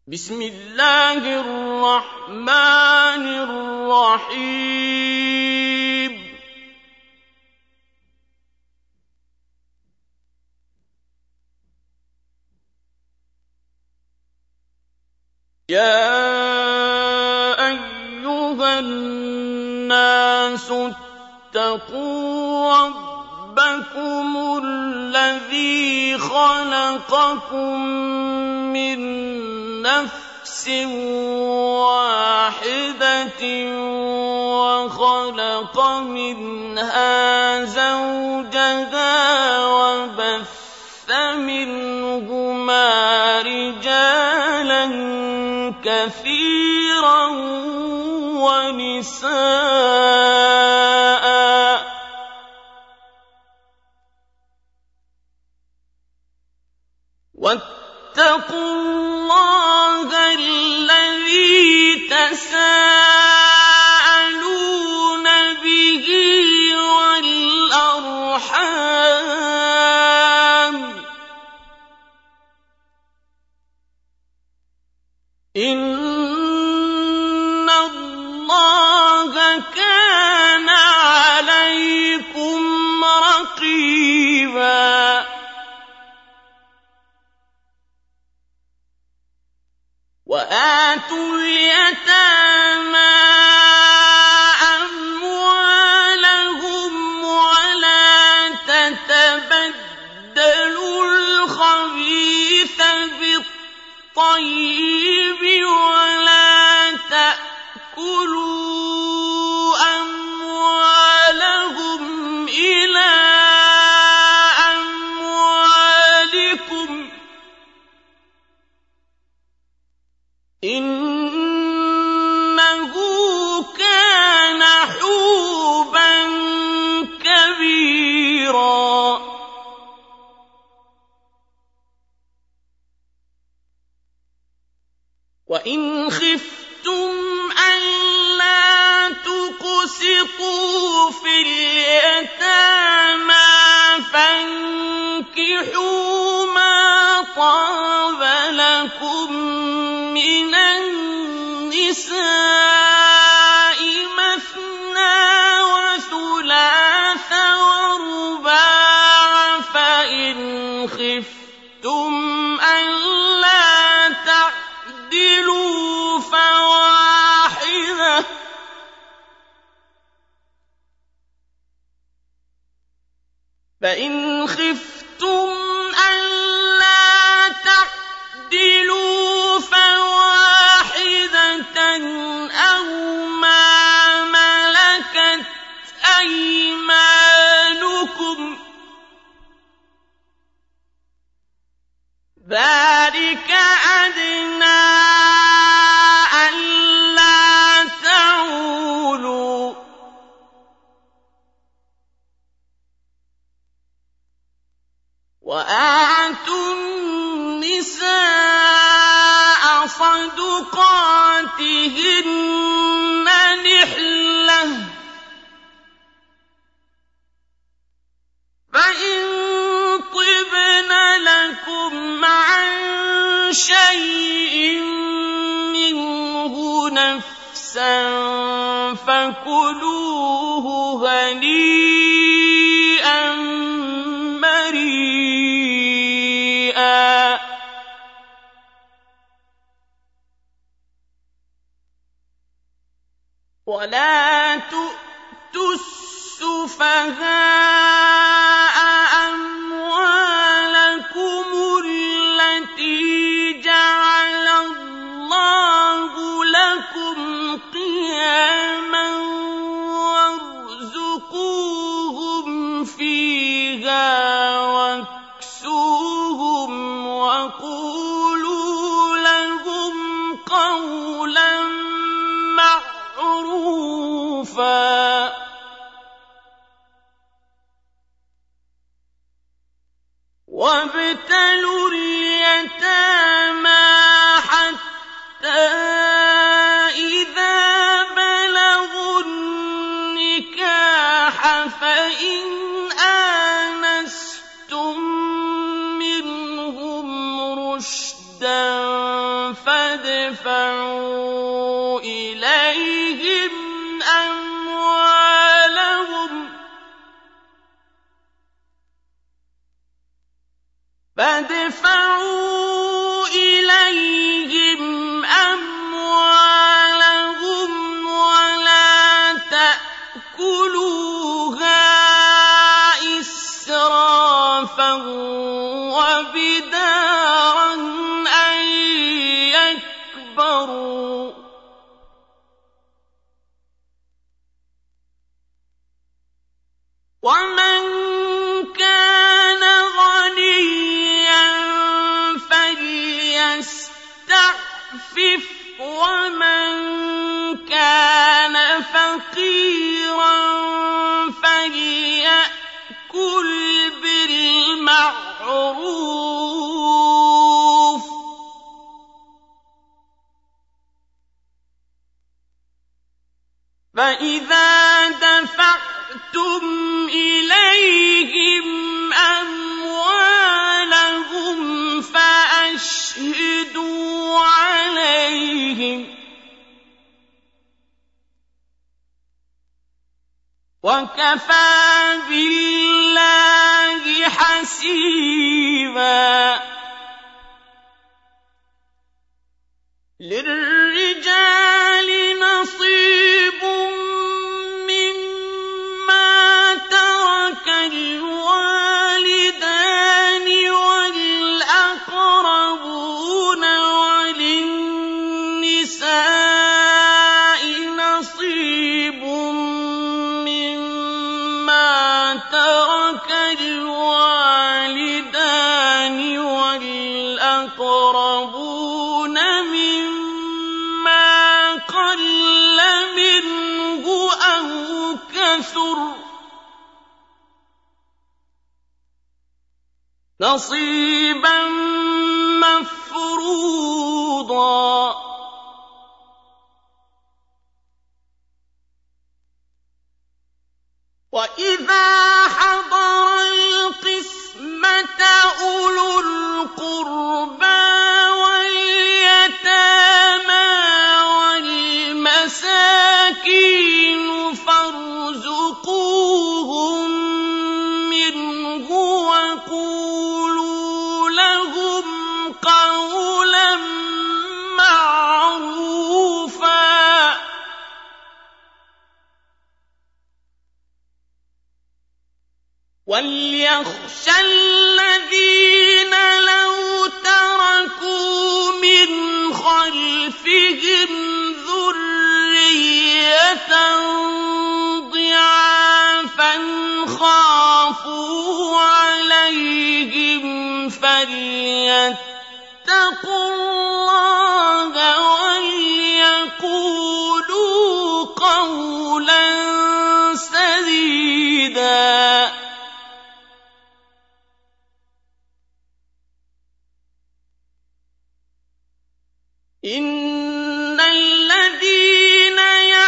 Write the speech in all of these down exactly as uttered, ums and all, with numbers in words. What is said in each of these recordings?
بسم الله الرحمن الرحيم يا أيها الناس اتقوا ربكم الذي خلقكم من نفس واحدة وخلق منها زوجها وبث منهما رجالا كثيرا ونساء واتقوا الله الذي تساءلون به والأرحام إن الله كان عليكم رقيبا وآتوا اليتامى أموالهم ولا تتبدلوا الخبيث بالطيب ولا تأكلوا أموالهم إلى أموالكم إنه كان حوبا كبيرا وإن خفتم ألا تقسطوا في اليتامى فانكحوا ما طاب لكم من النساء مثنى وثلاث ورباع فإن خفتم ألا تعدلوا فواحدة فإن خفتم ألا تعدلوا فواحدة أو ما ملكت أيمانكم ذلك أدنى ألا تعولوا وآتوا النساء صدقاتهن نحلة فإن طبن لكم عن شيء منه نفسا فكلوه هنيئا مريئا ولا تؤتوا السفهاء أموالكم التي جعل الله لكم قياما وارزقوهم فيها واكسوهم وقولوا لهم قولا معروفا فادفعوا إليهم أموالهم فادفعوا إليهم أموالهم ولا تأكلوها إسرافا وبدارا أن يكبروا ومن كان غنيا فليستعفف ومن كان فقيرا فليأكل بالمعروف فإذا دفعتم إليهم أموالهم فأشهدوا عليهم وكفى بالله حسيبا للرجال نصيب مما ترك الوالدان والأقربون وللنساء نصيب مما ترك الوالدان والأقربون مما قل منه أو كثر نصيبا مفروضا وإذا حضر القسمة أولو القربى واليتامى والمساكين فارزقوهم منه وقولوا لهم قولا معروفا وليخشى الذين لو تركوا من خلفهم ذرية ضعافا خافوا عليهم فليتقوا الله وليقولوا قولا سديدا إن الذين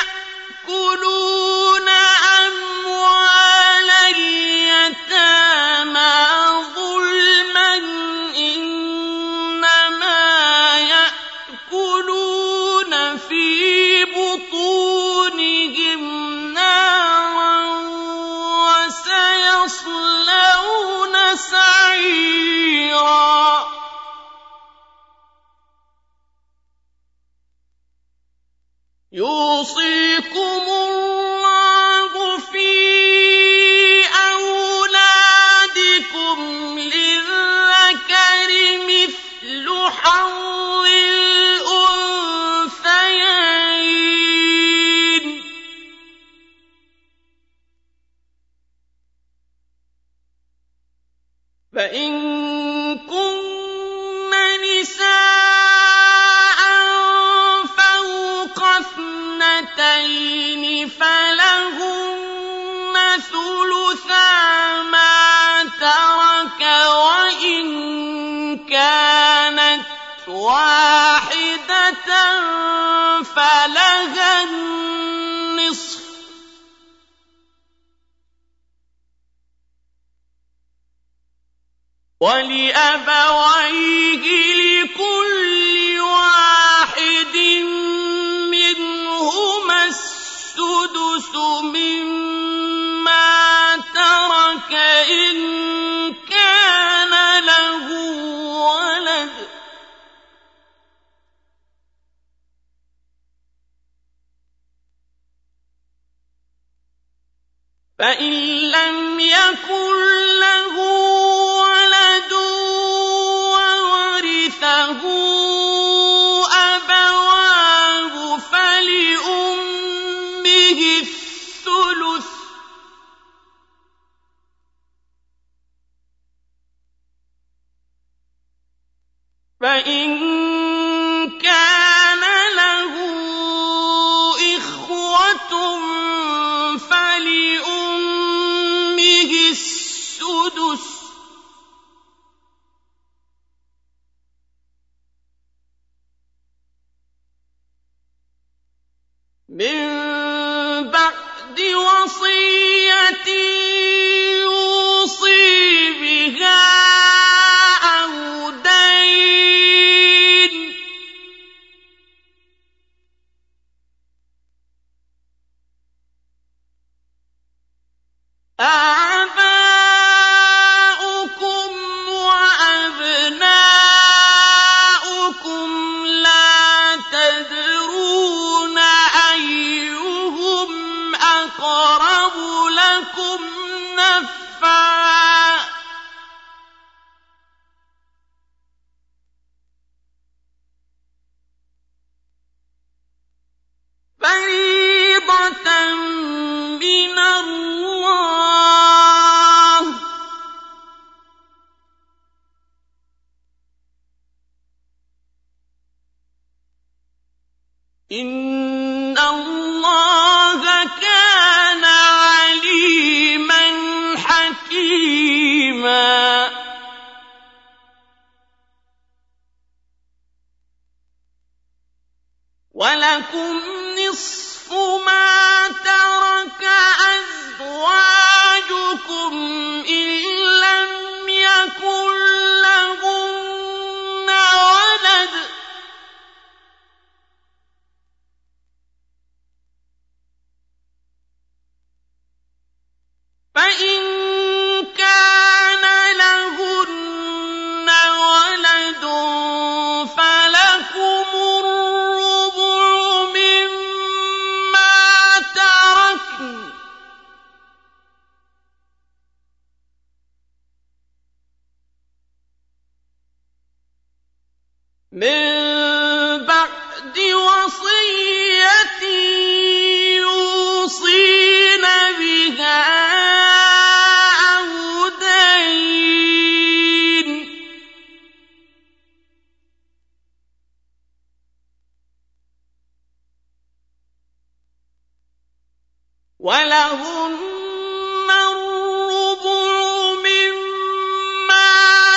يأكلون أموال اليتامى ظلما إنما يأكلون في بطونهم نارا وسيصلون سعيرا يوصيكم الله في أولادكم للذكر مثل حظ الأنثيين فإن كن نساء فوق اثنتين فلهن ثلثا ما ترك وإن كانت واحدة فلها النصف ولأبويه لكل واحد فإن لم يكن له ولد وورثه أبواه فلأمه الثلث فإن كان له إخوة فلأمه السدس من بعد وصية يوصي بها أو دين آباؤكم وأبناؤكم لا تدرون أيهم أقرب لكم نفعا فريضة من الله إن الله كان عليما حكيما ولكم نصف ما ترك أزواجكم إن لم يكن لهن ولد فإن كان لهن ولد فلكم الربع مما تركن من بعد وصية يوصين بها أو دين ولهن الربع مما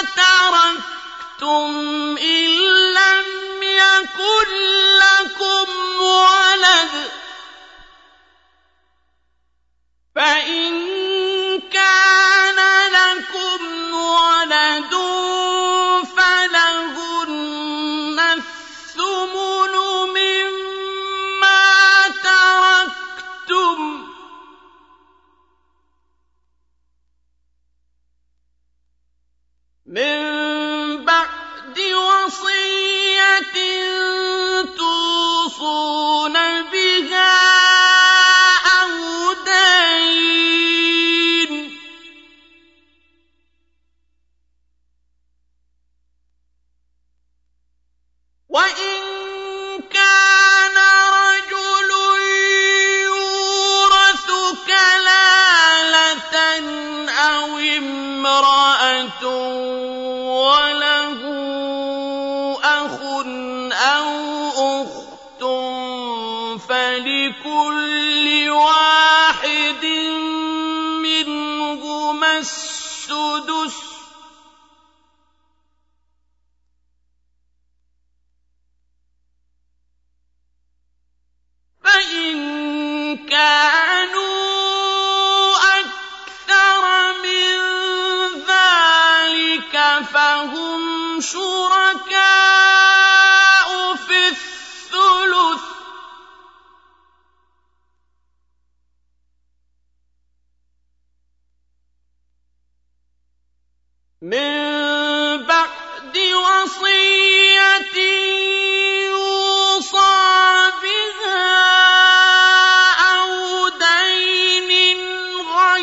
تركتم إن لم يكن لكم ولد فإن كان لكم ولد فلهن الثمن مما تركتم من بعد وصية توصون بها أو دين وإن كان رجل يورث كلالة أو امرأة وله أخ أو أخت فلكل واحد منهما السدس فإن كانوا أكثر من ذلك فهم شركاء في الثلث من بعد وصية يوصى بها أو دين غير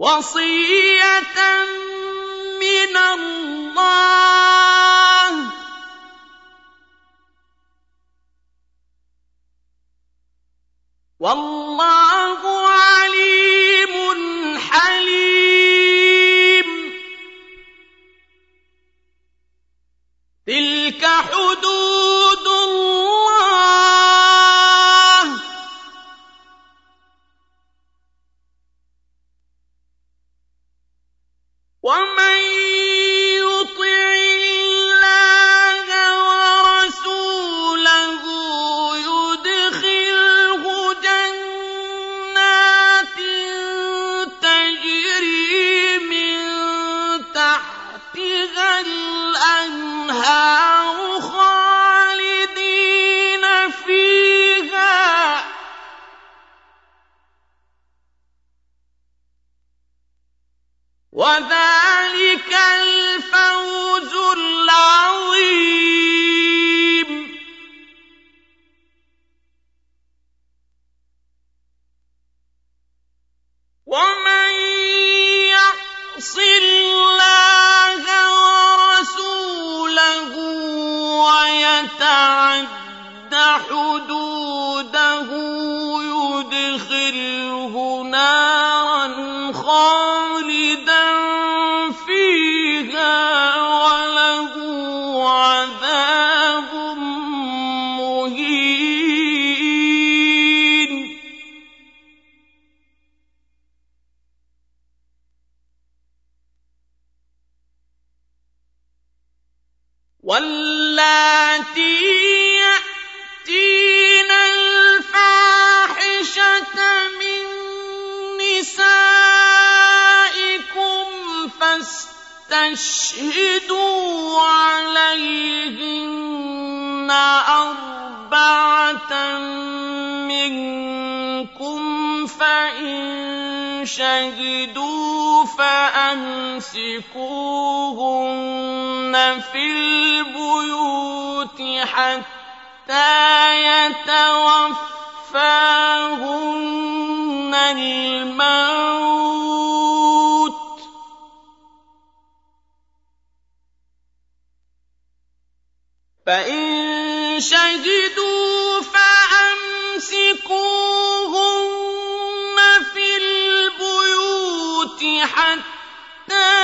وصية من الله والله عليم حليم تلك حدود الله ومن يطع الله ورسوله يدخله جنات تجري من تحتها الأنهار خالدين فيها وذلك الفوز العظيم ومن يعص الله ورسوله ويتعد حدوده يدخله نارا خالدا فيها وله عذاب مهين واللاتي يأتين الفاحشة من نسائكم فاستشهدوا عليهن أربعة منكم فإن شهدوا فأمسكوهن في البيوت حتى يتوفاهن الموت فإن شهدوا فأمسكوهن في البيوت حتى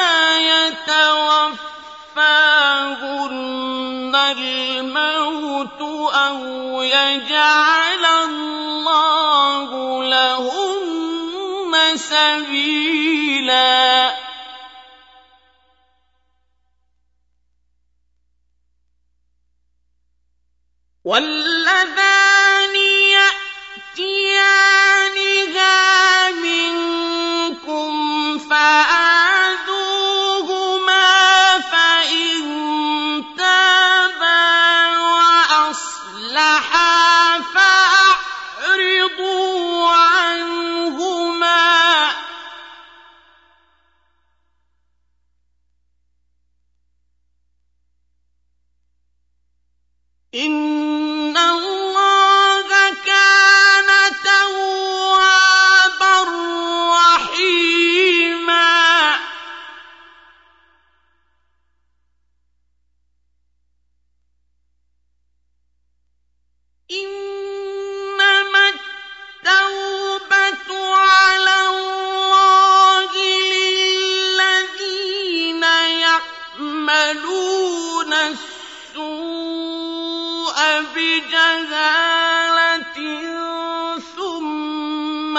يتوفاهن الموت أو يجعل الله لهن سبيلا واللذان يأتيانها منكم فآذوهما فإن تابا وأصلحا فأعرضوا عنهما إن الله كان توابا رحيما إنما التوبة على الله للذين يعملون السوء بجهالة ثم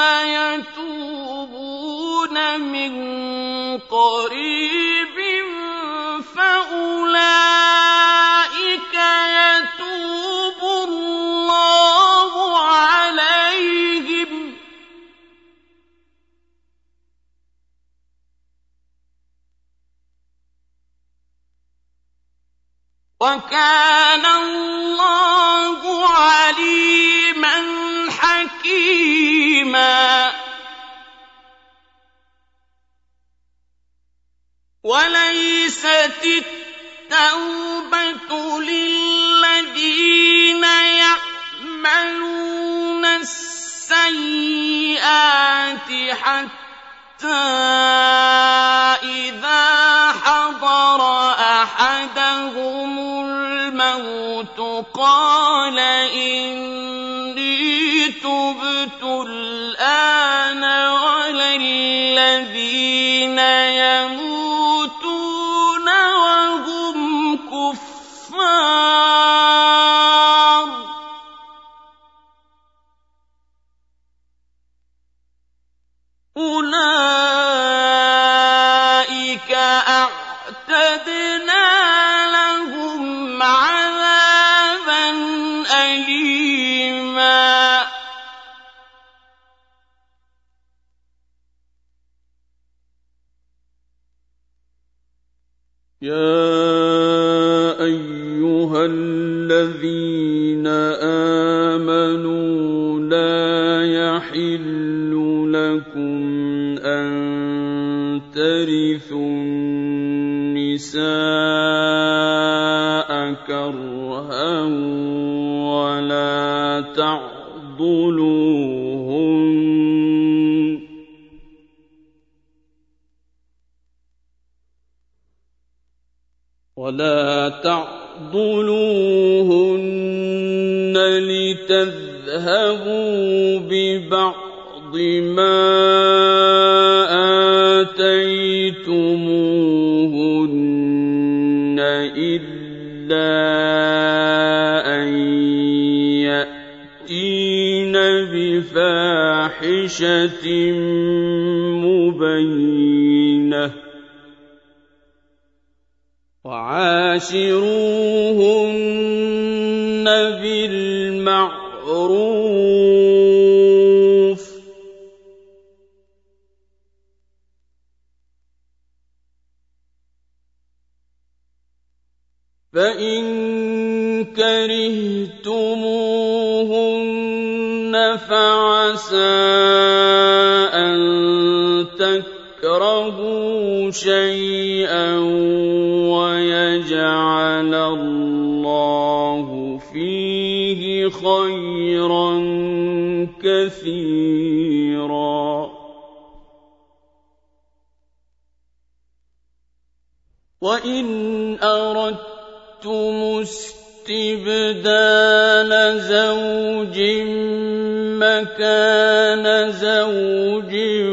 يتوبون من قريب فأولئك يتوب الله عليهم وكان الله عليما حكيما وليست التوبة للذين يعملون السيئات حتى إِذَا حَضَرَ أَحَدَهُمُ الْمَوْتُ قَالَ إِنِّي تُبْتُ الْآنَ وَلَا الَّذِينَ يَمُوتُونَ وَهُمْ كُفَّارٌ أُولَٰئِكَ أَعْتَدْنَا لَهُمْ عَذَابًا أَلِيمًا يَا أَيُّهَا الَّذِينَ آمَنُوا لَا يَحِلُّ لَكُمْ أَن تَرِثُوا النِّسَاءَ كَرْهًا وَلَا تَعْضُلُوهُنَّ وَلَا تَعْضُلُوهُنَّ لِتَذْهَبُوا بِبَعْضِ مَا آتَيْتُمُوهُنَّ إِلَّا أَن يَأْتِينَ بِفَاحِشَةٍ مُّبَيِّنَةٍ وَعَاشِرُوهُنَّ بِالْمَعْرُوفِ ۚ فَإِن كَرِهْتُمُوهُنَّ فَعَسَىٰ أَن تَكْرَهُوا شَيْئًا وَيَجْعَلَ اللَّهُ فِيهِ خَيْرًا كَثِيرًا وَإِنْ أَرَدتُّمُ اسْتِبْدَالَ زَوْجٍ مَّكَانَ زَوْجٍ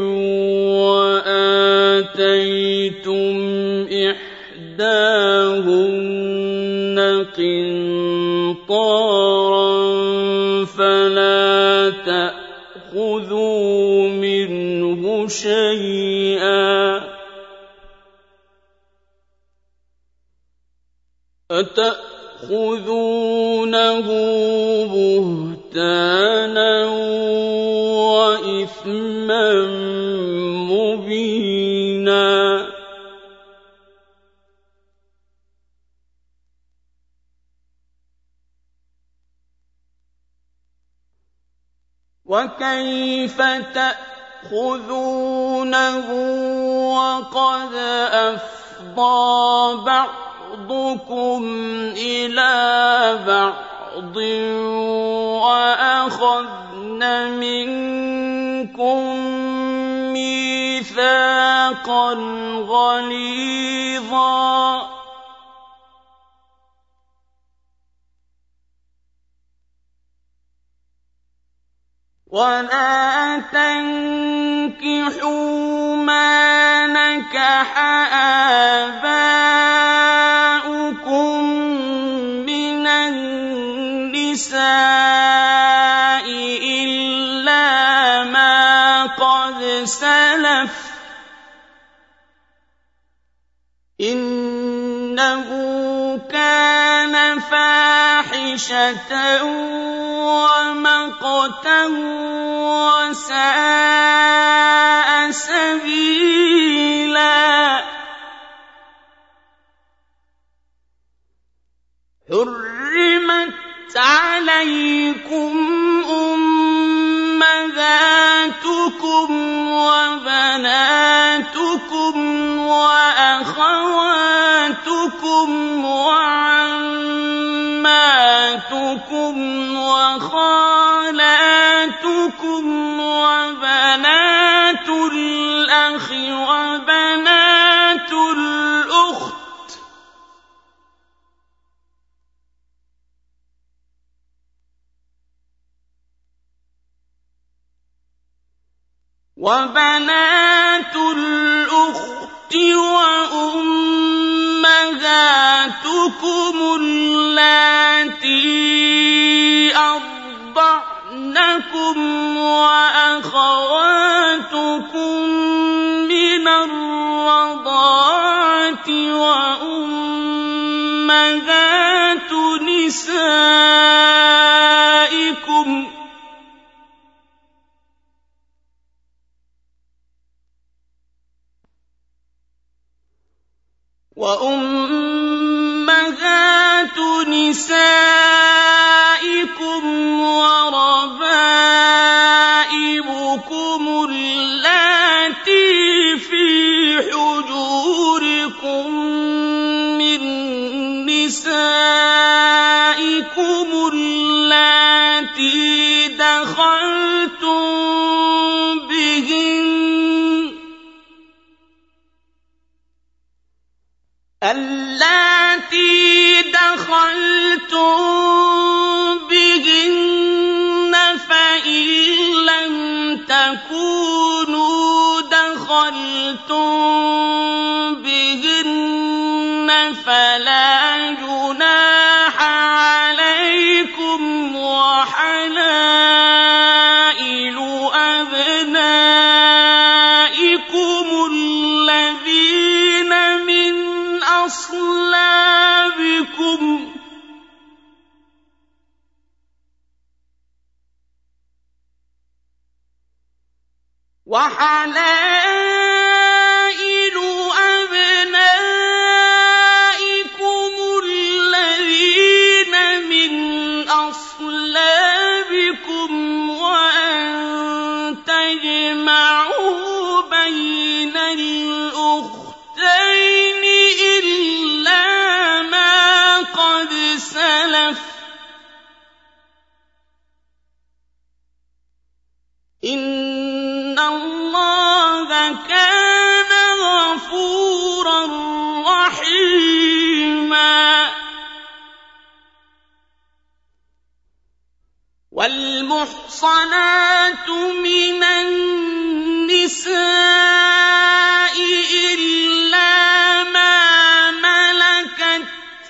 وَآتَيْتُمْ إِحْدَاهُنَّ قِنطَارًا فَلَا تَأْخُذُوا مِنْهُ شَيْئًا أَتَأْخُذُونَهُ بُهْتَانًا وَإِثْمًا مُّبِينًا وَكَيْفَ تَأْخُذُونَهُ وَقَدْ أَفْضَىٰ بَعْضُكُمْ إِلَىٰ بَعْضٍ وَأَخَذْنَ مِنكُم مِّيثَاقًا غَلِيظًا وَلَا تَنكِحُوا مَا نَكَحَ آبَاؤُكُم مِّنَ النِّسَاءِ إِلَّا مَا قَدْ سَلَفَ ۚ إِنَّهُ كَانَ فَاحِشَةً وَمَقْتًا وَسَاءَ سَبِيلًا حُرِّمَتْ عَلَيْكُمْ أُمَّهَاتُكُمْ وَبَنَاتُكُمْ وَأَخَوَاتُكُمْ وَعَمَّاتُكُمْ وَخَالَاتُكُمْ وَبَنَاتُ الْأَخِ وبنات الأخت وأمهاتكم اللاتي أرضعنكم وأخواتكم من الرضاعة وأمهات نسائكم وأمهات نسائكم وربائبكم اللاتي في حجوركم من نسائكم اللاتي دخلتم بهن اللاتي دخلتم بهن فإن لم تكونوا دخلتم بهن فلا جناح عليكم وحلائل أبنائكم الذين من أصلابكم وحلائل أبنائكم الذين من أصلابكم وأن تجمعوا بين الأختين إلا ما قد سلف إن الله كان غفورا رحيما والمحصنات من النساء إلا ما ملكت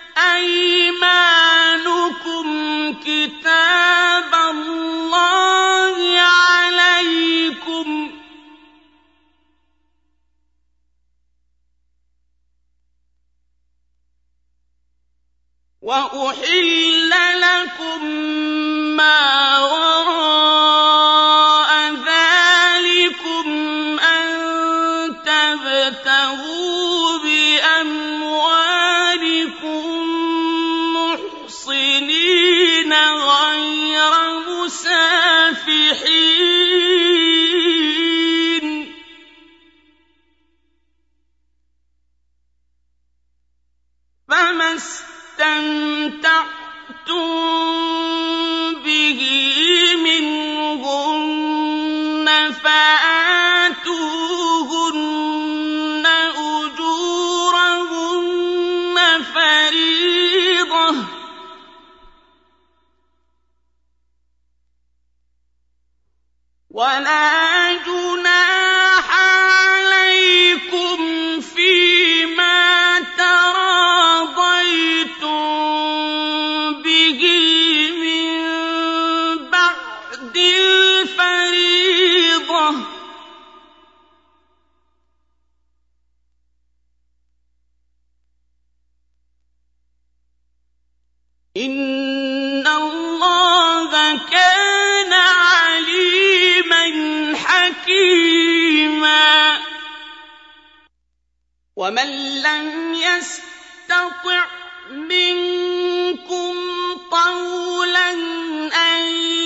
أيمانكم كتاب الله عليكم وأحل لكم ما وراء ذلكم أن تبتغوا بأموالكم محصنين غير مسافحين فما استمتعتم به منهن فآتوهن أجورهن فريضة ولا جناح عليكم فيما تراضيتم به من بعد الفريضة إن الله كان عليما حكيما ومن لم يستطع منكم طولا أن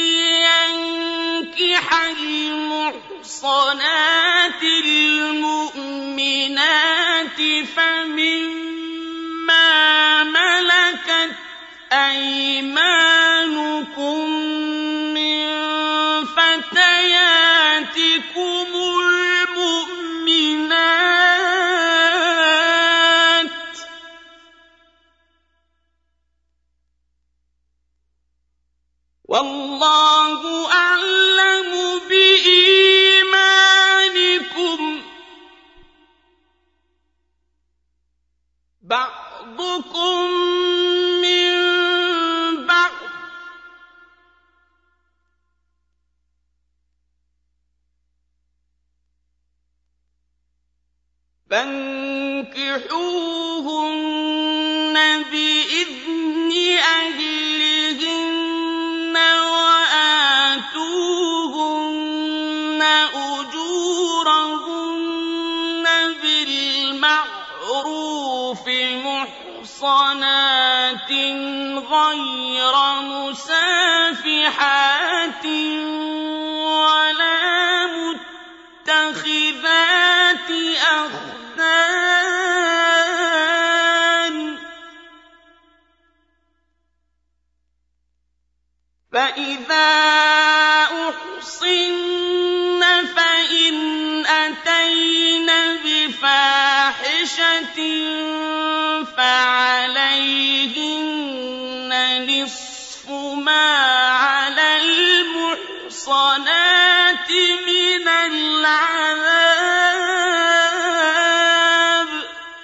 ينكح المحصنات المؤمنات فمما ملكت أيمانكم من فتياتكم المؤمنات والله أعلم بإيمانكم بَعْضُكُم مِّن بَعْضٍ ۚ فانكحوهن بإذن أهلهن وآتوهن أجورهن بالمعروف محصنات غير مسافحات ولا متخذات أخدان ۚ فإذا أحصن فإن أتين بفاحشة فعليهن نصف ما على المحصنات من العذاب ۚ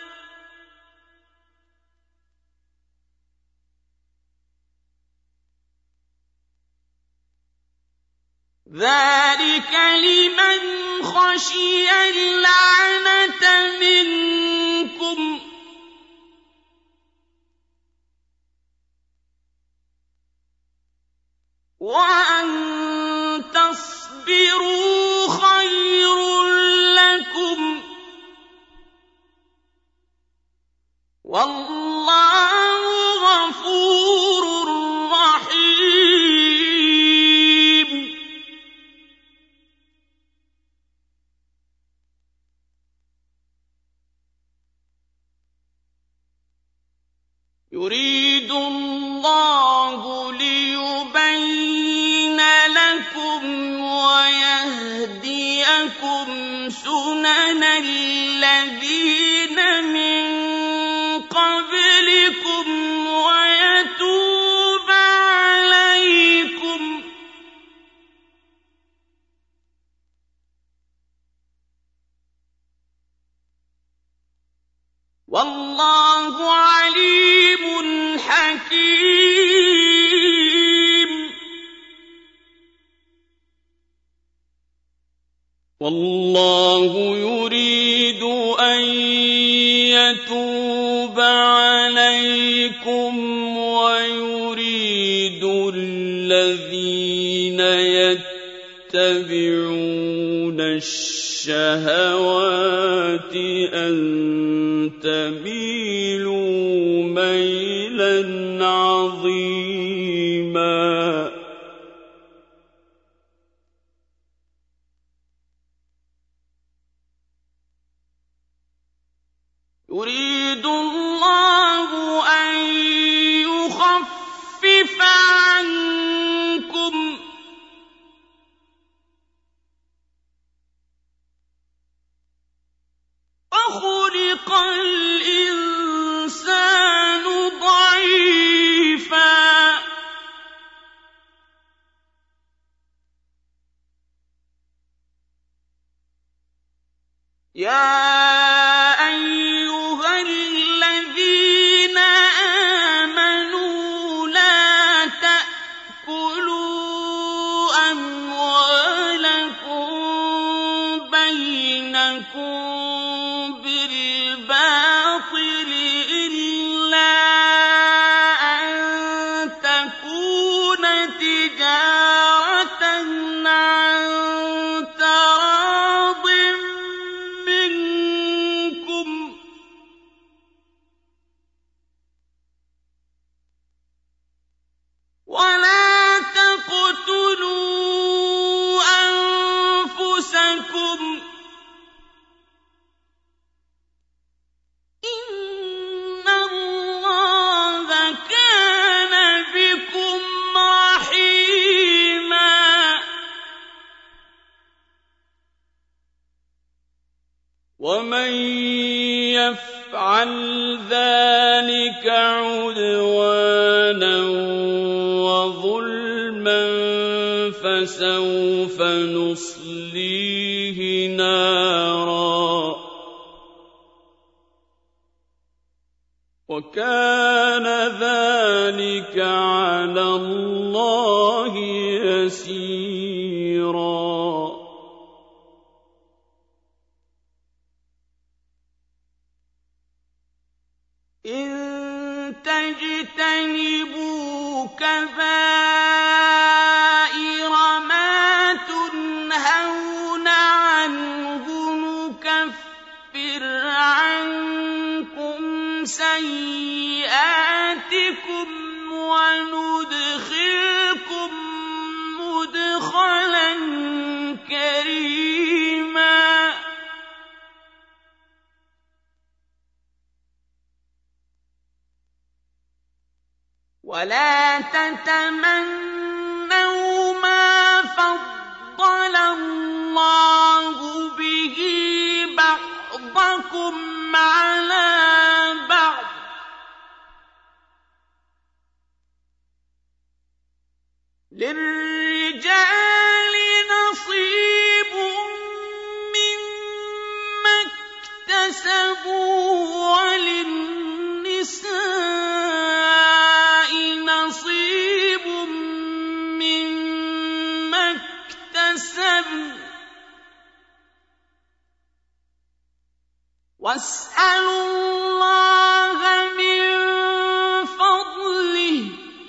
ذلك لمن خشي العنة منكم ۚ وأن تَصْبِرُوا خَيْرٌ لَّكُمْ ۗ وَاللَّهُ غَفُورٌ رَّحِيمٌ. يُرِيدُ اللَّهُ لِيُبَيِّنَ لَكُمْ وَيَهْدِيَكُمْ سُنَنَ الَّذِينَ مِن قَبْلِكُمْ وَيَتُوبَ عَلَيْكُمْ ۗ وَاللَّهُ عَلِيمٌ حَكِيمٌ. وَاللَّهُ يُرِيدُ أَن يَتُوبَ عَلَيْكُمْ وَيُرِيدُ الَّذِينَ يَتَّبِعُونَ الشَّهَوَاتِ أَن تَمِيلُوا مَيْلًا عَظِيمًا. يُرِيدُ اللَّهُ أَن يُخَفِّفَ عَنكُمْ ۚ وَخُلِقَ الْإِنسَانُ ضَعِيفًا. يَا أَيُّهَا الَّذِينَ آمَنُوا لَا تَأْكُلُوا أَمْوَالَكُم بَيْنَكُم بِالْبَاطِلِ إِلَّا أَن تَكُونَ تِجَارَةً عَن تَرَاضٍ مِّنكُمْ ۚ وَلَا تَقْتُلُوا أَنفُسَكُمْ ۚ إِنَّ اللَّهَ كَانَ بِكُمْ رَحِيمًا. وَمَن يَفْعَلْ ذَٰلِكَ عُدْوَانًا وَظُلْمًا فَسَوْفَ نُصْلِيهِ نَارًا وكان ذلك على الله يسيرا. إن تجتنبوا كبائر ما تنهون عنه نكفر عنكم سيئاتكم وندخلكم مدخلا كريما. ولا تتمنوا ما فضل الله به بعضكم على بعض للرجال نصيب مما اكتسبوا وللنساء نصيب مما اكتسبن واسألوا الله من فضله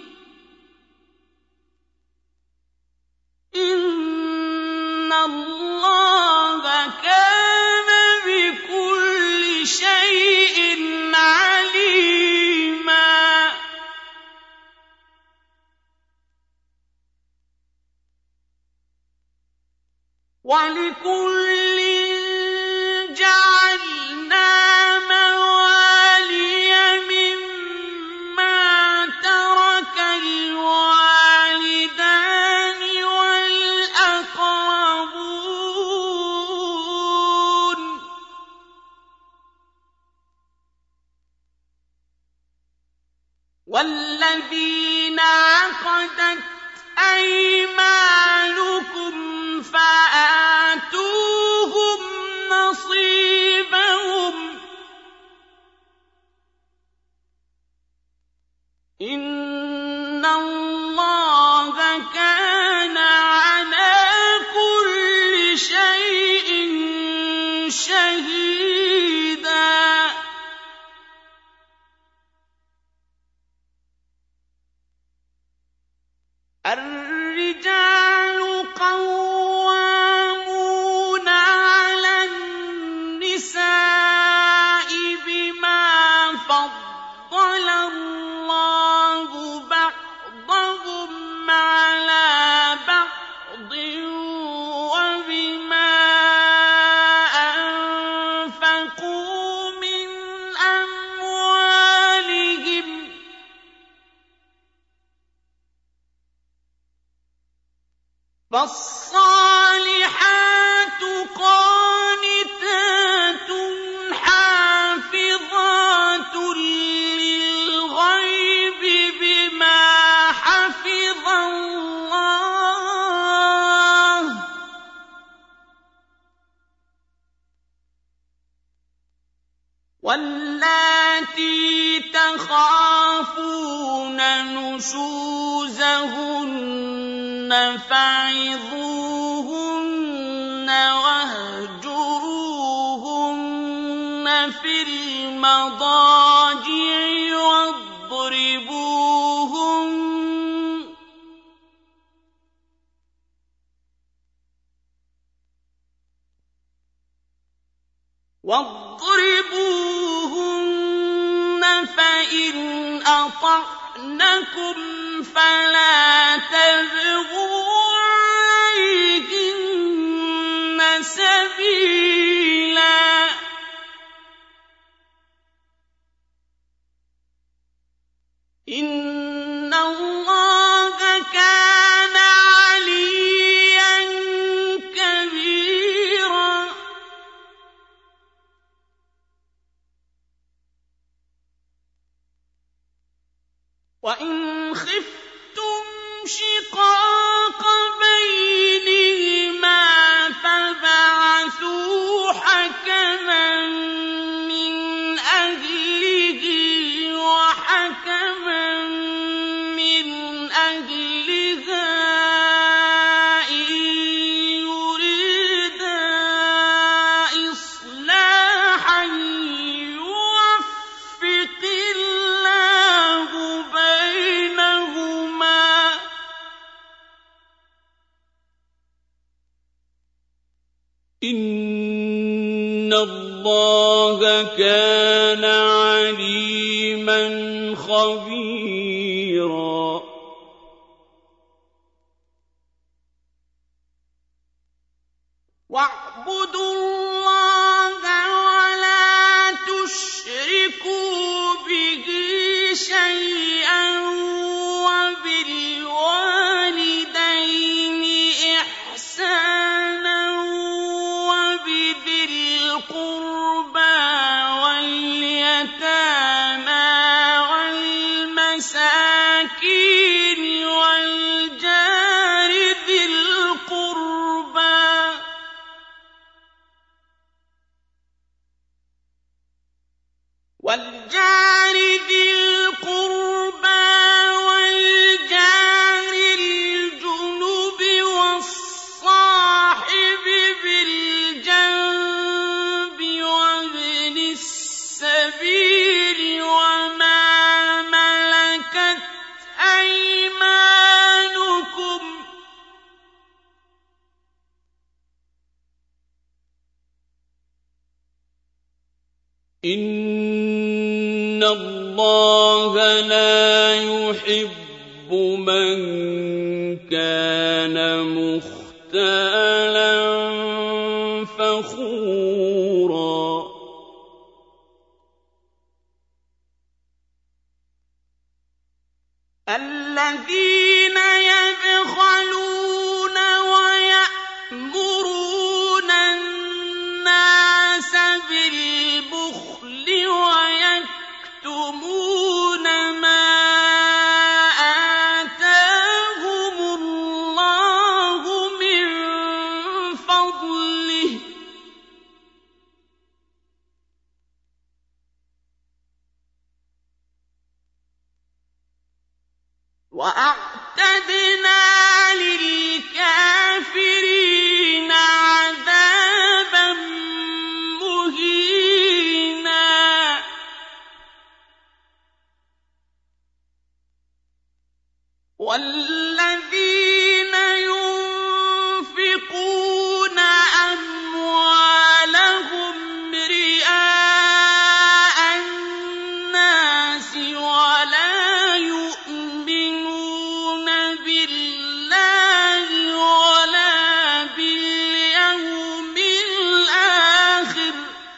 إن الله كان بكل شيء عليما. ولكل جعلنا موالي مما ترك الوالدان والأقربون والذين عقدت أيمانكم فآتوهم نصيبهم إن الله كان على كل شيء شهيدا. الرجال قوامون على النساء بما فضل الله بعضهم على بعض وبما أنفقوا من أموالهم فالصالحات قانتات حافظات للغيب بما حفظ الله واللاتي تخافون نشوزهن فعظوهن واهجروهن في المضاجع واضربوهن واضربوهن فإن أطعنكم فلا تبغوا عليهن سبيلا إن الله كان عليا كبيرا. وإن خفتم شقاق بينهما فبعثوا حكما من أهله اللَّهَ كَانَ عَلِيمًا خَبِيرًا. وَاعْبُدُوا اللَّهَ وَلَا تُشْرِكُوا بِهِ شَيْئًا وَبِالْوَالِدَيْنِ إِحْسَانًا وَبِذِي الْقُرْبَىٰ وَالْيَتَامَىٰ وَالْمَسَاكِينِ وَالْجَارِ ذِي الْقُرْبَىٰ والجار ذي القربى والجار الجنب والصاحب بالجنب وابن السبيل وما ملكت أيمانكم إِنَّ اللَّهَ لَا يُحِبُّ مَن كَانَ مُخْتَالًا فَخُورًا. الَّذِينَ يَبْخَلُونَ وَيَأْمُرُونَ النَّاسَ بِالْبُخْلِ وَيَكْتُمُونَ مَا آتَاهُمُ اللَّهُ مِن فَضْلِهِ ۗ وَأَعْتَدْنَا لِلْكَافِرِينَ عَذَابًا مُّهِينًا. وَالَّذِينَ يُنفِقُونَ أَمْوَالَهُمْ رِئَاءَ النَّاسِ وَلَا يُؤْمِنُونَ بِاللَّهِ وَلَا بِالْيَوْمِ الْآخِرِ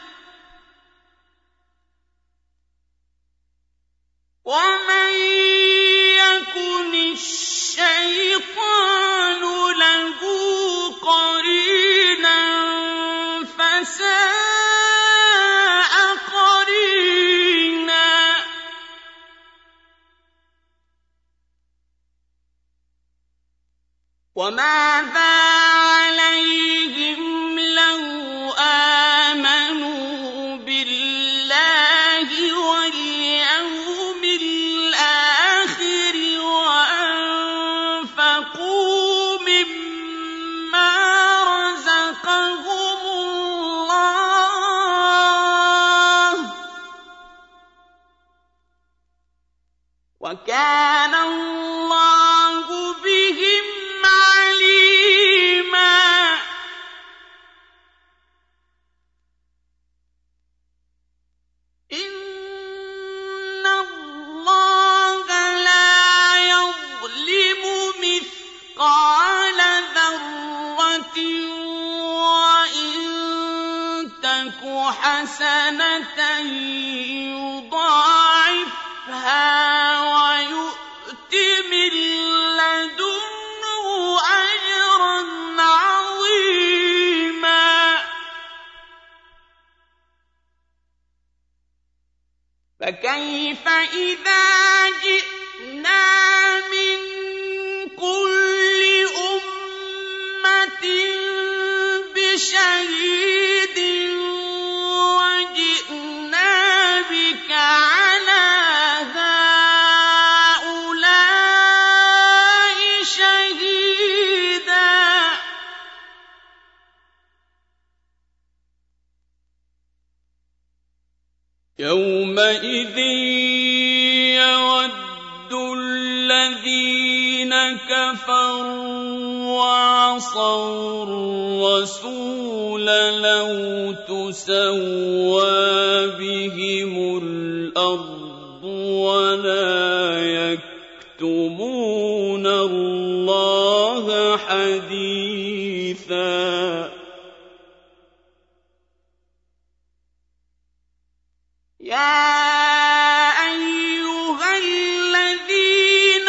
وَمَن يَكُنِ الشَّيْطَانُ لَهُ قَرِينًا فَسَاءَ قَرِينًا. وَمَاذَا عَلَيْهِمْ لَوْ آمَنُوا بِاللَّهِ وَالْيَوْمِ الْآخِرِ وَأَنفَقُوا مِمَّا رَزَقَهُمُ اللَّهُ ۗ وَكَانَ اللَّهُ بِهِمْ عَلِيمًا. إِنَّ اللَّهَ لَا يَظْلِمُ مِثْقَالَ ذَرَّةٍ وَإِن تَكُ حَسَنَةً يُضَاعِفْهَا وَيُؤْتِ مِن لَّدُنْهُ أَجْرًا عَظِيمًا. فَكَيْفَ إِذَا جِئْنَا مِن كُلِّ أُمَّةٍ بِشَهِيدٍ وَجِئْنَا بِكَ عَلَىٰ هَٰؤُلَاءِ شَهِيدًا. يَوْمَئِذٍ يَوَدُّ الَّذِينَ كَفَرُوا عَصَوْا الرَّسُولَ لَوْ تُسَوَّىٰ بِهِمُ الْأَرْضُ وَلَا يَكْتُمُونَ اللَّهَ حَدِيثًا. يَا أَيُّهَا الَّذِينَ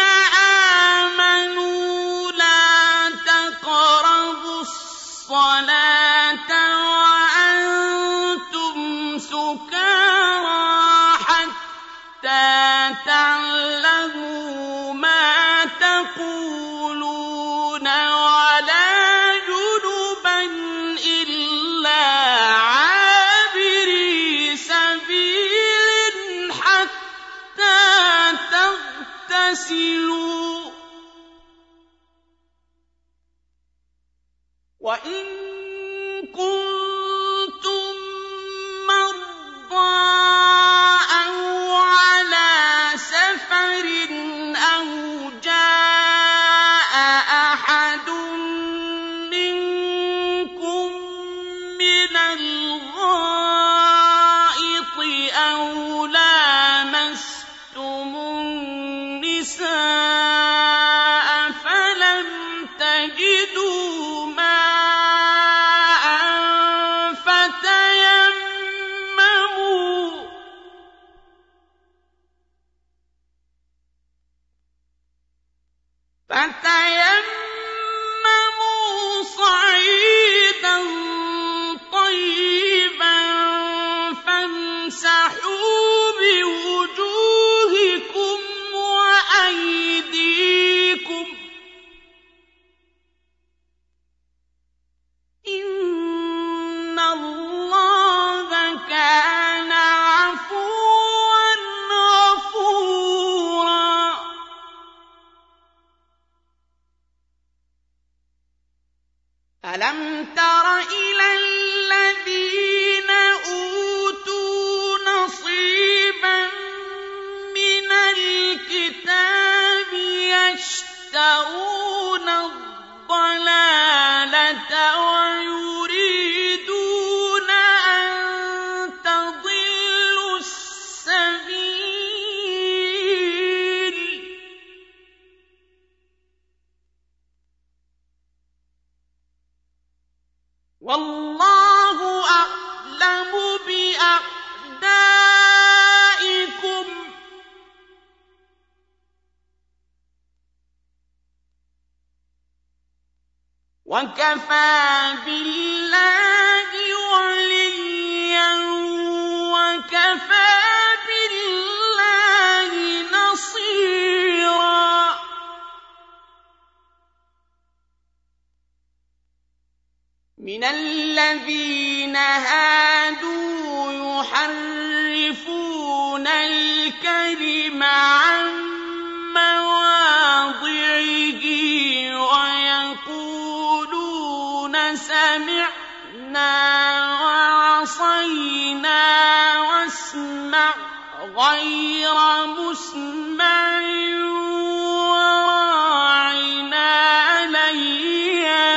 آمَنُوا لَا تَقْرَبُوا الصَّلَاةَ وَأَنتُمْ سُكَارَىٰ حَتَّىٰ تَعْلَمُوا مَا تَقُولُونَ وَلَا جُنُبًا إِلَّا عَابِرِي سَبِيلٍ حَتَّىٰ تَغْتَسِلُوا ۚ وَإِن كُنتُم مَّرْضَىٰ أَوْ عَلَىٰ سَفَرٍ أَوْ جَاءَ أَحَدٌ مِّنكُم مِّنَ الْغَائِطِ أَوْ لَامَسْتُمُ النِّسَاءَ فَلَمْ تَجِدُوا مَاءً فَتَيَمَّمُوا فَتَيَمَّمُوا صَعِيدًا طَيِّبًا فَامْسَحُوا بِوُجُوهِكُمْ وَأَيْدِيكُمْ ۗ إِنَّ اللَّهَ كَانَ عَفُوًّا غَفُورًا. أَلَمْ تَرَ إِلَى الَّذِينَ أُوتُوا نَصِيبًا مِّنَ الْكِتَابِ يَشْتَرُونَ الضَّلَالَةَ وَيُرِيدُونَ أَن تَضِلُّوا السَّبِيلَ ۗ وَاللَّهُ أَعْلَمُ بِأَعْدَائِكُمْ ۚ وَكَفَىٰ بِاللَّهِ وَلِيًّا وَكَفَىٰ بِاللَّهِ نَصِيرًا. مِنَ الَّذِينَ هَادُوا يُحَرِّفُونَ الْكَلِمَ عَن مَّوَاضِعِهِ وَيَقُولُونَ سَمِعْنَا وَعَصَيْنَا وَاسْمَعْ غَيْرَ مُسْمَعٍ وَرَاعِنَا لَيًّا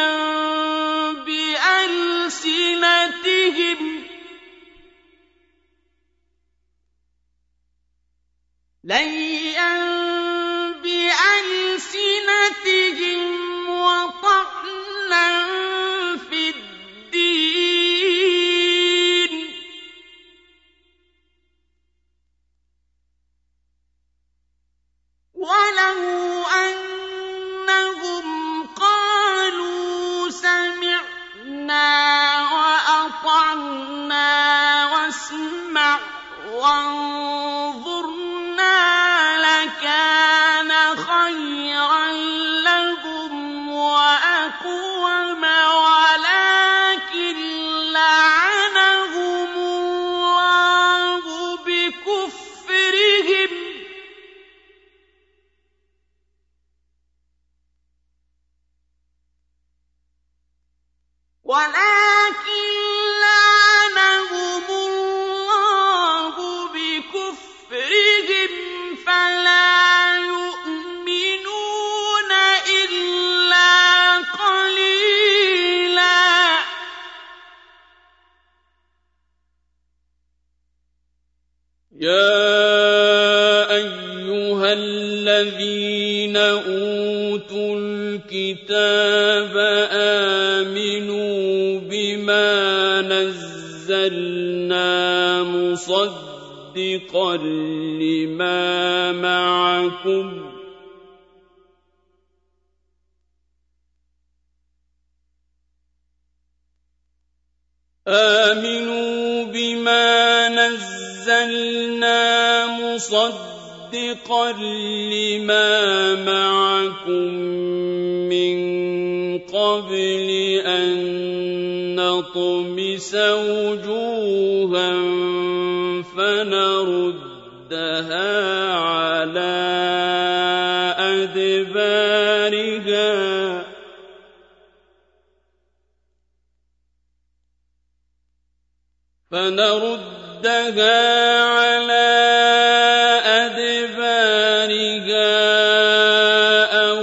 بِأَلْسِنَتِهِمْ لَيًّا بِأَلْسِنَتِهِمْ وَطَعْنًا فِي الدِّينِ ۚ وَلَوْ أَنَّهُمْ قَالُوا سَمِعْنَا وَأَطَعْنَا وَاسْمَعْ وَانظُرْنَا لَكَانَ خَيْرًا لَّهُمْ وَأَقْوَمَ، وَلَٰكِن لَّعَنَهُمُ اللَّهُ بِكُفْرِهِمْ ۖ ولكن لعنهم الله يَا أَيُّهَا الَّذِينَ أُوتُوا الْكِتَابَ آمِنُوا بِمَا نَزَّلْنَا مُصَدِّقًا لِّمَا مَعَكُمْ آمنوا بما نزلنا مصدقا لما معكم من قبل أن نطمس وجوها فنردها على أدبارها فنردها على أدبارها أو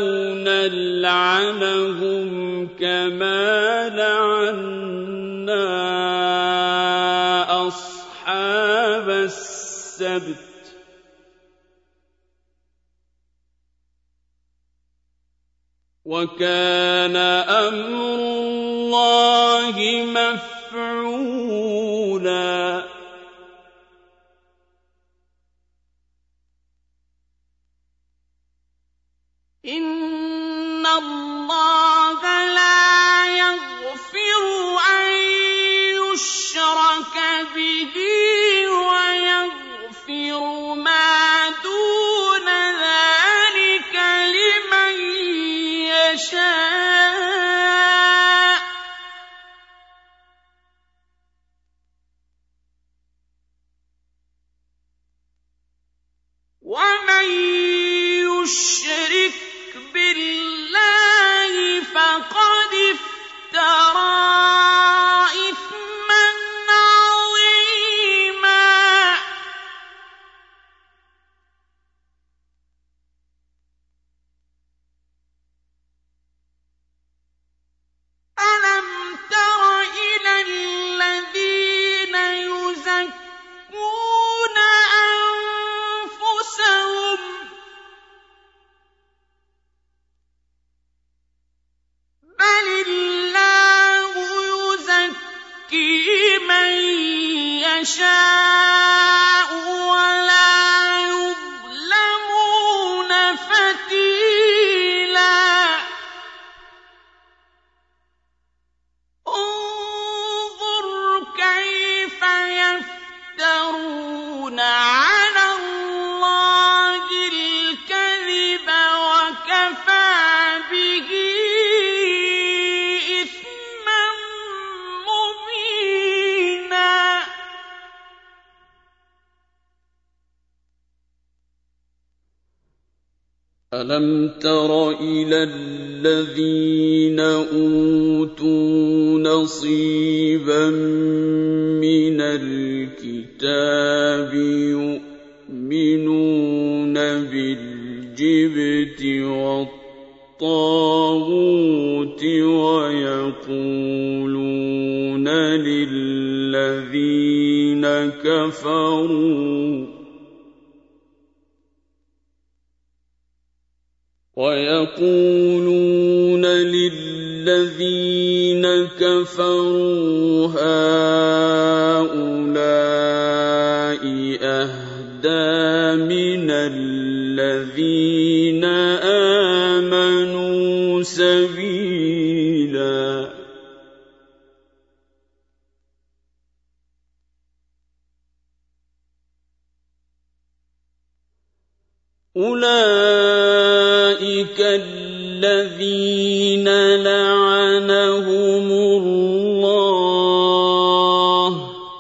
نلعنهم كما لعنا أصحاب السبت وكان أمر الله مفعولا إن الله لا يغفر أن يشرك به ويغفر ما دون ذلك لمن يشاء ومن يشرك بالله فقد افترى إثما عظيما ألم تر إلى الذين يزكون أنفسهم بل الله يزكي من يشاء ولا يظلمون فتيلا انظر كيف يفترون على الله الكذب وكفى به إثما مبينا ألم تر إلى الذين أوتوا نصيبا من الكتاب يؤمنون بالجبت والطاغوت ويقولون للذين كفروا ويقولون للذين كفروا هؤلاء أهدى من الذين آمنوا سبيلا أولئك الذين لعنهم الله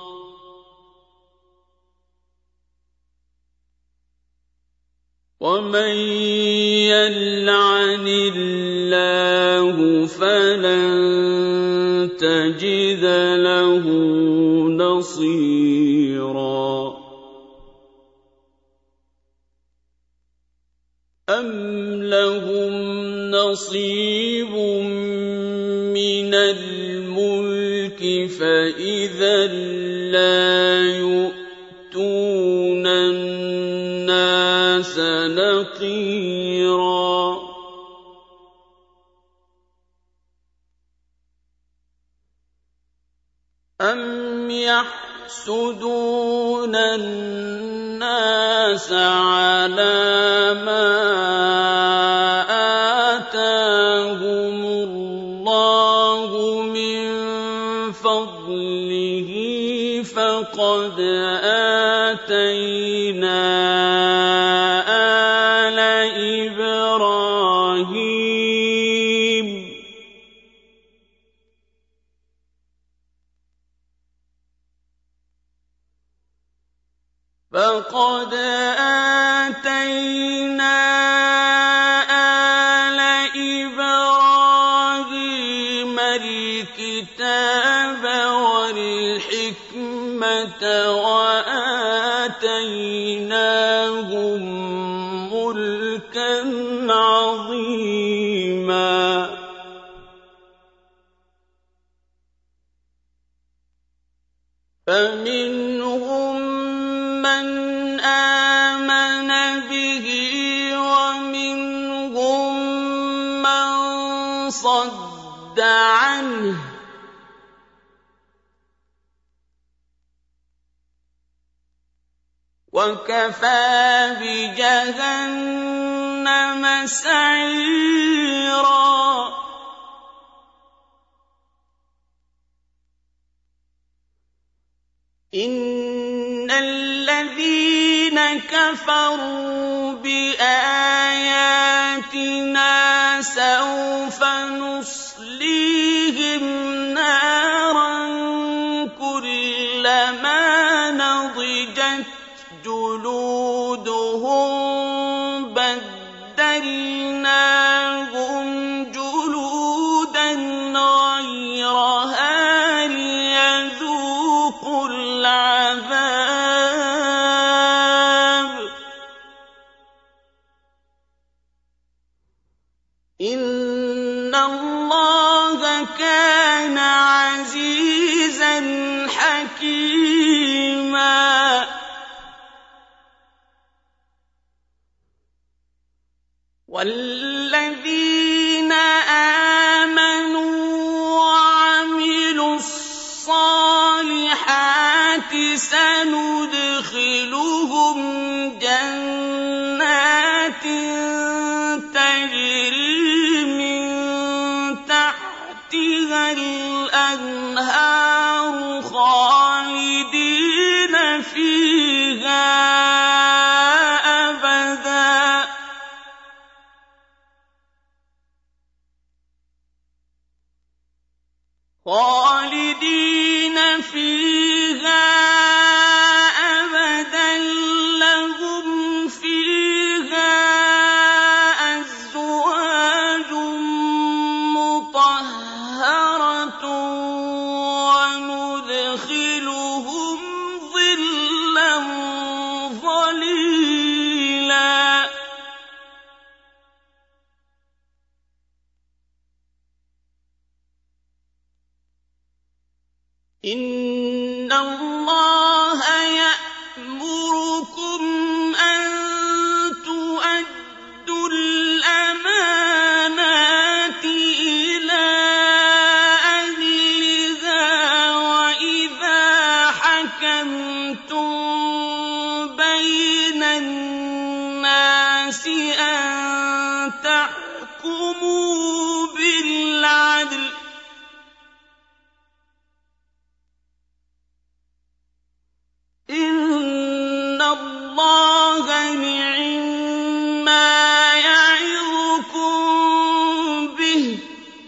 ومن يلعن الله فلن تجد له نصيرا أم لهم نصيب من الملك فإذا لا يؤتون يَحْسُدُونَ النَّاسَ عَلَىٰ مَا آتَاهُمُ اللَّهُ مِن فَضْلِهِ فَقَدْ آتَيْنَا آلَ إِبْرَاهِيمَ فَقَدْ آتَيْنَا آلَ إِبْرَاهِيمَ الْكِتَابَ وَالْحِكْمَةَ وَآتَيْنَاهُم مُّلْكًا عَظِيمًا فَمِنْهُم مَّنْ آمَنَ بِهِ وَمِنْهُم مَّن صَدَّ عَنْهُ ۚ وَكَفَىٰ بِجَهَنَّمَ سَعِيرًا إِنَّ الَّذِينَ كَفَرُوا بِآيَاتِنَا سَوْفَ نُصْلِيهِمْ نَارًا كُلَّمَا نَضِجَتْ جُلُودُهُم بَدَّلْنَاهُمْ جُلُودًا غَيْرَهَا لِيَذُوقُوا الْعَذَابَ ۗ إِنَّ اللَّهَ كَانَ عَزِيزًا حَكِيمًا وَالَّذِينَ آمَنُوا وَعَمِلُوا الصَّالِحَاتِ سَنُدْخِلُهُمْ جَنَّاتٍ تَجْرِي مِن تَحْتِهَا الْأَنْهَارُ خَالِدِينَ فِيهَا أَبَدًا ۖ خَالِدِينَ فِيهَا أَبَدًا ۖ لَّهُمْ فِيهَا أَزْوَاجٌ مُّطَهَّرَةٌ وَنُدْخِلُهُمْ ظِلًّا ظَلِيلًا إِنَّ اللَّهَ يَأْمُرُكُمْ أَن تُؤَدُّوا الْأَمَانَاتِ إِلَىٰ أَهْلِهَا وَإِذَا حَكَمْتُم بَيْنَ النَّاسِ أَن تَحْكُمُوا بِالْعَدْلِ ۚ إِنَّ اللَّهَ نِعِمَّا يَعِظُكُم بِهِ ۗ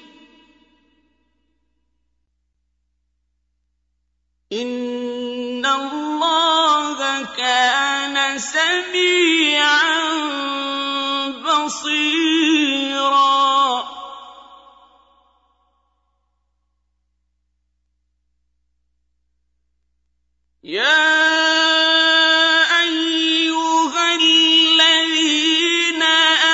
إِنَّ اللَّهَ كَانَ سَمِيعًا بَصِيرًا يَا أَيُّهَا الَّذِينَ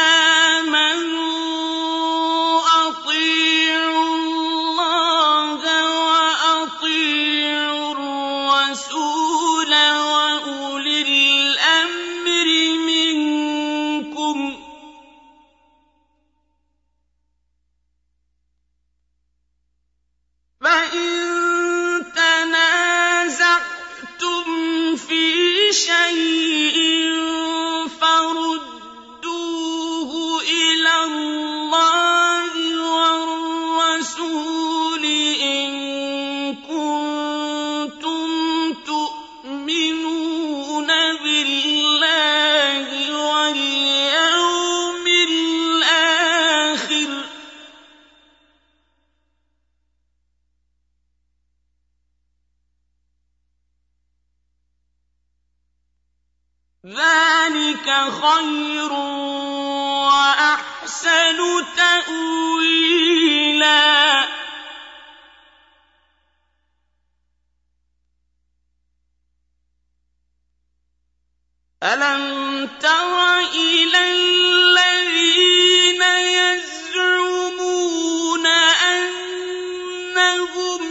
آمَنُوا أَطِيعُوا اللَّهَ وَأَطِيعُوا الرَّسُولَ وَأُولِي الْأَمْرِ مِنكُمْ ذَٰلِكَ خَيْرٌ وَأَحْسَنُ تَأْوِيلًا أَلَمْ تَرَ إِلَى الَّذِينَ يَزْعُمُونَ أَنَّهُمْ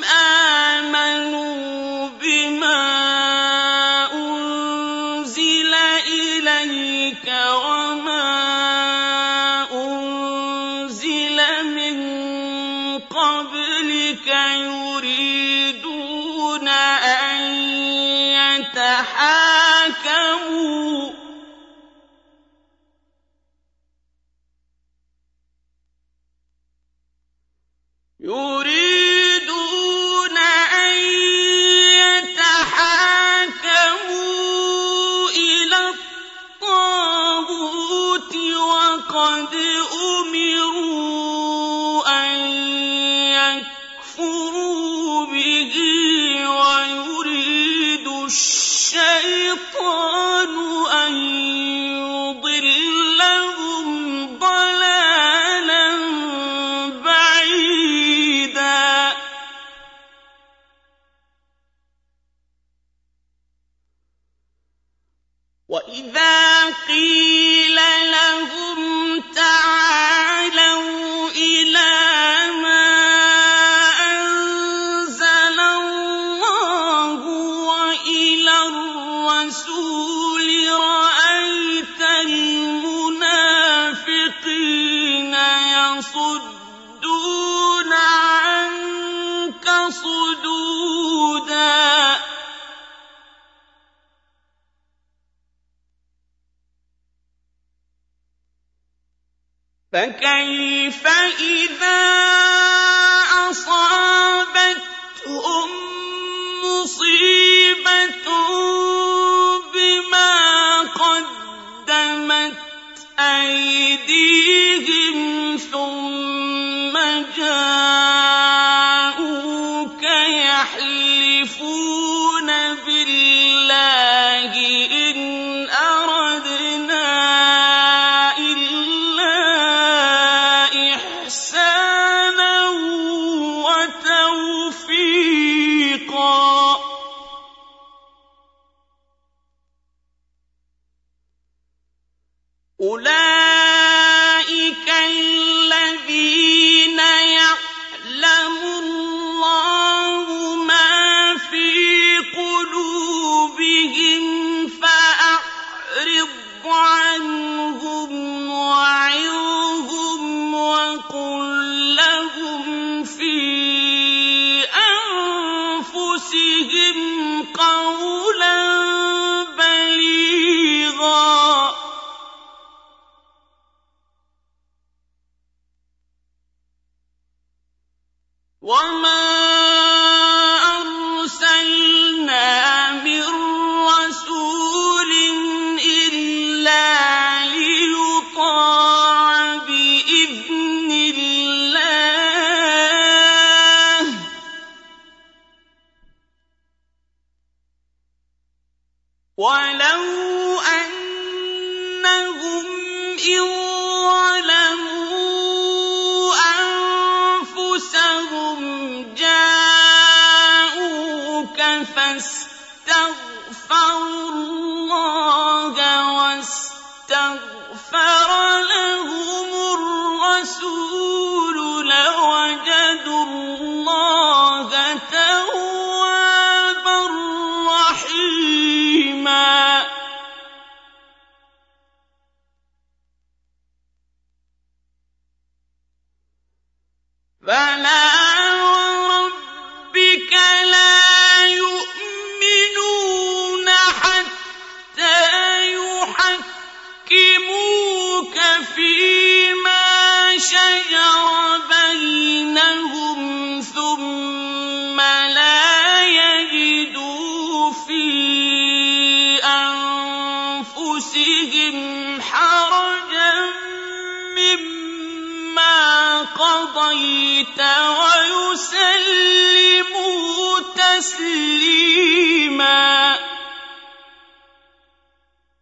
آمَنُوا بِمَا أُنزِلَ إِلَيْكَ وَمَا أُنزِلَ مِن قَبْلِكَ يُرِيدُونَ أَن يَتَحَاكَمُوا يُرِيدُونَ أَن يَتَحَاكَمُوا إِلَى الطَّاغُوتِ وَقَدْ أُمِرُوا أَن يَكْفُرُوا بِهِ وَيُرِيدُ الشَّيْطَانُ أَن يُضِلَّهُمْ ضَلَالًا بَعِيدًا وَإِذَا قِيلَ لَهُمْ تَعَالَوْا إِلَىٰ مَا أَنزَلَ اللَّهُ وَإِلَى الرَّسُولِ رَأَيْتَ الْمُنَافِقِينَ يَصُدُّونَ عَنكَ صُدُودًا فَكَيْفَ إِذَا أَصَابَتْهُم مُّصِيبَةٌ بِمَا قَدَّمَتْ أَيْدِيهِمْ ثُمَّ جَاءُوكَ يَحْلِفُونَ بِاللَّهِ إِنْ أَرَدْنَا إِلَّا إِحْسَانًا وَتَوْفِيقًا أُولَٰئِكَ الَّذِينَ يَعْلَمُ اللَّهُ مَا فِي قُلُوبِهِمْ فَأَعْرِضْ عَنْهُمْ وَعِظْهُمْ وَقُل لَّهُمْ فِي أَنفُسِهِمْ قَوْلًا بَلِيغًا وَمَا أَرْسَلْنَا مِن رَّسُولٍ إِلَّا لِيُطَاعَ بِإِذْنِ اللَّهِ ۚ وَلَوْ أَنَّهُمْ إِذ ظَّلَمُوا أَنفُسَهُمْ جَاءُوكَ فَاسْتَغْفَرُوا اللَّهَ وَاسْتَغْفَرَ لَهُمُ الرَّسُولُ لَوَجَدُوا اللَّهَ تَوَّابًا رَّحِيمًا فَلَا وَرَبِّكَ لَا يُؤْمِنُونَ حَتَّىٰ يُحَكِّمُوكَ فِيمَا شَجَرَ بَيْنَهُمْ ثُمَّ لَا يَجِدُوا فِي أَنفُسِهِمْ حَرَجًا مِّمَّا قَضَيْتَ وَيُسَلِّمُوا تَسْلِيمًا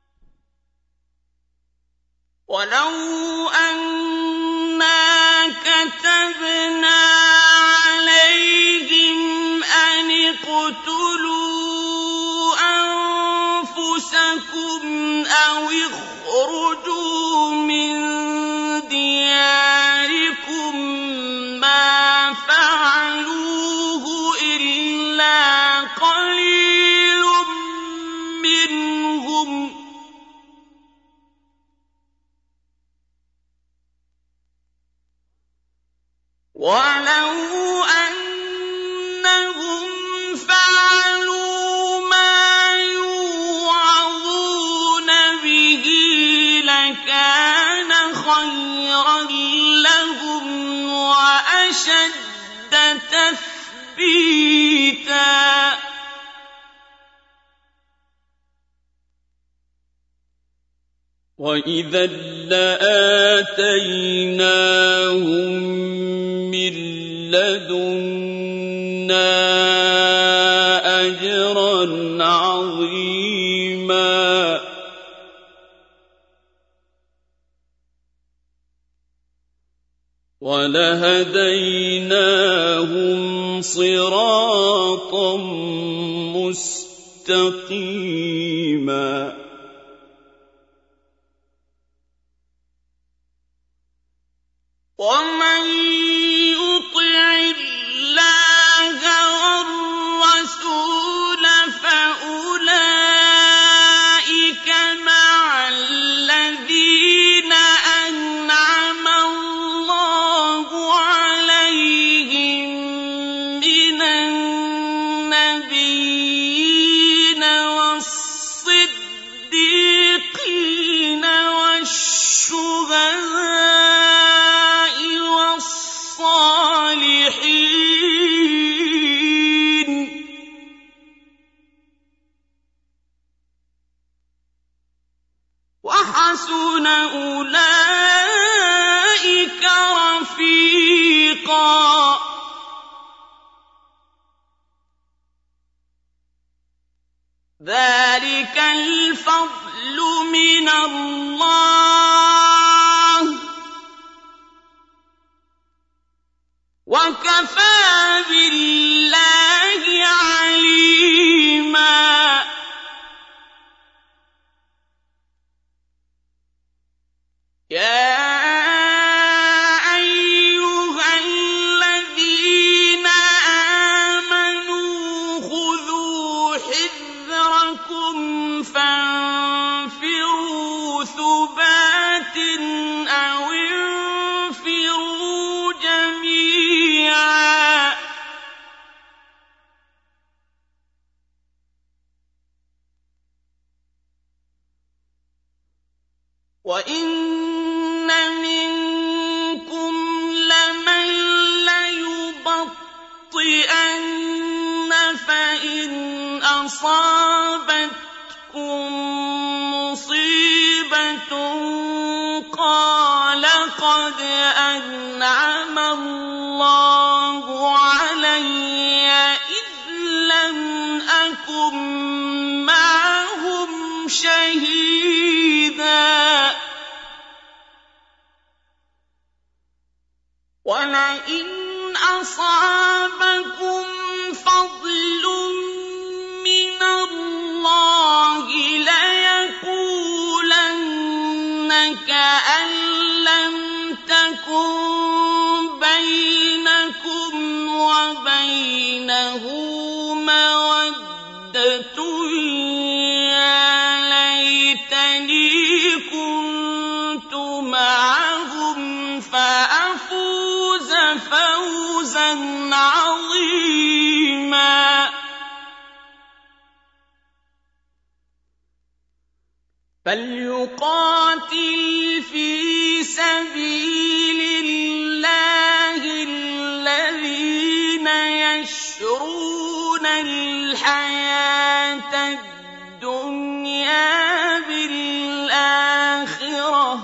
وَلَوْ أَنَّا كَتَبْنَا عَلَيْهِمْ أَنِ اقْتُلُوا أَنفُسَكُمْ أَوِ اخْرُجُوا مِن دِيَارِكُم مَّا فَعَلُوهُ إِلَّا قَلِيلٌ مِّنْهُمْ ۖ وَلَوْ أَنَّهُمْ فَعَلُوا مَا يُوعَظُونَ بِهِ لَكَانَ خَيْرًا لَّهُمْ وَأَشَدَّ تَثْبِيتًا. وَإِذًا لَّآتَيْنَاهُم مِّن لَّدُنَّا أَجْرًا عَظِيمًا. وَلَهَدَيْنَاهُمْ صِرَاطًا مُّسْتَقِيمًا. وَمَن يُطِعِ اللَّهَ وَالرَّسُولَ فَأُولَٰئِكَ مَعَ الَّذِينَ أَنْعَمَ اللَّهُ عَلَيْهِم مِّنَ النَّبِيِّينَ وَالصِّدِّيقِينَ وَالشُّهَدَاءِ وَالصَّالِحِينَ ۚ وَحَسُنَ أُولَٰئِكَ رَفِيقًا. ذَٰلِكَ الْفَضْلُ مِنَ اللَّهِ ۚ وَكَفَىٰ بِاللَّهِ عَلِيمًا. يَا أَيُّهَا الَّذِينَ آمَنُوا خُذُوا حِذْرَكُمْ فَانفِرُوا ثُبَاتٍ أَوِ انفِرُوا جَمِيعًا. وَإِنَّ مِنكُمْ لَمَن لَّيُبَطِّئَنَّ فَإِنْ أَصَابَتْكُم مُّصِيبَةٌ قَالَ قَدْ أَنْعَمَ اللَّهُ عَلَيَّ إِذْ لَمْ أَكُن مَّعَهُمْ شَهِيدًا. وَلَئِنْ أَصَابَكُمْ فَضْلٌ مِّنَ اللَّهِ لَيَقُولَنَّ كَأَن لَّمْ تَكُن بَيْنَكُمْ وَبَيْنَهُ مَوَدَّةٌ يَا لَيْتَنِي كُنتُ مَعَهُمْ فَأَفُوزَ فَوْزًا عَظِيمًا. فَلْيُقَاتِلْ فِي سَبِيلِ اللَّهِ الَّذِينَ يَشْرُونَ الْحَيَاةَ الدُّنْيَا بِالْآخِرَةِ ۖ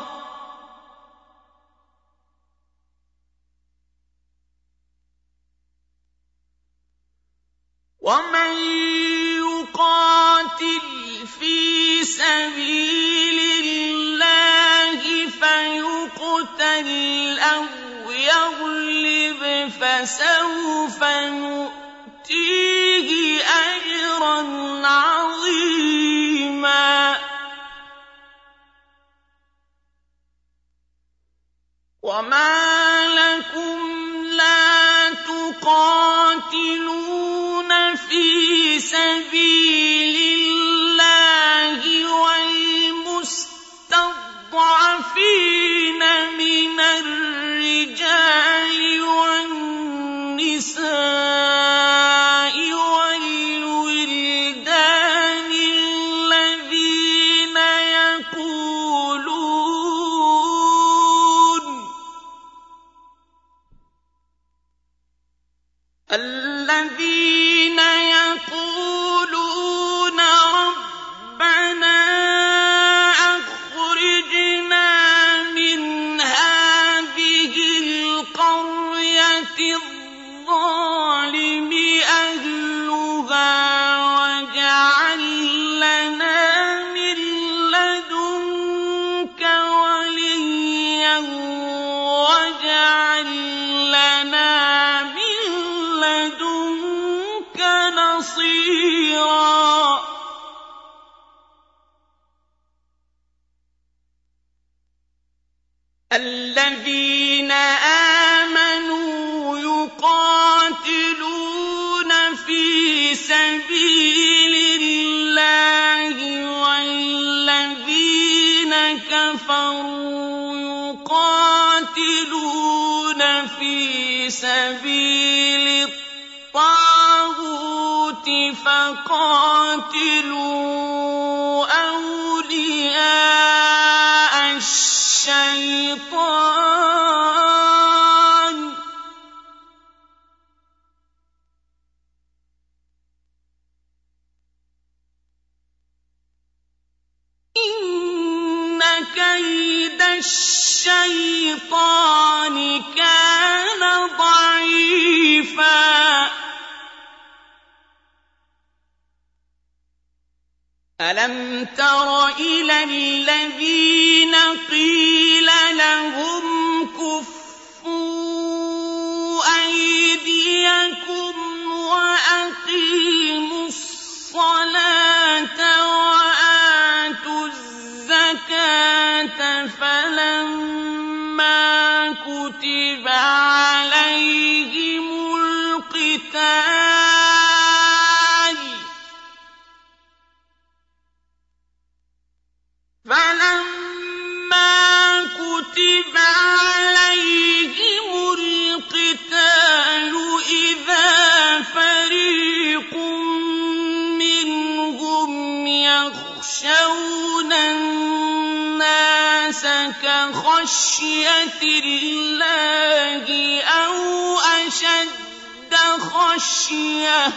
وَمَن يُقَاتِلْ فِي سَبِيلِ اللَّهِ فسوف نؤتيه أجرا عظيما وما لكم لا تقاتلون في سبيل الله والمستضعفين من الرجال والنساء والولدان الذين يقولون الذين يقولون ربنا أخرجنا من هذه القرية الظالم أهلها واجعل لنا من لدنك وليا واجعل لنا من لدنك نصيرا الذين آمنوا يقاتلون في سبيل الله والذين كفروا يقاتلون في سبيل الطاغوت فقاتلوا أولياء الشيطان إن كيد الشيطان كان ضعيفا ألم تر إلى الذين قيل لهم كفوا أيديكم وأقيموا الصلاة وآتوا الزكاة فلما كتب عليهم القتال فلما كتب عليهم القتال إذا فريق منهم يخشون الناس كخشية الله أو أشد خشية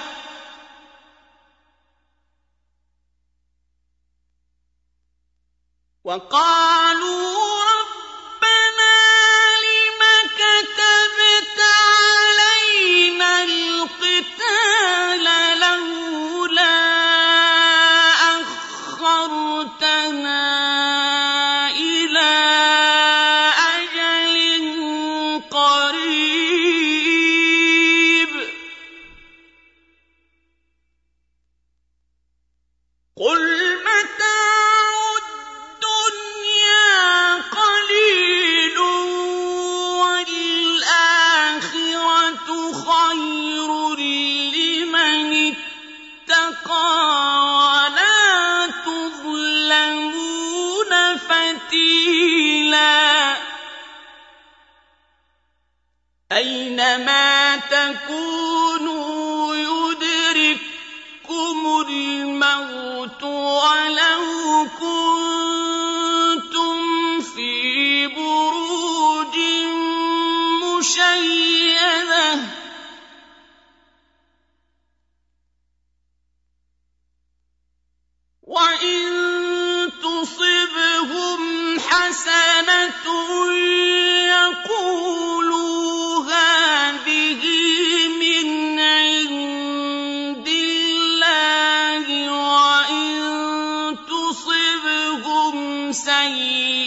وقالوا ربنا لم كتبت علينا القتال لولا أخرتنا إلى أجل قريب قل متاع الدنيا قليل والآخرة خير لمن اتقى ولا تظلمون فتيلا أينما تكونوا يدرككم الموت ولو كنتم في بروج مشيدة وإن تصبهم حسنة يقولوا هذه من عند الله وإن تصبهم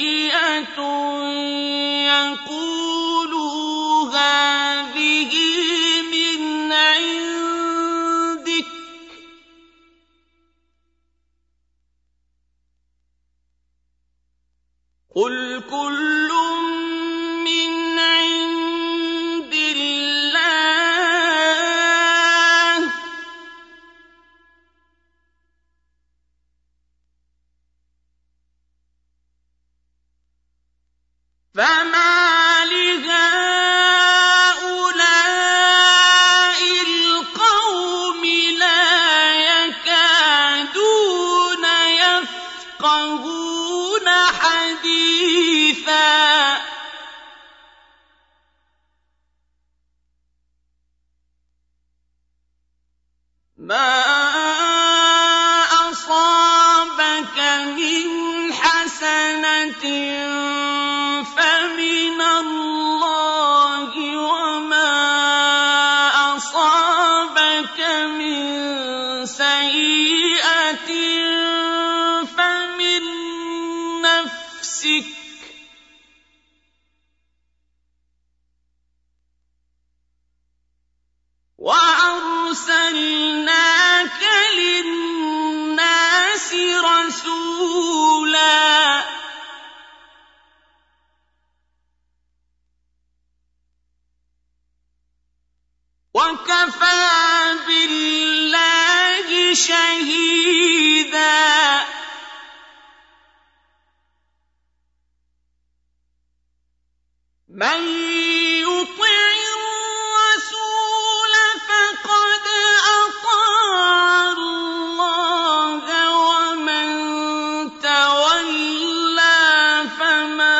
سيئة يقولوا هذه قُلْ كُلٌّ مِّنْ عِندِ اللَّهِ ۖ فَمَالِ هَٰؤُلَاءِ الْقَوْمِ لَا يَكَادُونَ يَفْقَهُونَ حَدِيثًا مَا أَصَابَكَ مِنْ حَسَنَةٍ فَمِنَ اللَّهِ وَمَا أَصَابَكَ مِن سَيِّئَةٍ فَمِن نَّفْسِكَ ۚ وَأَرْسَلْنَاكَ لِلنَّاسِ رَسُولًا ۚ وَكَفَىٰ بِاللَّهِ شَهِيدًا. مَن يُطِعِ الرَّسُولَ فَقَدْ أَطَاعَ اللَّهَ ۖ وَمَن تَوَلَّىٰ فَمَا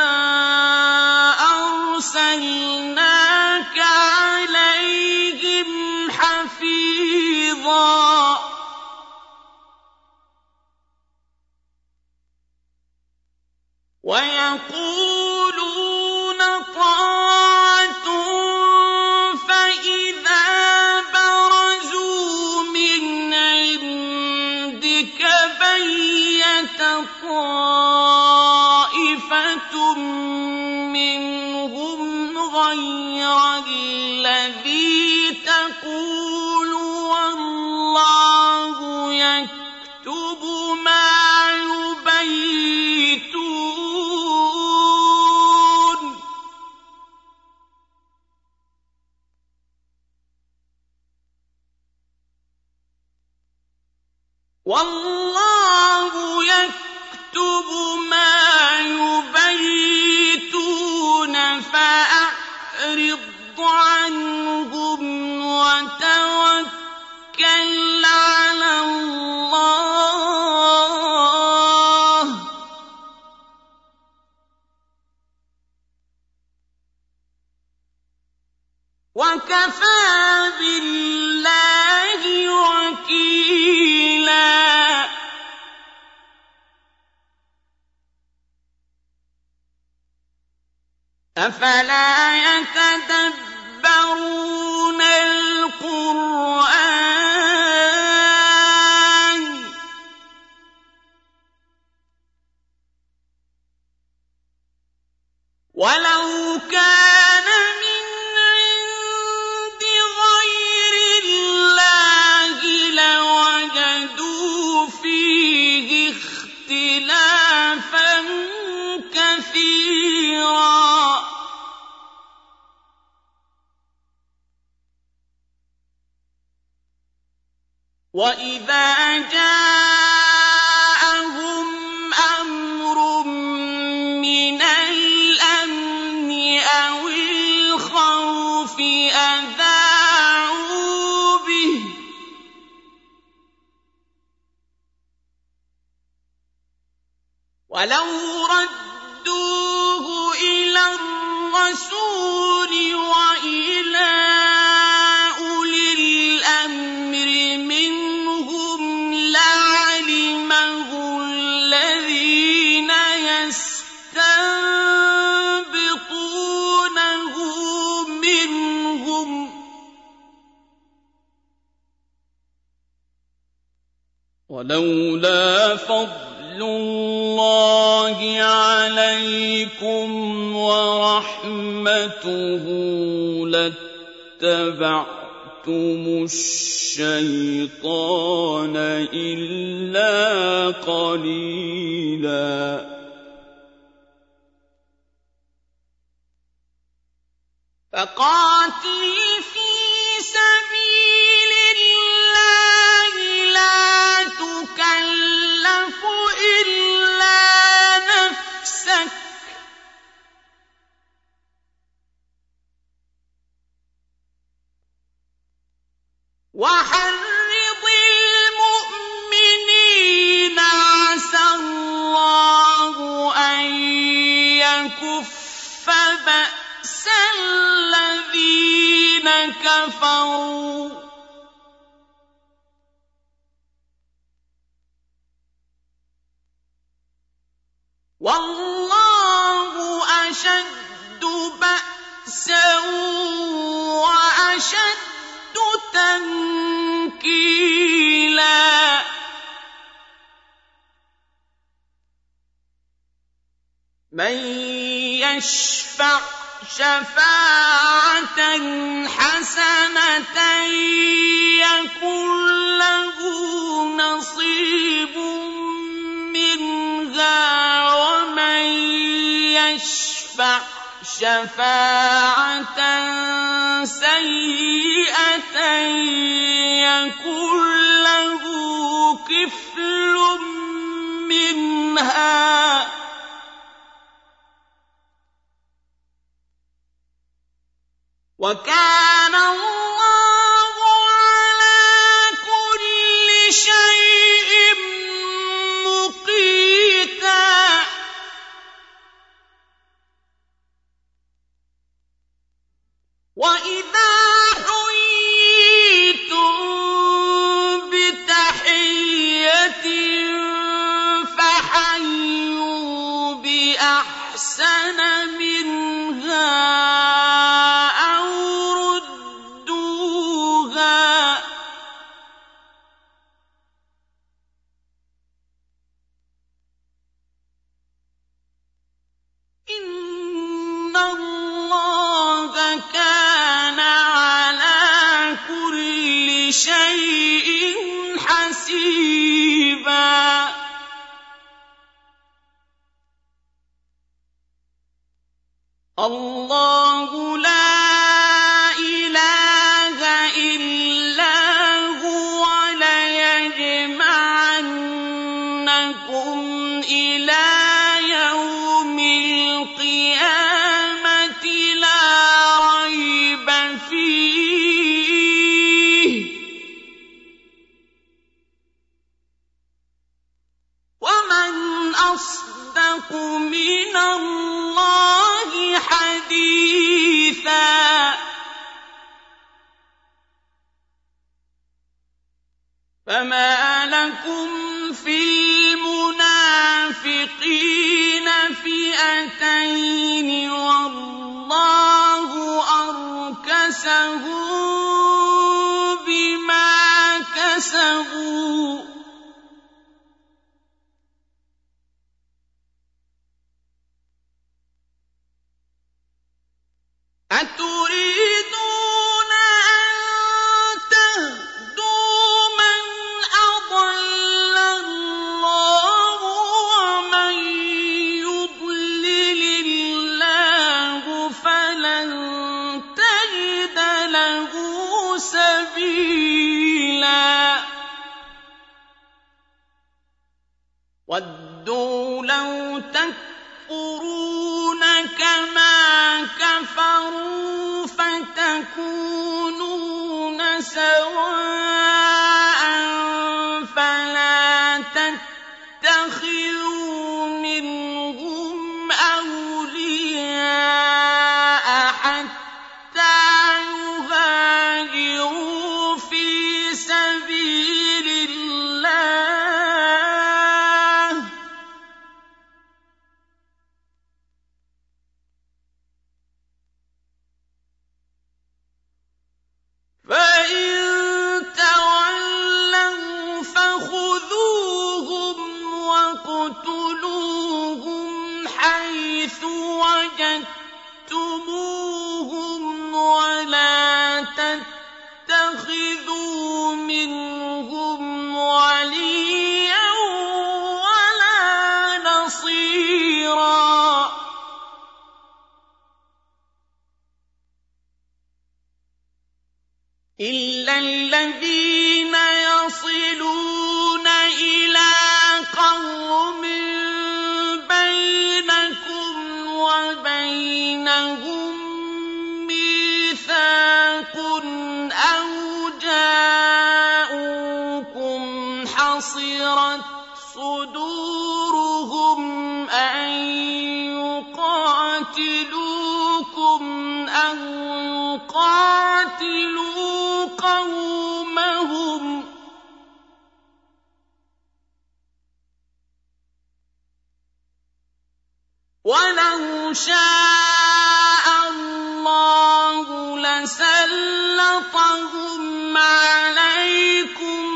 أَرْسَلْنَاكَ عَلَيْهِمْ حَفِيظًا. وَيَقُولُونَ طَاعَةٌ فَإِذَا بَرَزُوا مِنْ عِندِكَ بَيَّتَ طَائِفَةٌ مِّنْهُمْ غَيْرَ الَّذِي تَقُولُ وَاللَّهُ يَكْتُبُ مَا يُبَيِّتُونَ. وَاللَّهُ يَكْتُبُ مَا يُبَيِّتُونَ فَأَعْرِضْ عَنْهُمْ وَتَوَكَّلْ عَلَى اللَّهِ ۚ وَكَفَىٰ بِاللَّهِ وَكِيلًا. أَفَلَا يَتَدَبَّرُونَ الْقُرْآنَ ۚ وَلَوْ كَانَ مِنْ عِندِ غَيْرِ اللَّهِ لَوَجَدُوا فِيهِ اخْتِلَافًا كَثِيرًا. وَإِذَا جَاءَهُمْ أَمْرٌ مِّنَ الْأَمْنِ أَوِ الْخَوْفِ أَذَاعُوا بِهِ ۖ وَلَوْ رَدُّوهُ إِلَى الرَّسُولِ وَإِلَىٰ أُولِي الْأَمْرِ مِنْهُمْ لَعَلِمَهُ الَّذِينَ يَسْتَنبِطُونَهُ مِنْهُمْ ۗ وَلَوْلَا فَضْلُ اللَّهِ عَلَيْكُمْ وَرَحْمَتُهُ لَاتَّبَعْتُمُ الشَّيْطَانَ إِلَّا قَلِيلًا. فقاتل في سبيل الله لا تكلف إلا نفسك وحرض المؤمنين عسى الله أن يكف بأس الذين كفروا والله أشد بأسا وأشد تنكيلا من يشفع شفاعة حسنة يكن له نصيب منها ومن يشفع شفاعة سيئة يكن له كفل منها وكان الله على كل شيء مقيتا وإذا حييتم بتحية فحيوا بأحسن منها شيء حسيبا الله لا إله إلا هو ليجمعنكم إلى يوم القيامة لا ريب فيه ومن أصدق من الله حديثا فما لكم في المنافقين فئتين والله أركسهم بما كسبوا أتريدون أن تهدوا من أضل الله ومن يضلل الله فلن تجد له سبيلا ودوا لو تكفرون كما كفروا فتكونون سواء فلا تتخذوا منهم أولياء حتى يهاجروا في سبيل الله فإن تولوا فخذوهم واقتلوهم حيث وجدتموهم ولا تتخذوا منهم وليا ولا نصيرا إلا الذين يصلون إلى قوم بينكم وبينهم ميثاق أو جاءوكم حصرت صدورهم أن يقاتلوكم أو يقاتلوا قومهم ولو شاء الله لسلطهم عليكم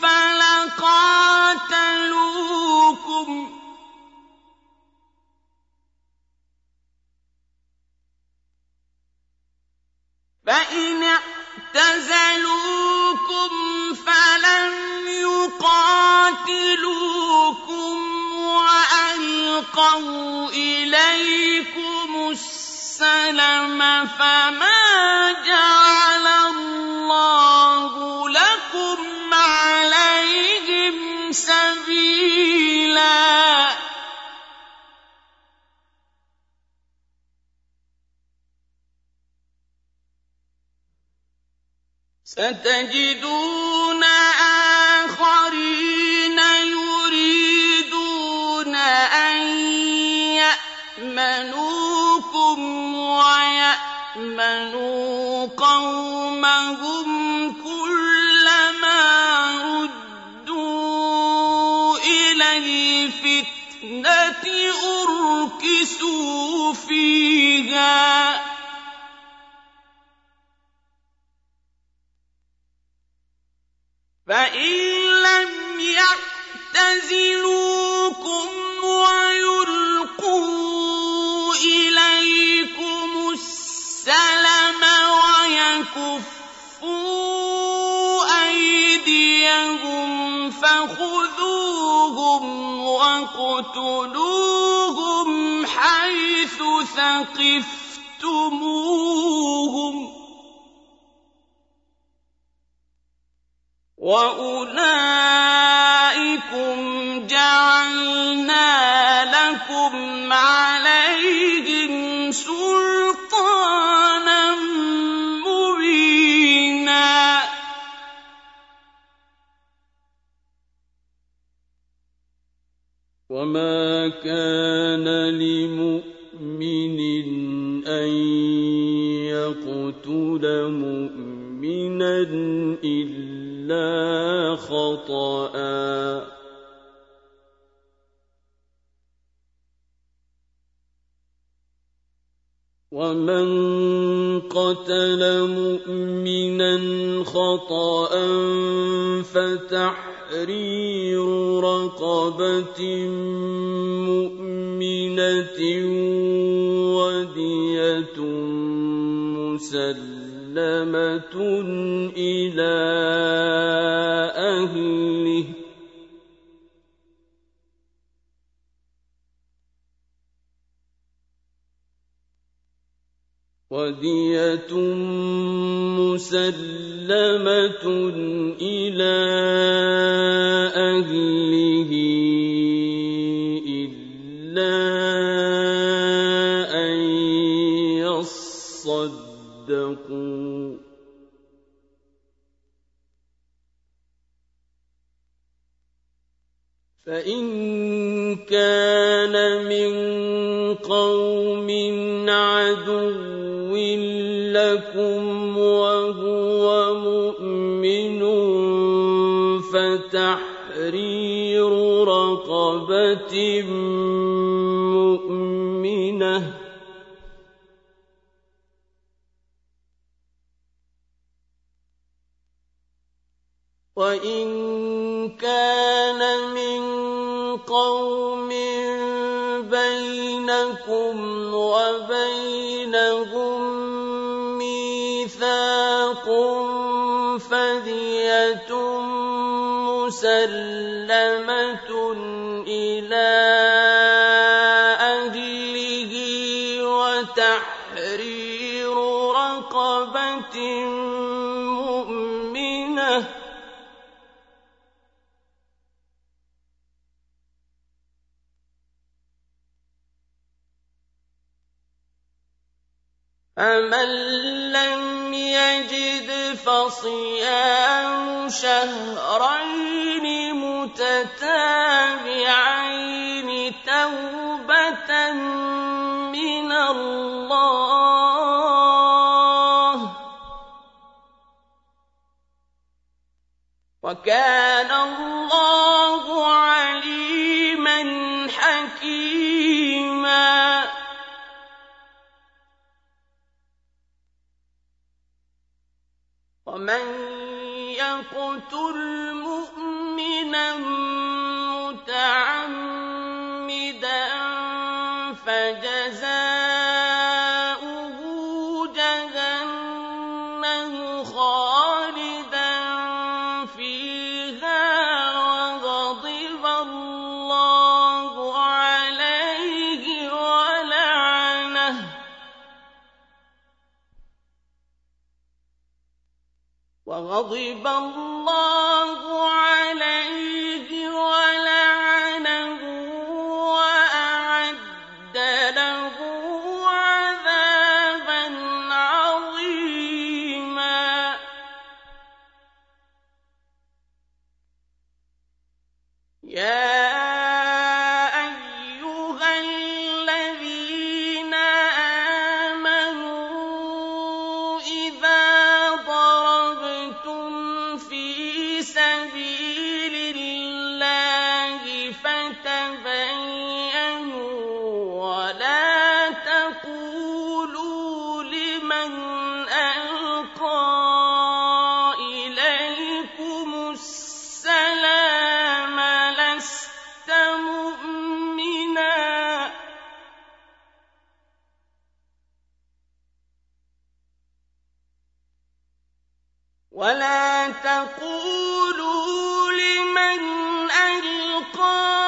فلقاتلوكم فإن اعتزلوكم فلم يقاتلوكم وألقوا إليكم السلم فما جعل الله لكم عليهم سبيلا ستجدون آخرين يريدون أن يأمنوكم ويأمنوا قومهم كلما ردوا إلى الفتنة أركسوا فيها فإن لم يعتزلوكم ويلقوا إليكم السلم ويكفوا أيديهم فخذوهم واقتلوهم حيث ثقفتموهم وَأُولَٰئِكُمْ جَعَلْنَا لَكُمْ عَلَيْهِمْ سُلْطَانًا مُّبِينًا وَمَا كَانَ لِمُؤْمِنٍ أَن يَقْتُلَ مُؤْمِنًا إِلَّا خَطَأً وَمَنْ قَتَلَ مُؤْمِنًا خَطَأً فَتَحْرِيرُ رَقَبَةٍ مُؤْمِنَةٍ وَدِيَةٌ مُسَلَّمَةٌ إِلَىٰ أَهْلِهِ وَدِيَةٌ مُسَلَّمَةٌ إِلَىٰ أَهْلِهِ إِلَّا أَن يَصَّدَّقُوا ۚ فَإِن كَانَ مِن قَوْمٍ عَدُوٍّ لَكُمْ وَهُوَ مُؤْمِنٌ فَتَحْرِيرُ رَقَبَةٍ مُّؤْمِنَةٍ ۖ وَإِن كَانَ مِن قَوْمٍ بَيْنَكُمْ وَبَيْنَهُم مِّيثَاقٌ فَدِيَةٌ مُّسَلَّمَةٌ إِلَىٰ أَهْلِهِ وَتَحْرِيرُ رَقَبَةٍ مُّؤْمِنَةٍ فمن لم يجد فصيام شهرين متتابعين توبة من الله وكان الله عليما حكيما. ومن يقتل مؤمنا متعمدا فجزاؤه جهنم خالدا فيها وغضب الله عليه ولعنه وغضب الله عليه ولعنه وأعد له عذابا عظيما. يا أيها الذين آمنوا إذا ضربتم في سبيل الله فتبينوا ولا تقولوا لمن ألقى إليكم السلام لست مؤمنا ولا تقولوا لمن ألقى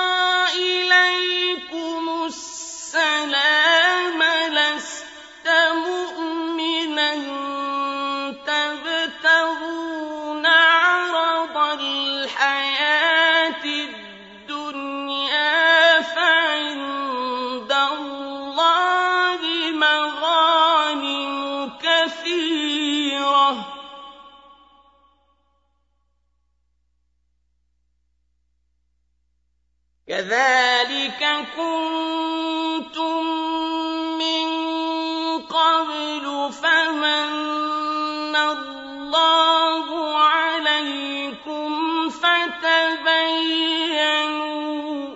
إليكم السلام لست مؤمنا تبتغون عرض الحياة الدنيا فعند الله مغانم كثيرة كذلك كنتم من قبل فمن الله عليكم فتبينوا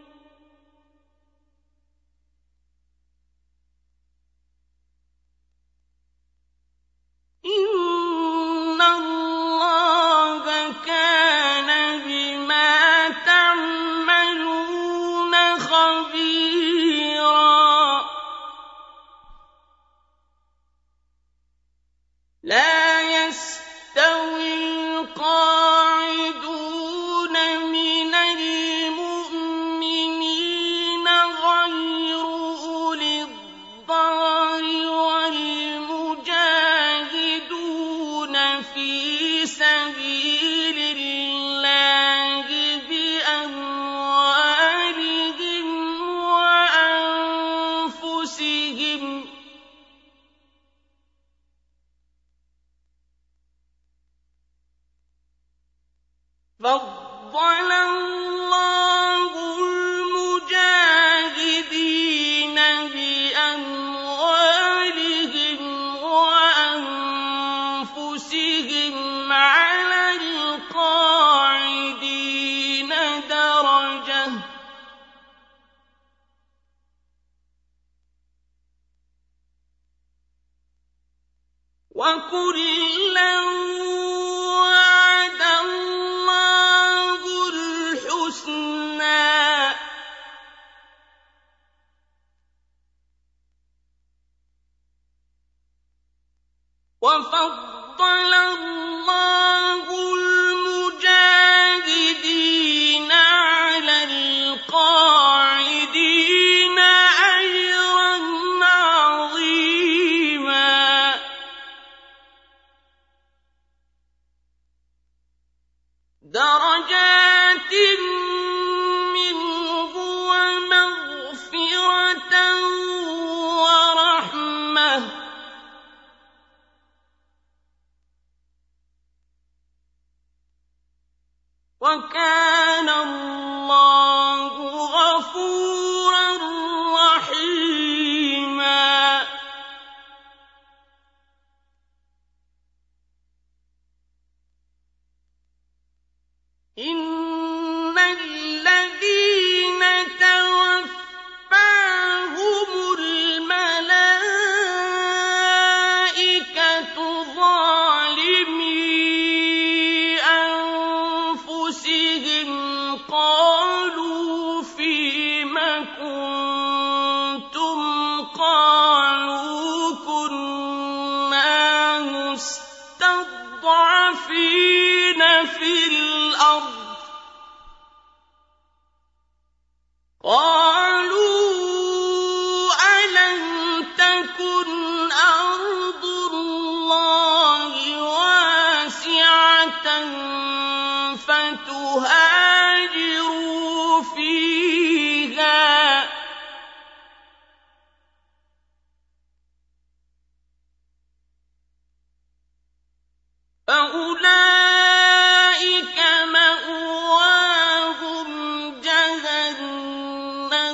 إن الله كان بما تعملون خبيرا. لا يستوي القاعدون من المؤمنين غير أولي الضرر والمجاهدون في سبيل الله بأموالهم وأنفسهم فضل الله المجاهدين بأموالهم وأنفسهم على القاعدين درجة وكلا وعد الله الحسنى وفضل الله المجاهدين على القاعدين أجرا عظيما. درجات منه ومغفرة ورحمة مَصِيرًا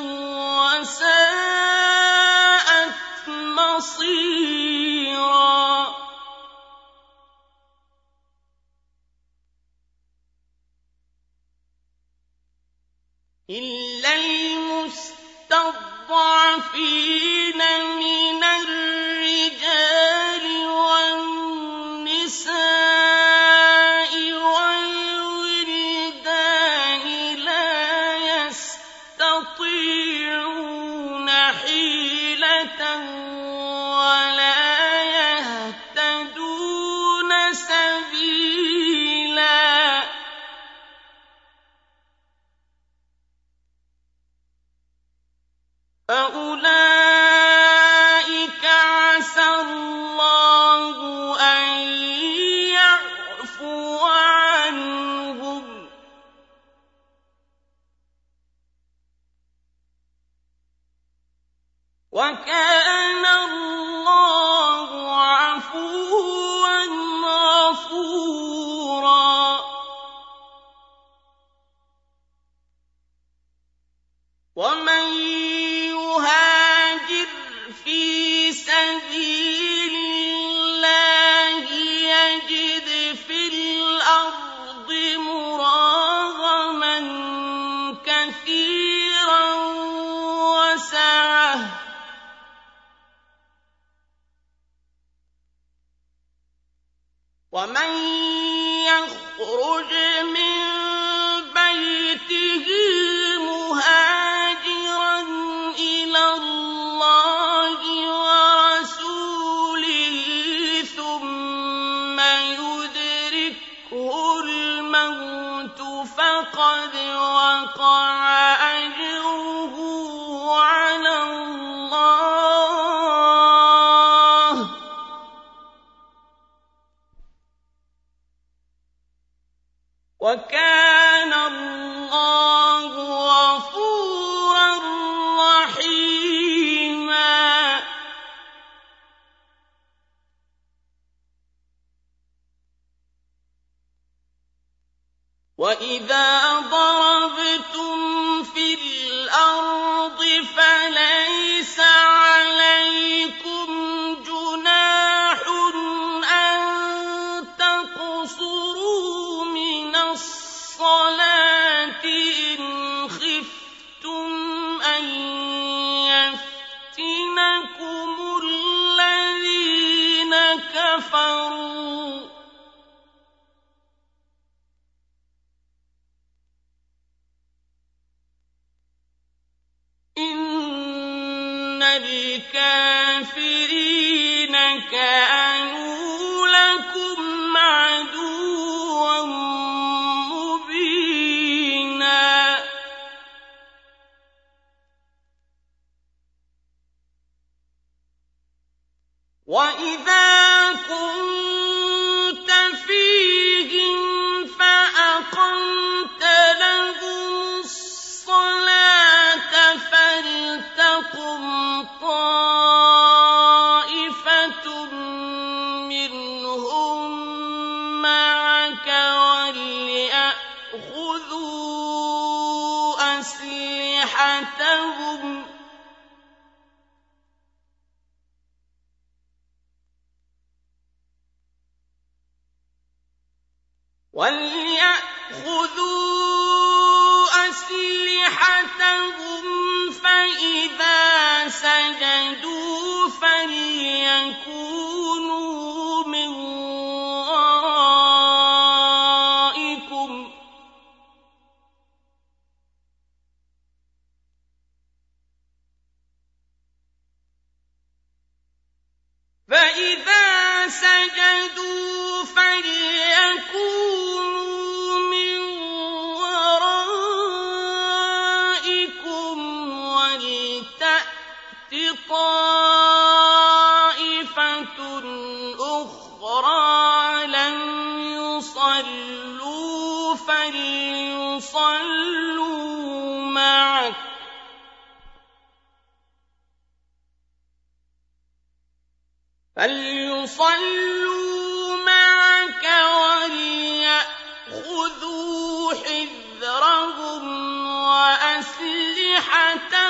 وَسَاءَتْ مَصِيرًا إِلَّا الْمُسْتَضْعَفِينَ مِنَ الرِّجَالِ وَالنِّسَاءِ وَالْوِلْدَانِ لَا يَسْتَطِيعُونَ حِيلَةً وَلَا يَهْتَدُونَ سَبِيلًا فَأُولَٰئِكَ عَسَى اللَّهُ أَن يَعْفُوَ عَنْهُمْ ۚ وَكَانَ اللَّهُ عَفُوًّا غَفُورًا وَمَن يُهَاجِرْ فِي سَبِيلِ اللَّهِ يَجِدْ فِي الْأَرْضِ مُرَاغَمًا كَثِيرًا وَسَعَةً ۚ وَمَن يَخْرُجْ مِن بَيْتِهِ مُهَاجِرًا إِلَى اللَّهِ وَرَسُولِهِ ثُمَّ يُدْرِكْهُ الْمَوْتُ فَقَدْ وَقَعَ أَجْرُهُ عَلَى اللَّهِ ۗ وَكَانَ اللَّهُ غَفُورًا رَّحِيمًا وَإِذَا ضَرَبْتُمْ فِي الْأَرْضِ فَلَيْسَ عَلَيْكُمْ جُنَاحٌ أَن تَقْصُرُوا مِنَ الصَّلَاةِ إِنْ خِفْتُمْ أَن يَفْتِنَكُمُ الَّذِينَ كَفَرُوا ۚ إِنَّ الْكَافِرِينَ كَانُوا لَكُمْ عَدُوًّا مُّبِينًا وَإِذَا كُنتَ فِيهِمْ فَأَقَمْتَ لَهُمُ الصَّلَاةَ فَلْتَقُمْ طَائِفَةٌ مِّنْهُم مَّعَكَ وَلْيَأْخُذُوا أَسْلِحَتَهُمْ ۗ فَإِذَا سَجَدُوا فَلْيَكُونُوا مِن وَرَائِكُمْ ۖ فَإِذَا سَجَدُوا فَلْيَكُونُوا مِن وَرَائِكُمْ وَلْتَأْتِ طَائِفَةٌ أُخْرَىٰ لَمْ يُصَلُّوا فَلْيُصَلُّوا مَعَكَ وَلْيَأْخُذُوا حِذْرَهُمْ وَأَسْلِحَتَهُمْ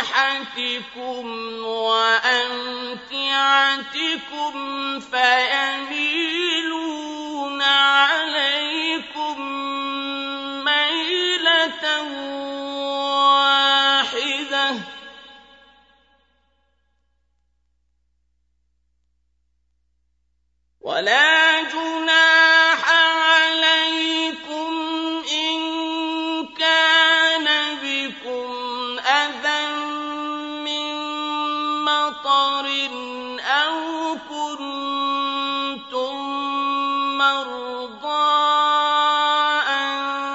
أَسْلِحَتِكُمْ وَأَمْتِعَتِكُمْ فَيَمِيلُونَ عَلَيْكُم مَّيْلَةً وَاحِدَةً ۚ وَلَا جُنَاحَ عَلَيْكُمْ إِن كَانَ بِكُمْ أَذًى مِّن مَّطَرٍ أَوْ كُنتُم مَّرْضَىٰ أَن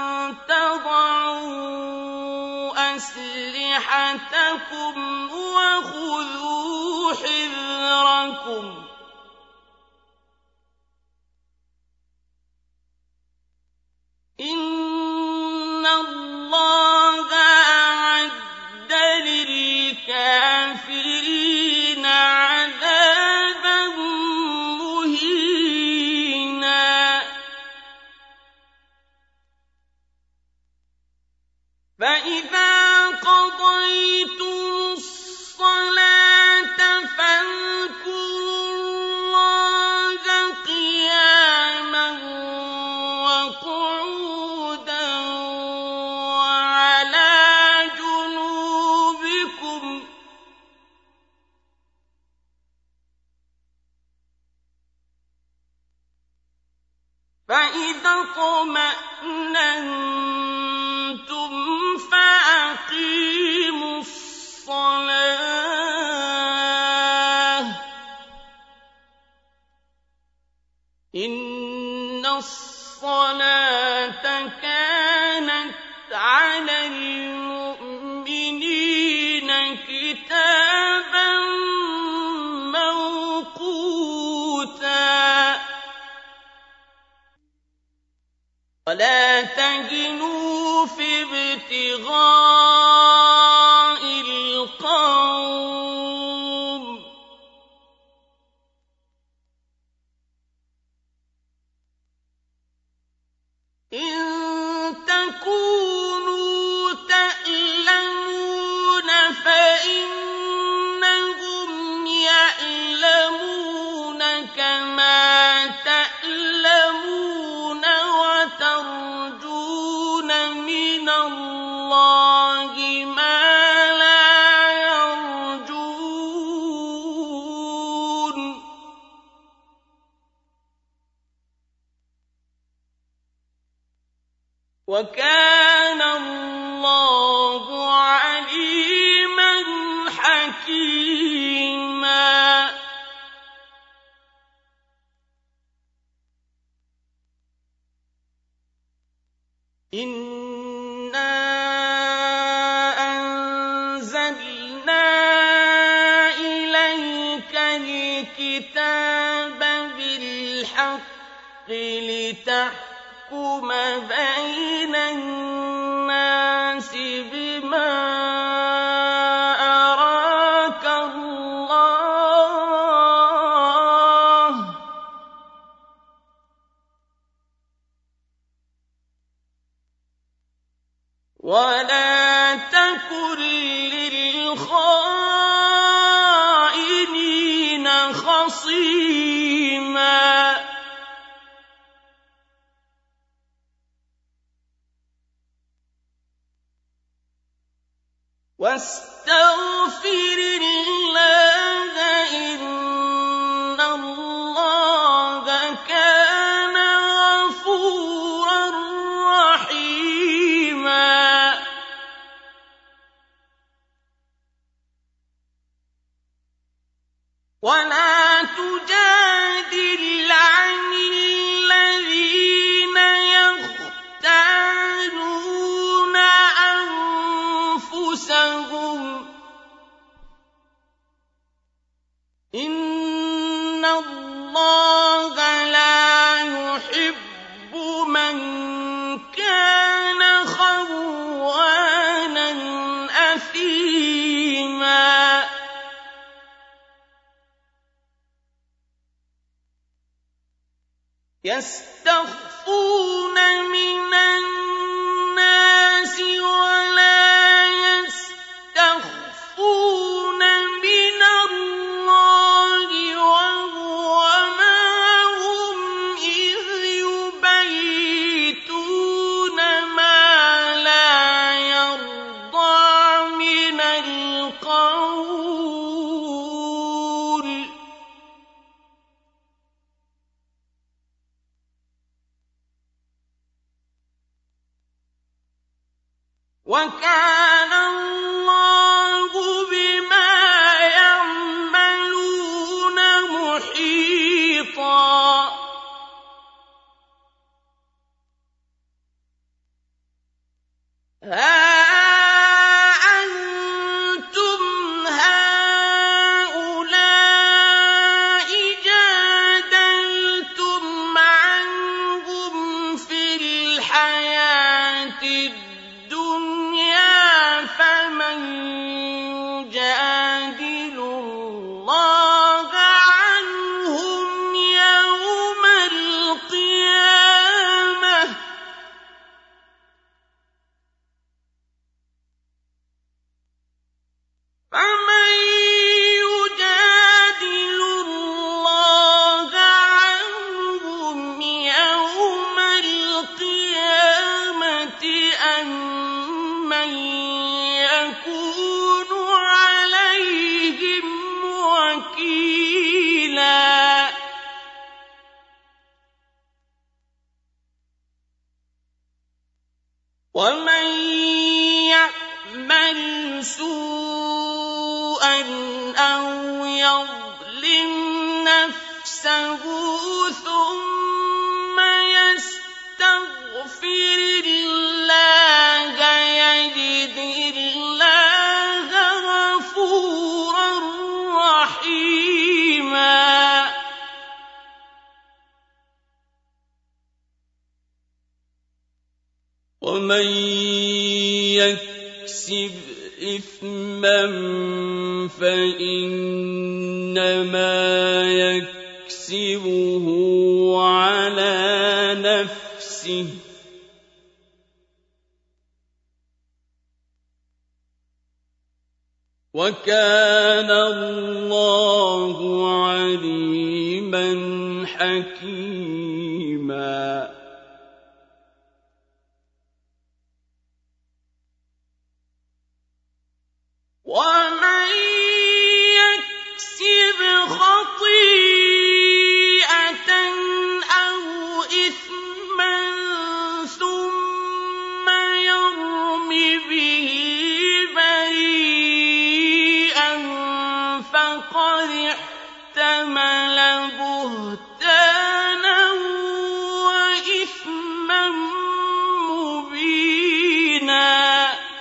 تَضَعُوا أَسْلِحَتَكُمْ وَخُذُوا حِذْرَكُمْ ۗ إِنَّ اللَّهَ أَعَدَّ لِلْكَافِرِينَ عَذَابًا مُّهِينًا. فَإِذَا قَضَيْتُمُ الصَّلَاةَ فَاذْكُرُوا اللَّهَ قِيَامًا وَقُعُودًا وَعَلَىٰ جُنُوبِكُمْ ۚ فَإِذَا اطْمَأْنَنتُمْ فَأَقِيمُوا الصَّلَاةَ ۚ إِنَّ الصَّلَاةَ كَانَتْ عَلَى الْمُؤْمِنِينَ كِتَابًا مَّوْقُوتًا. وَلَا تَهِنُوا فِي ابْتِغَاءِ الْقَوْمِ إِن تَكُونُوا تَأْلَمُونَ فَإِنَّهُمْ يَأْلَمُونَ كَمَا تَأْلَمُونَ وَتَرْجُونَ مِنَ اللَّهِ مَا لَا يَرْجُونَ ۗ وَكَانَ اللَّهُ عَلِيمًا حَكِيمًا. إِنَّا أَنزَلْنَا إِلَيْكَ الْكِتَابَ بِالْحَقِّ لِتَحْكُمَ بَيْنَ النَّاسِ بِمَا أَرَاكَ اللَّهُ ۚ وَلَا تَكُن لِّلْخَائِنِينَ خَصِيمًا. وَاسْتَغْفِرِ اللَّهَ ۖ إِنَّ اللَّهَ كَانَ غَفُورًا رَّحِيمًا. وَلَا تُجَادِلْ عَنِ الَّذِينَ يَخْتَانُونَ أَنفُسَهُمْ ۚ إِنَّ اللَّهَ لَا يُحِبُّ مَن كَانَ خَوَّانًا أَثِيمًا. يَسْتَخْفُونَ مِنَ النَّاسِ وَلَا يَسْتَخْفُونَ وَكَانَ اللَّهُ بِمَا يَعْمَلُونَ مُحِيطًا. ها أنتم هؤلاء جادلتم عنهم في الحياة الدنيا فمن يجادل الله عنهم يوم القيامة فمن يجادل الله عنهم يوم القيامة أم من يكون عليهم وكيلا. ومن يعمل سوءا أو يظلم نفسه ثم يستغفر الله يجد الله غفورا رحيما. ومن يكسب إثما فإنما يكسبه على نفسه وكان الله عليما حكيما. ومن يكسب خطيئة أو إثما ثم يرم به بريئا فقد احتمل بهتانا وإثما مبينا.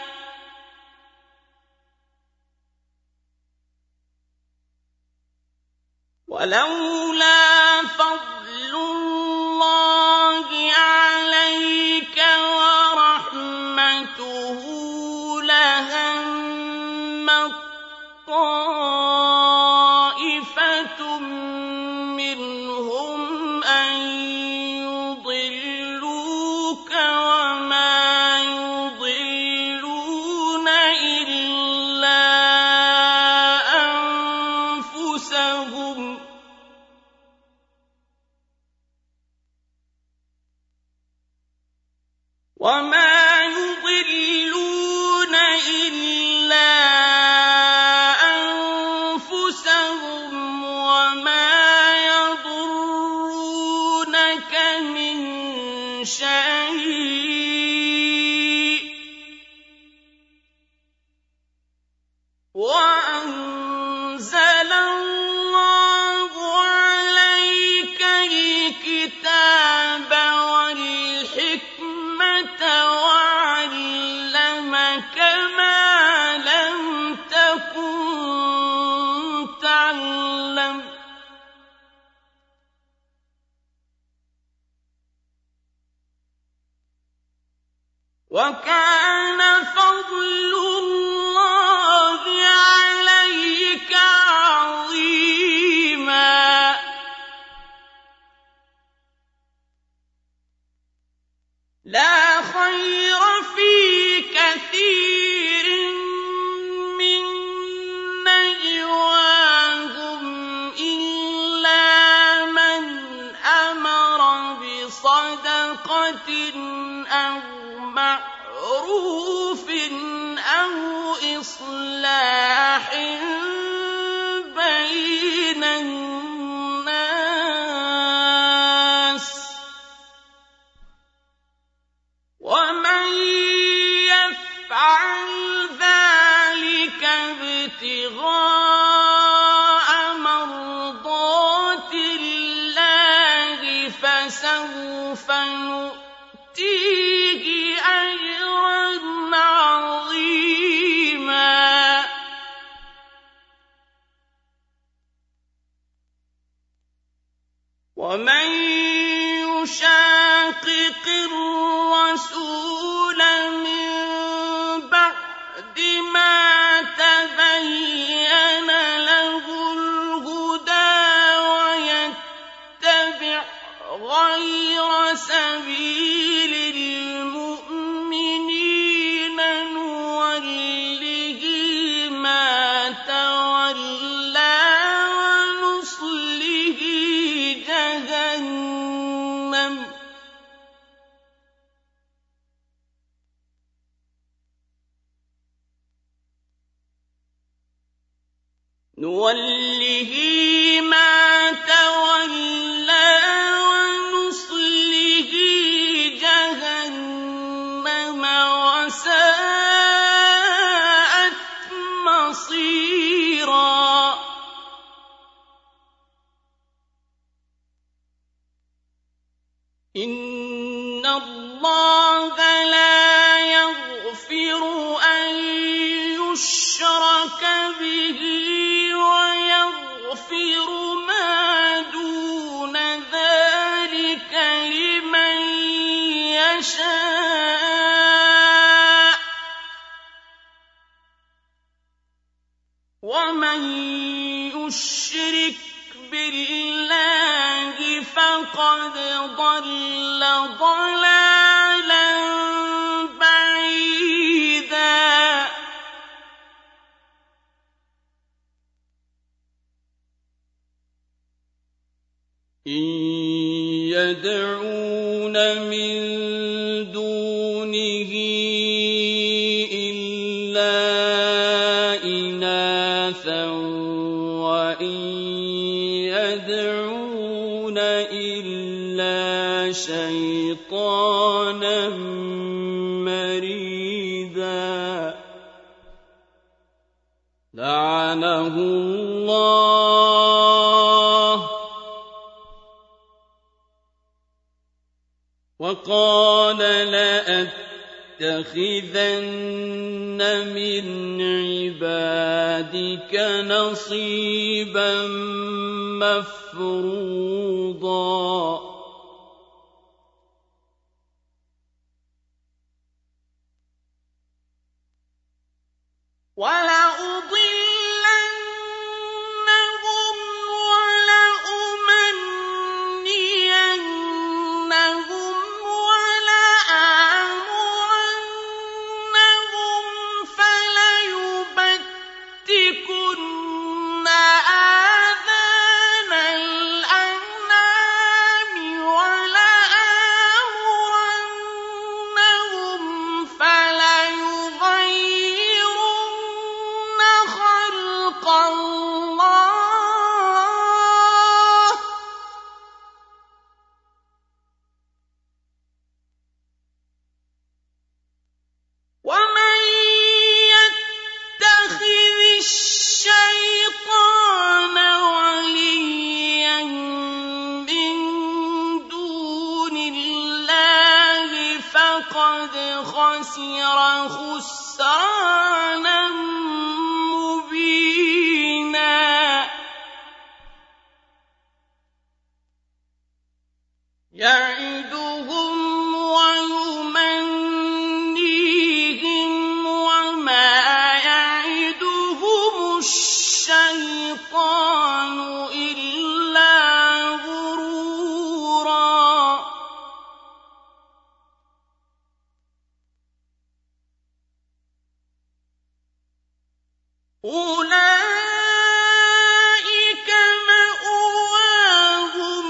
ولولا فضل الله عليك ورحمته لهمت طائفة منهم أن يضلوك وما يضلون إلا أنفسهم وما يضلون إلا أنفسهم وما يضرونك من شيء وأنزل الله عليك الكتاب والحكمة وعلمك ما لم تكن تعلم وكان فضل الله عليك عظيما. لا خير في كثير من نجواهم إلا من أمر بصدقة أو معروف أو إصلاح بين الناس ومن يفعل ابْتِغَاءَ مَرْضَاتِ اللَّهِ فَسَوْفَ نُؤْتِيهِ أَجْرًا عَظِيمًا وَمَن يُشَاقِقِ الرَّسُولَ مِن بَعْدِ مَا تَبَيَّنَ لَهُ الْهُدَىٰ وَيَتَّبِعْ غَيْرَ سَبِيلِ الْمُؤْمِنِينَ نُوَلِّهِ مَا تَوَلَّىٰ وَنُصْلِهِ جَهَنَّمَ ۖ نُوَلِّهِ مَا تَوَلَّىٰ وَنُصْلِهِ جَهَنَّمَ وَسَاءَتْ مَصِيرًا إِنَّ اللَّهَ لَا يَغْفِرُ أَن يُشْرَكَ بِهِ وَيَغْفِرُ مَا دُونَ ذَٰلِكَ لِمَن يَشَاءُ ۚ وَمَن يُشْرِكْ بِاللَّهِ فَقَدْ ضَلَّ ضَلَالًا بَعِيدًا إِن يَدْعُونَ مِن دُونِهِ إِلَّا إِنَاثًا وَإِن يَدْعُونَ إِلَّا شَيْطَانًا مَّرِيدًا لَّعَنَهُ اللَّهُ وَقَالَ لَأَتَّخِذَنَّ مِنْ عِبَادِكَ نَصِيبًا مَّفْرُوضًا وَلَأُضِلَّنَّهُمْ وَلَأُمَنِّيَنَّهُمْ وَلَآمُرَنَّهُمْ فَلَيُبَتِّكُنَّ آذَانَ الْأَنْعَامِ وَلَآمُرَنَّهُمْ فَلَيُغَيِّرُنَّ خَلْقَ اللَّهِ ۚ وَمَن يَتَّخِذِ الشَّيْطَانَ وَلِيًّا مِّن دُونِ اللَّهِ فَقَدْ خَسِرَ خُسْرَانًا مُّبِينًا يَعِدُهُمْ وَيُمَنِّيهِمْ وَمَا يَعِدُهُمُ الشَّيْطَانُ إِلَّا غُرُورًا أُولَٰئِكَ مَأْوَاهُمْ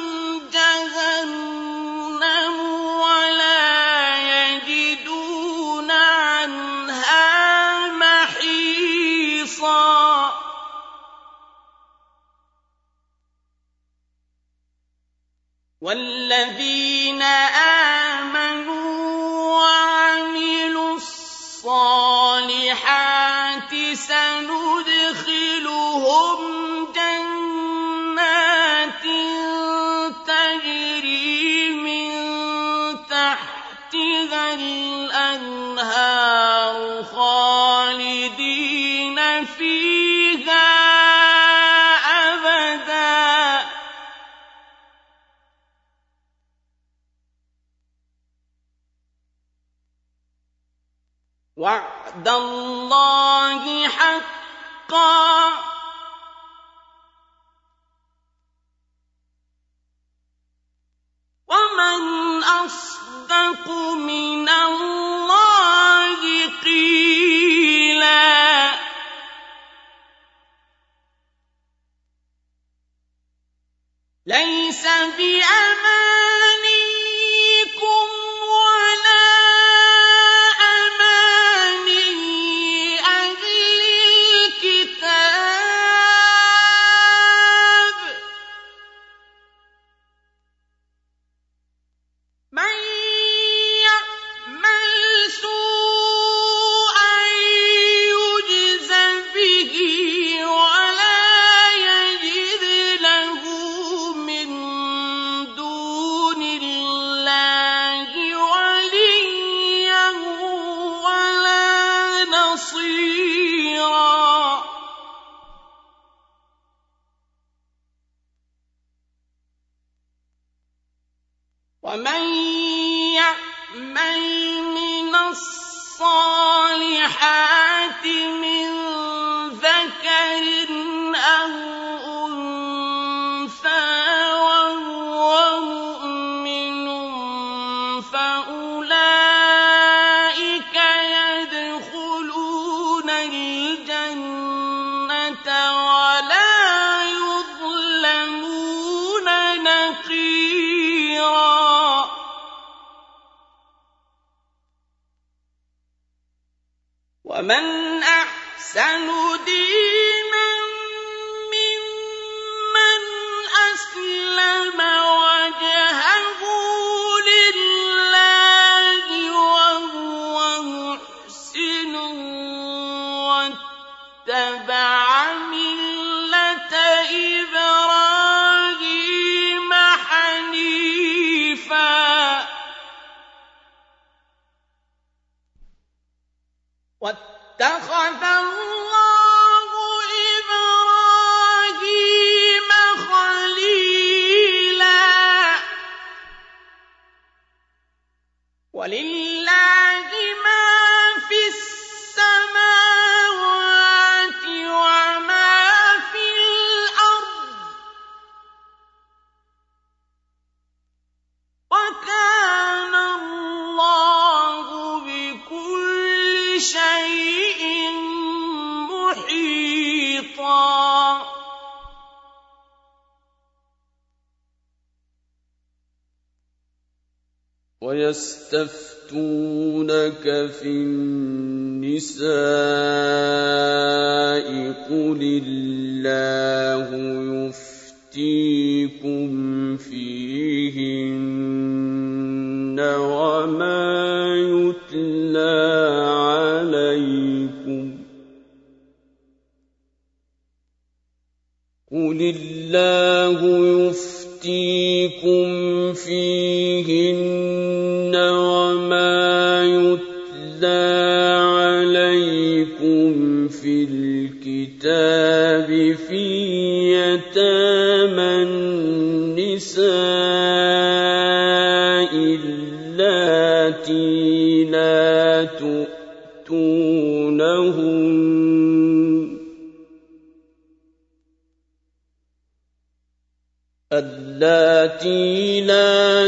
جَهَنَّمُ وَلَا يَجِدُونَ عَنْهَا مَحِيصًا وَالَّذِينَ آمَنُوا وَعَمِلُوا الصَّالِحَاتِ الصالحات سندخلهم جنات تجري من تحتها الأنهار خالدين فيها أبدا وعد الله حقا ومن أصدق من الله قيلا ليس بأمانيكم ولا أماني أهل الكتاب من يعمل سوءا يجز به ولا يجد له من دون الله وليا ولا نصيرا ومن يعمل من الصالحات من ذكر أو أنثى وهو مؤمن فأولئك يدخلون الجنة ولا يظلمون نقيرا ومن أحسن دينا ممن أسلم وجهه لله وهو محسن واتبع ملة إبراهيم حنيفا واتخذ الله إبراهيم خليلا ولله ما في السماوات وما في الأرض وكان الله بكل شيء محيطا ويستفتونك في النساء قل الله يفتيكم فيهن وما يتلى عليكم قل الله يفتيكم فيهن وما يتلى عليكم في الكتاب في يتامى النساء اللاتي لا تؤتونهن اللاتي لا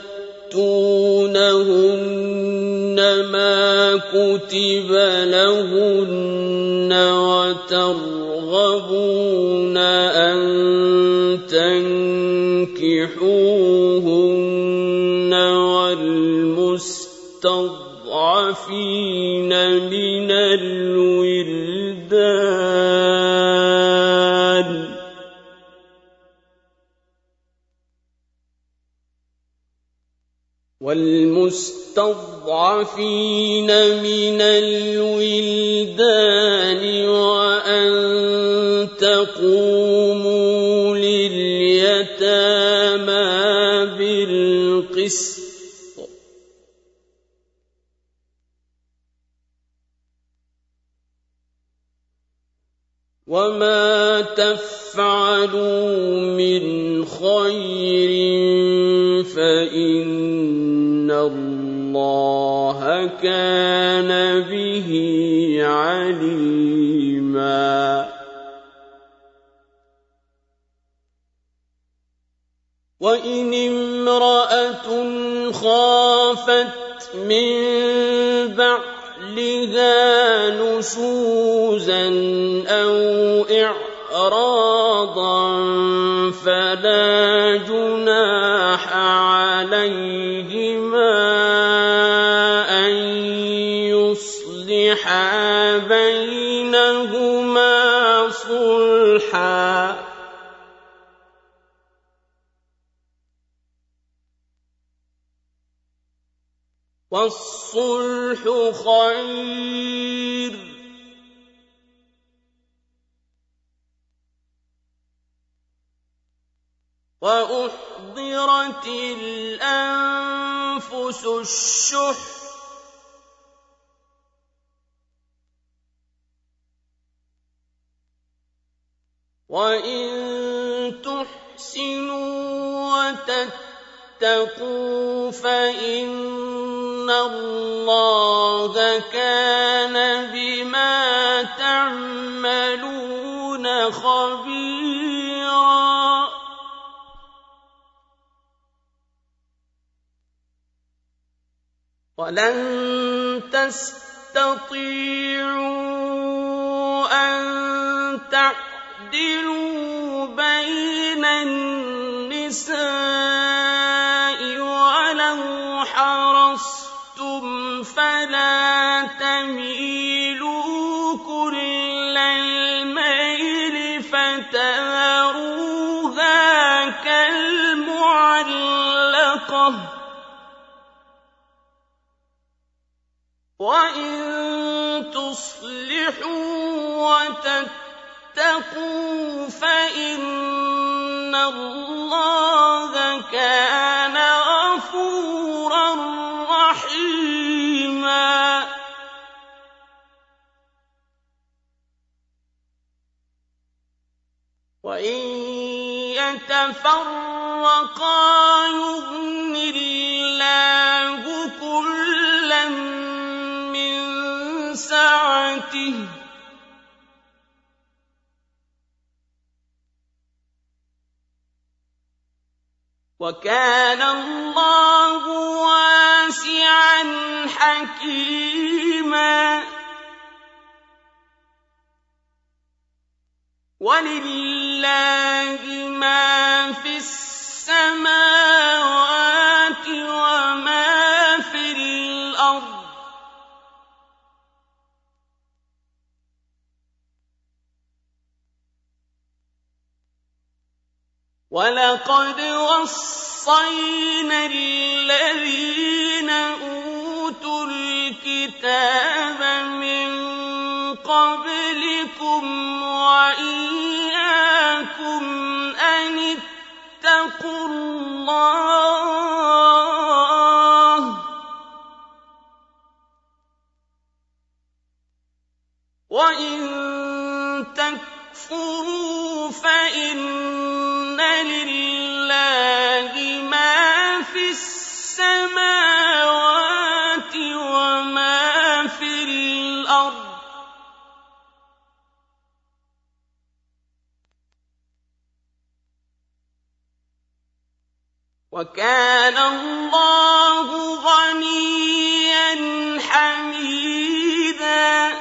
تؤتونهن ما كتب لهن وترغبون أن تنكحوهن والمستضعفين من الولدان وَالْمُسْتَضْعَفِينَ مِنَ الْوِلْدَانِ وَأَن تَقُومُوا لِلْيَتَامَىٰ بِالْقِسْطِ ۚ وَمَا تَفْعَلُوا مِنْ خَيْرٍ فَإِنَّ اللَّهَ كَانَ بِهِ عَلِيمًا. وَإِنِ امْرَأَةٌ خَافَتْ مِن بَعْلِهَا نُشُوزًا أَوْ إِعْرَاضًا فَلَا جُنَاحَ عَلَيْهِمَا أَن يُصْلِحَا بَيْنَهُمَا صُلْحًا ۚ وَالصُّلْحُ خَيْرٌ ۗ وَأُحْضِرَتِ الْأَنفُسُ الشُّحَّ ۚ وَإِن تُحْسِنُوا وَتَتَّقُوا فَإِنَّ اللَّهَ كَانَ بِمَا تَعْمَلُونَ خَبِيرًا. وَلَن تَسْتَطِيعُوا أَن تَعْدِلُوا بَيْنَ النِّسَاءِ وَلَوْ حَرَصْتُمْ فَلَا تَمِيلُوا كُلَّ الْمَيْلِ فَتَذَرُوهَا كَالْمُعَلَّقَةِ ۚ وَإِن تُصْلِحُوا وَتَتَّقُوا فَإِنَّ اللَّهَ كَانَ غَفُورًا رَّحِيمًا. وَإِن يَتَفَرَّقَا يُغْنِ اللَّهُ كُلًّا مِّن سَعَتِهِ ۚ وَكَانَ اللَّهُ وَاسِعًا حَكِيمًا. وَلِلَّهِ مَا فِي السَّمَاوَاتِ وَمَا فِي الْأَرْضِ ۚ وَلَقَدْ وَصَّيْنَا الَّذِينَ أُوتُوا الْكِتَابَ مِن قَبْلِكُمْ وَإِيَّاكُمْ أَنِ اتَّقُوا اللَّهَ ۚ وَإِن تَكْفُرُوا فَإِنَّ لِلَّهِ مَا فِي السَّمَاوَاتِ وَمَا فِي الْأَرْضِ ۚ وَكَانَ اللَّهُ غَنِيًّا حَمِيدًا.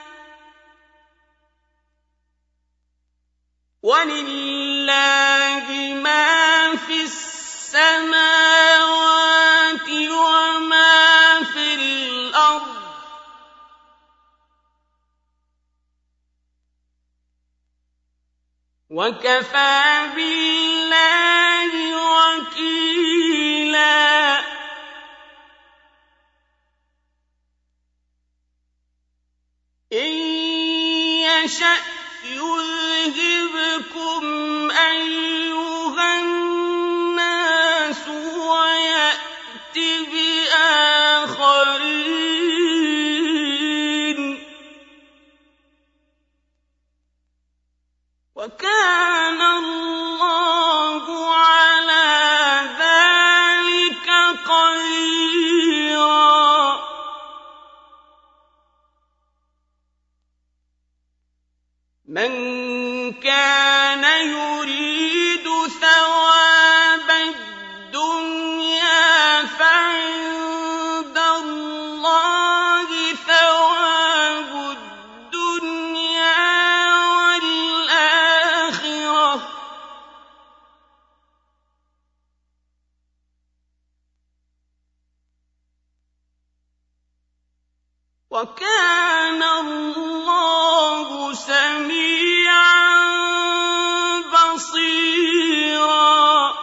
وَلِلَّهِ مَا فِي السَّمَاوَاتِ وَمَا فِي الْأَرْضِ ۚ وَكَفَىٰ بِاللَّهِ وَكِيلًا. يَشَأْ يُذْهِبْكُمْ أَيُّهَا النَّاسُ وَيَأْتِ بِآخَرِينَ ۚ وَكَانَ اللَّهُ عَلَىٰ ذَٰلِكَ قَدِيرًا. مَن كَانَ يُرِيدُ ثَوَابَ الدُّنْيَا فَعِندَ اللَّهِ ثَوَابُ الدُّنْيَا وَالْآخِرَةِ ۚ وَكَانَ اللَّهُ سَمِيعًا بَصِيرًا.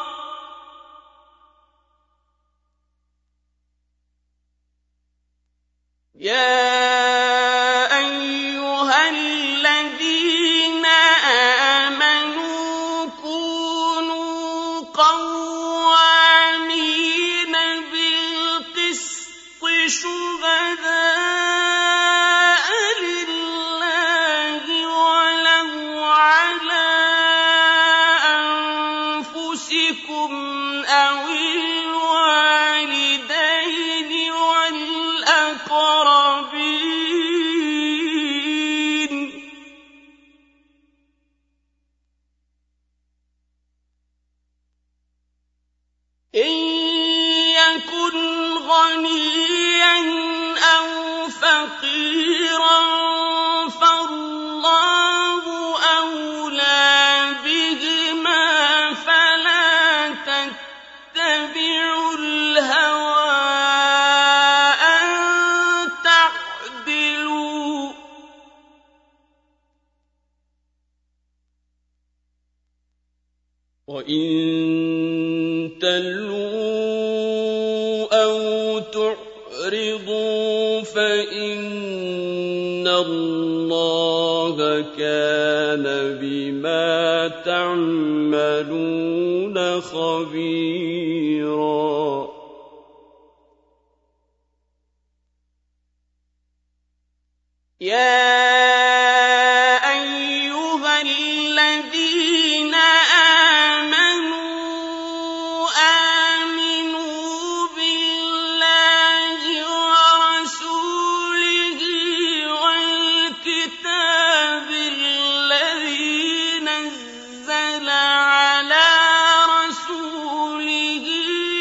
يَا أَيُّهَا الَّذِينَ آمَنُوا كُونُوا قَوَّامِينَ بِالْقِسْطِ شُهَدَاءَ لِلَّهِ وَلَوْ عَلَىٰ أَنفُسِكُمْ أَوِ الْوَالِدَيْنِ وَالْأَقْرَبِينَ ۚ إِن يَكُنْ غَنِيًّا أَوْ فَقِيرًا فَاللَّهُ أَوْلَىٰ بِهِمَا ۖ فَلَا تَتَّبِعُوا الْهَوَىٰ أَن تَعْدِلُوا ۚ وَإِن تَلْوُوا أَوْ تُعْرِضُوا فَإِنَّ اللَّهَ كَانَ بِمَا تَعْمَلُونَ خَبِيرًا. يَا أَيُّهَا الَّذِينَ آمَنُوا آمِنُوا بِاللَّهِ وَرَسُولِهِ وَالْكِتَابِ الَّذِي نَزَّلَ عَلَىٰ رَسُولِهِ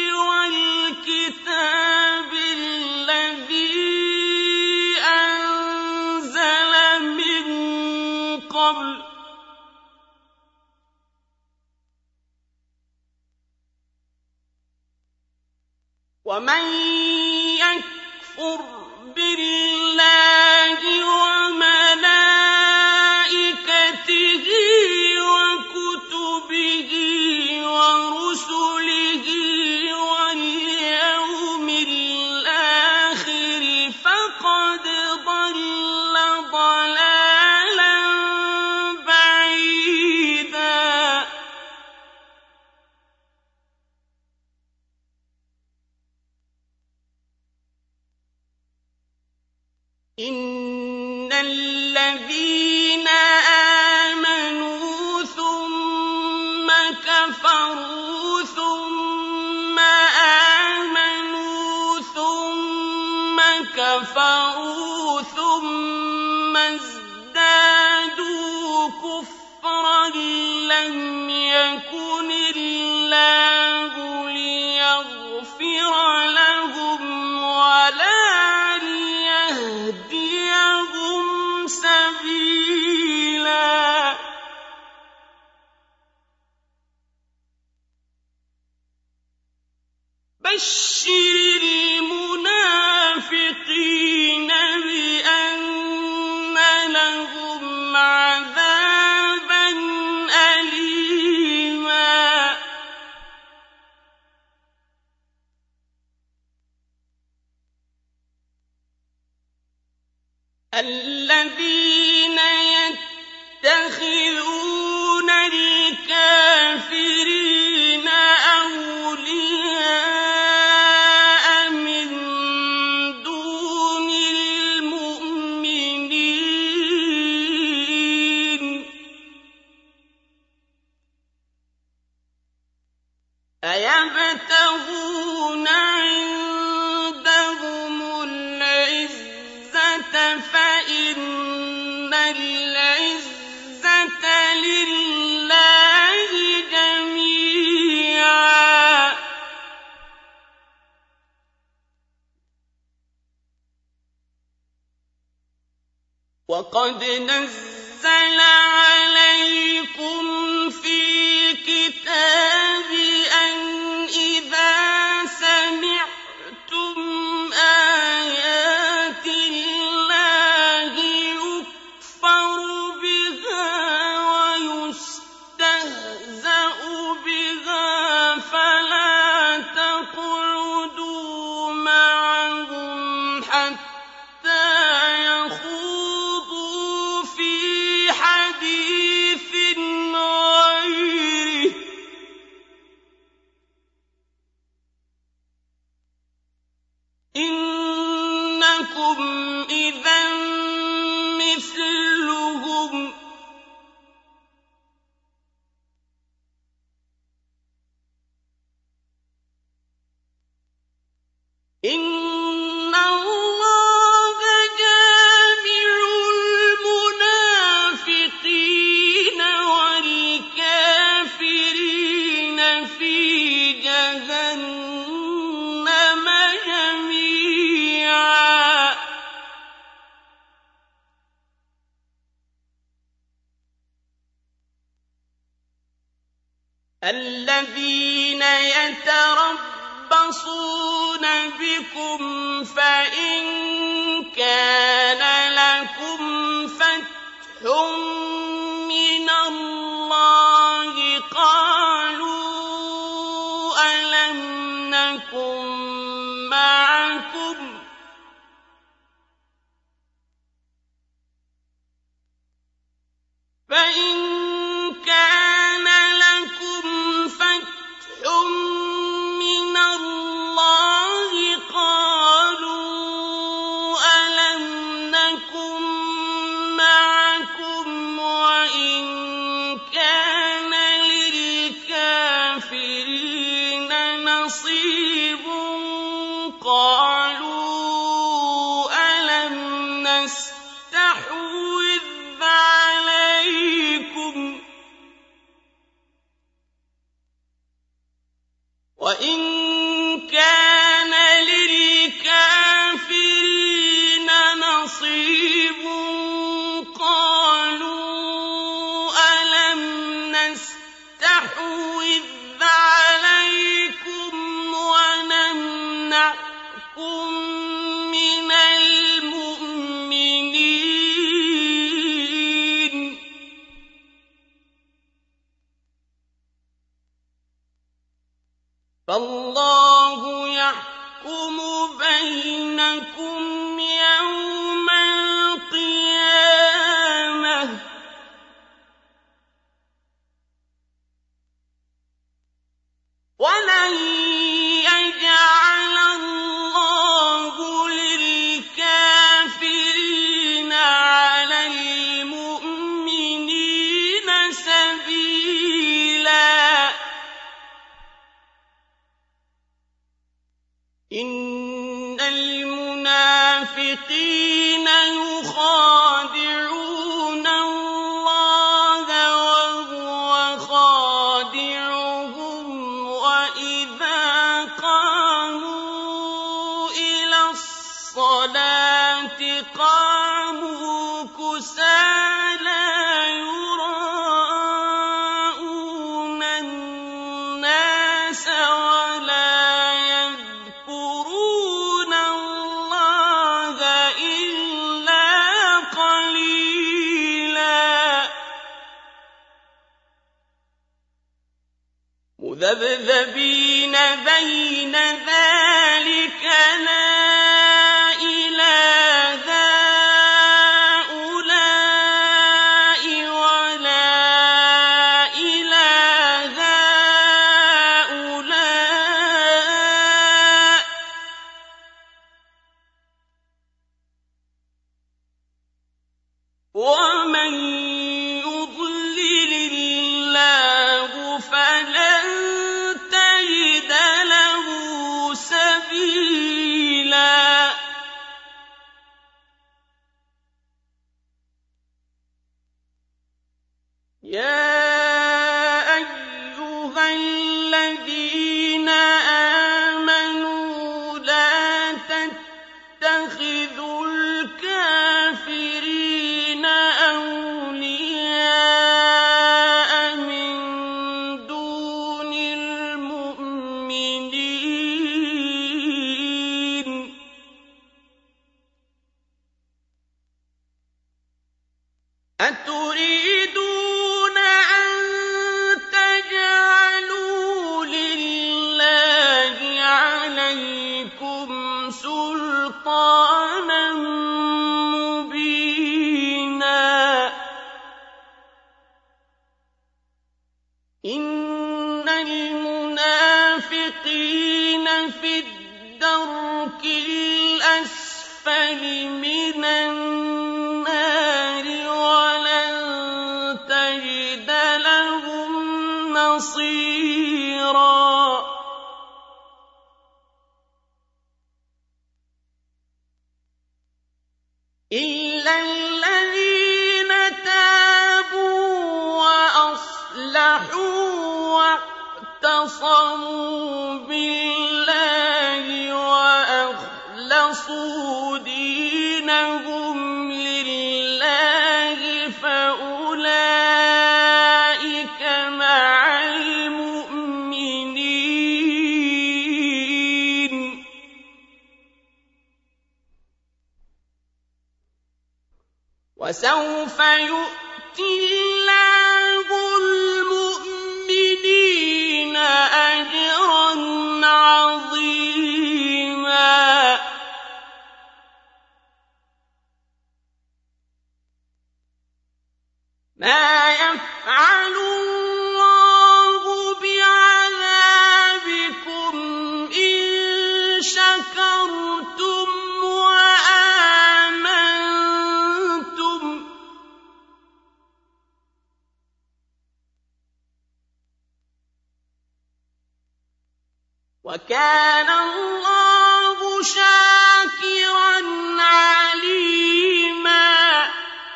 وَالْكِتَابِ الَّذِي أَنزَلَ مِن قَبْلُ ۚ وَمَن يَكْفُرْ بِاللَّهِ وَمَلَائِكَتِهِ وَكُتُبِهِ وَرُسُلِهِ وَالْيَوْمِ الْآخِرِ فَقَدْ ضَلَّ ضَلَالًا بَعِيدًا. إِنَّ الَّذِينَ آمَنُوا ثُمَّ كَفَرُوا ثُمَّ آمَنُوا ثُمَّ كَفَرُوا ثُمَّ ازْدَادُوا كُفْرًا لَّمْ يَكُنِ اللَّهُ لِيَغْفِرَ لَهُمْ وَلَا لِيَهْدِيَهُمْ سَبِيلًا. بَشِّرِ الْمُنَافِقِينَ بِأَنَّ لَهُمْ عَذَابًا أَلِيمًا. الَّذِينَ يَتَّقُونَ تَتَّخِذُونَ الْكَافِرِينَ أَوْلِيَاءَ مِن دُونِ الْمُؤْمِنِينَ أَيَبْتَغُونَ عِندَهُمُ الْعِزَّةَ فَإِنَّ الْعِزَّةَ لِلَّهِ جَمِيعًا ۚ وَقَدْ نَزَّلَ عَلَيْكُمْ فِي الْكِتَابِ أَنْ إِذَا سَمِعْتُمْ آيَاتِ اللَّهِ يُكْفَرُ بِهَا وَيُسْتَهْزَأُ بِهَا فَلَا تَقْعُدُوا مَعَهُمْ حَتَّىٰ يَخُوضُوا فِي حَدِيثٍ غَيْرِهِ ۚ إِنَّكُمْ إِذًا مِّثْلُهُمْ ۗ إِنَّ اللَّهَ جَامِعُ الْمُنَافِقِينَ وَالْكَافِرِينَ فِي جَهَنَّمَ جَمِيعًا ۚ الَّذِينَ يَتَرَبَّصُونَ بِكُمْ فَإِن كَانَ لَكُمْ فَتْحٌ مِّنَ اللَّهِ قَالُوا أَلَمْ نَكُن مَّعَكُمْ ۚ فَإِن كَانَ لَكُمْ فَتْحٌ مِّنَ اللَّهِ قَالُوا أَلَمْ نَكُن مَّعَكُمْ وَإِن كَانَ لِلْكَافِرِينَ نَصِيبٌ قَالُوا أَلَمْ نَسْتَحْوِذْ عَلَيْكُمْ ۖ وَإِن كَانَ لِلْكَافِرِينَ نَصِيبٌ قَالُوا أَلَمْ نَسْتَحْوِذْ عَلَيْكُمْ وَنَمْنَعْكُم مِّنَ الْمُؤْمِنِينَ ۚ فَاللَّهُ يَحْكُمُ بَيْنَكُمْ يَوْمَ الْقِيَامَةِ ۗ وَلَن يَجْعَلَ اللَّهُ لِلْكَافِرِينَ عَلَى الْمُؤْمِنِينَ سَبِيلًا ۗ إِنَّ الْمُنَافِقِينَ يُخَادِعُونَ اللَّهَ وَهُوَ خَادِعُهُمْ وَإِذَا قَامُوا إِلَى الصَّلَاةِ قَامُوا كُسَالَىٰ يُرَاءُونَ النَّاسَ وَلَا يَذْكُرُونَ اللَّهَ إِلَّا قَلِيلًا مُّذَبْذَبِينَ بَيْنَ ذَٰلِكَ لَا إِلَىٰ هَٰؤُلَاءِ وَمَن يُضْلِلِ اللَّهُ فَلَن تَجِدَ لَهُ سَبِيلًا يَا أَيُّهَا الَّذِينَ آمَنُوا لَا تَتَّخِذُوا الْكَافِرِينَ أَوْلِيَاءَ مِن دُونِ الْمُؤْمِنِينَ أَتُرِيدُونَ أَن تَجْعَلُوا لِلَّهِ عَلَيْكُمْ سُلْطَانًا مُّبِينًا إِنَّ الْمُنَافِقِينَ فِي الدَّرْكِ الْأَسْفَلِ مِنَ النَّارِ وَلَن تَجِدَ لَهُمْ نَصِيرًا إِلَّا الَّذِينَ تَابُوا وَأَصْلَحُوا وَاعْتَصَمُوا بِاللَّهِ وَأَخْلَصُوا دِينَهُمْ لِلَّهِ فَأُولَٰئِكَ مَعَ الْمُؤْمِنِينَ وَسَوْفَ يُؤْتِ اللَّهُ الْمُؤْمِنِينَ أَجْرًا عَظِيمًا مَا يَفْعَلُ اللَّهُ بِعَذَابِكُمْ إِن شَكَرْتُمْ وَآمَنتُمْ ۚ وَكَانَ اللَّهُ شَاكِرًا عَلِيمًا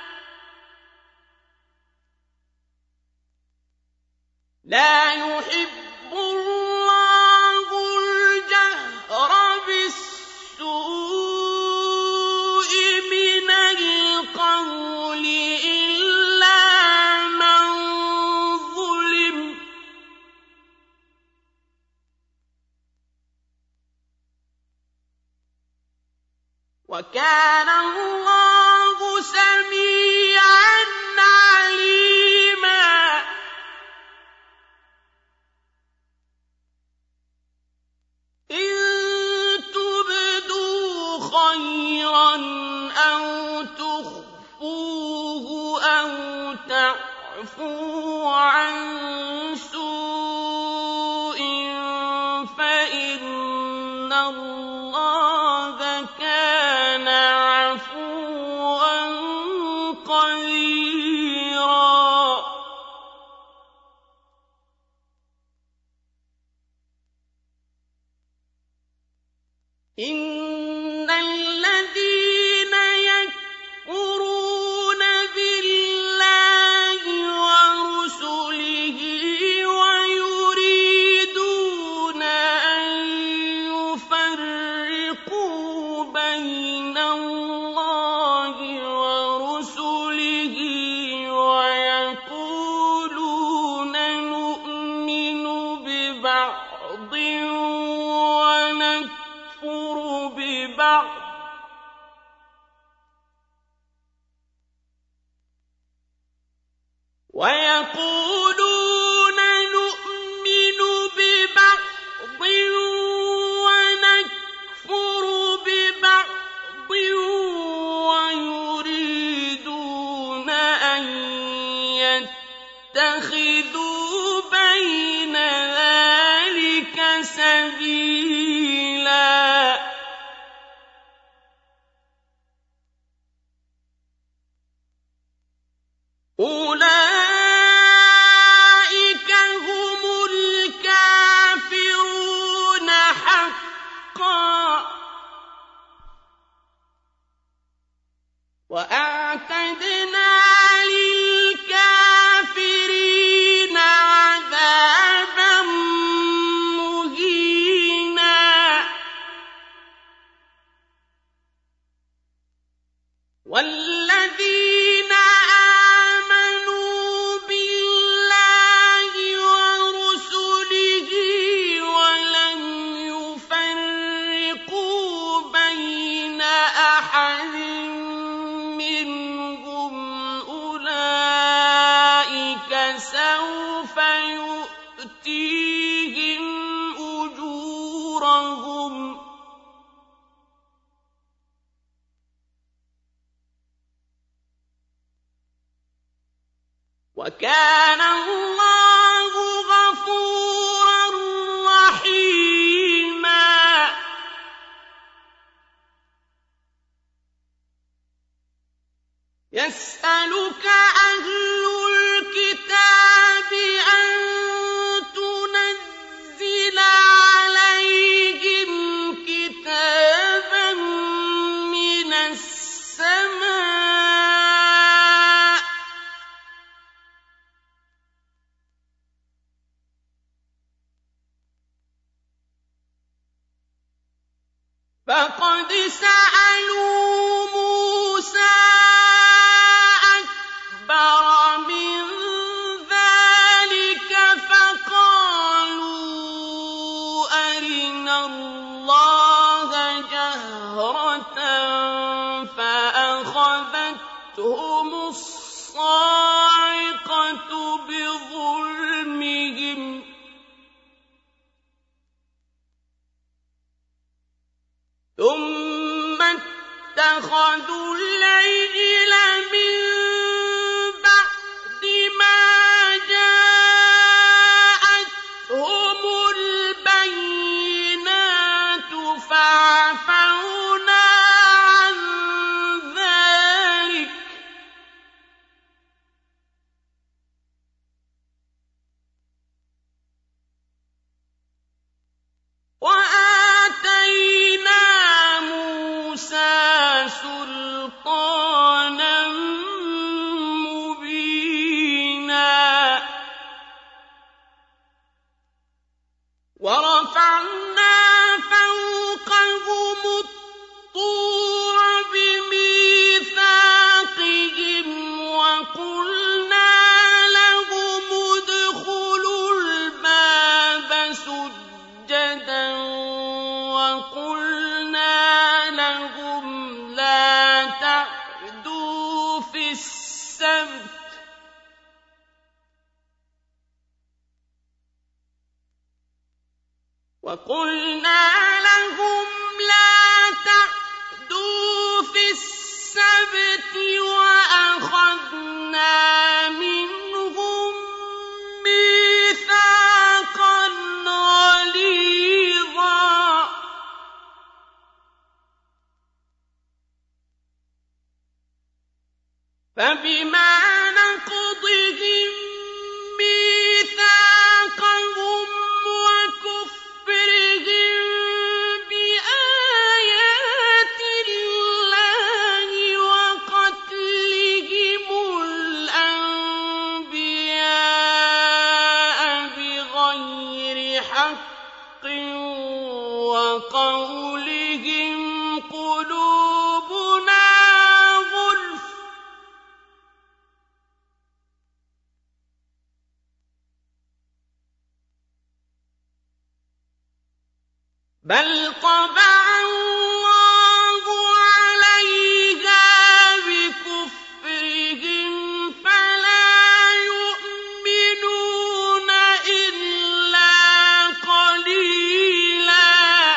لَا يُحِبُّ اللَّهُ الْجَهْرَ بِالسُّوءِ مِنَ الْقَوْلِ إِلَّا مَن ظُلِمَ وَكَانَ اللَّهُ سَمِيعًا عَلِيمًا إِن تُبْدُوا خَيْرًا أَوْ تُخْفُوهُ أَوْ تَعْفُوا عَن سُوءٍ فَإِنَّ اللَّهَ كَانَ عَفُوًّا قَدِيرًا إِنَّ الَّذِينَ يَكْفُرُونَ بِاللَّهِ وَرُسُلِهِ وَيُرِيدُونَ أَن يُفَرِّقُوا بَيْنَ اللَّهِ وَرُسُلِهِ وَيَقُولُونَ نُؤْمِنُ بِبَعْضٍ وَنَكْفُرُ بِبَعْضٍ ۚ وَيَقُولُونَ نُؤْمِنُ بِبَعْضٍ وَنَكْفُرُ بِبَعْضٍ وَيُرِيدُونَ أَن يَتَّخِذُوا بَيْنَ ذَٰلِكَ سَبِيلًا وَأَعْتَدْنَا لِلْكَافِرِينَ عَذَابًا مُّهِينًا وَالَّذِينَ آمَنُوا بِاللَّهِ وَرُسُلِهِ وَلَمْ يُفَرِّقُوا بَيْنَ أَحَدٍ مِّنْهُمْ أُولَٰئِكَ سَوْفَ يُؤْتِيهِمْ أُجُورَهُمْ ۗ وَكَانَ اللَّهُ غَفُورًا رَّحِيمًا. يَسْأَلُكَ أَهْلُ الْكِتَابِ أَن تُنَزِّلَ عَلَيْهِمْ كِتَابًا مِّنَ السَّمَاءِ ۚ فَقَدْ سَأَلُوا مُوسَىٰ أَكْبَرَ مِن ذَٰلِكَ فَقَالُوا أَرِنَا اللَّهَ جَهْرَةً فَأَخَذَتْهُمُ الصَّاعِقَةُ بِظُلْمِهِمْ ۚ ثُمَّ اتَّخَذُوا الْعِجْلَ مِن بَعْدِ مَا جَاءَتْهُمُ الْبَيِّنَاتُ فَعَفَوْنَا عَن ذَٰلِكَ ۚ وَآتَيْنَا مُوسَىٰ سُلْطَانًا مُّبِينًا وَرَفَعْنَا فَوْقَهُمُ الطُّورَ بِمِيثَاقِهِمْ وَقُلْنَا لَهُمُ ادْخُلُوا الْبَابَ سُجَّدًا وَقُلْنَا لَهُمْ لَا تَعْدُوا فِي السَّبْتِ ۖ وَقُلْنَا لَهُمْ لَا تَعْدُوا فِي السَّبْتِ وَأَخَذْنَا مِنْهُم مِّيثَاقًا غَلِيظًا. فَبِمَا نَقْضِهِم مِّيثَاقَهُمْ وَكُفْرِهِم بِآيَاتِ اللَّهِ وَقَتْلِهِمُ الْأَنبِيَاءَ بِغَيْرِ حَقٍّ وَقَوْلِهِمْ قُلُوبُنَا غُلْفٌ ۚ بَلْ طَبَعَ اللَّهُ عَلَيْهَا بِكُفْرِهِمْ فَلَا يُؤْمِنُونَ إِلَّا قَلِيلًا.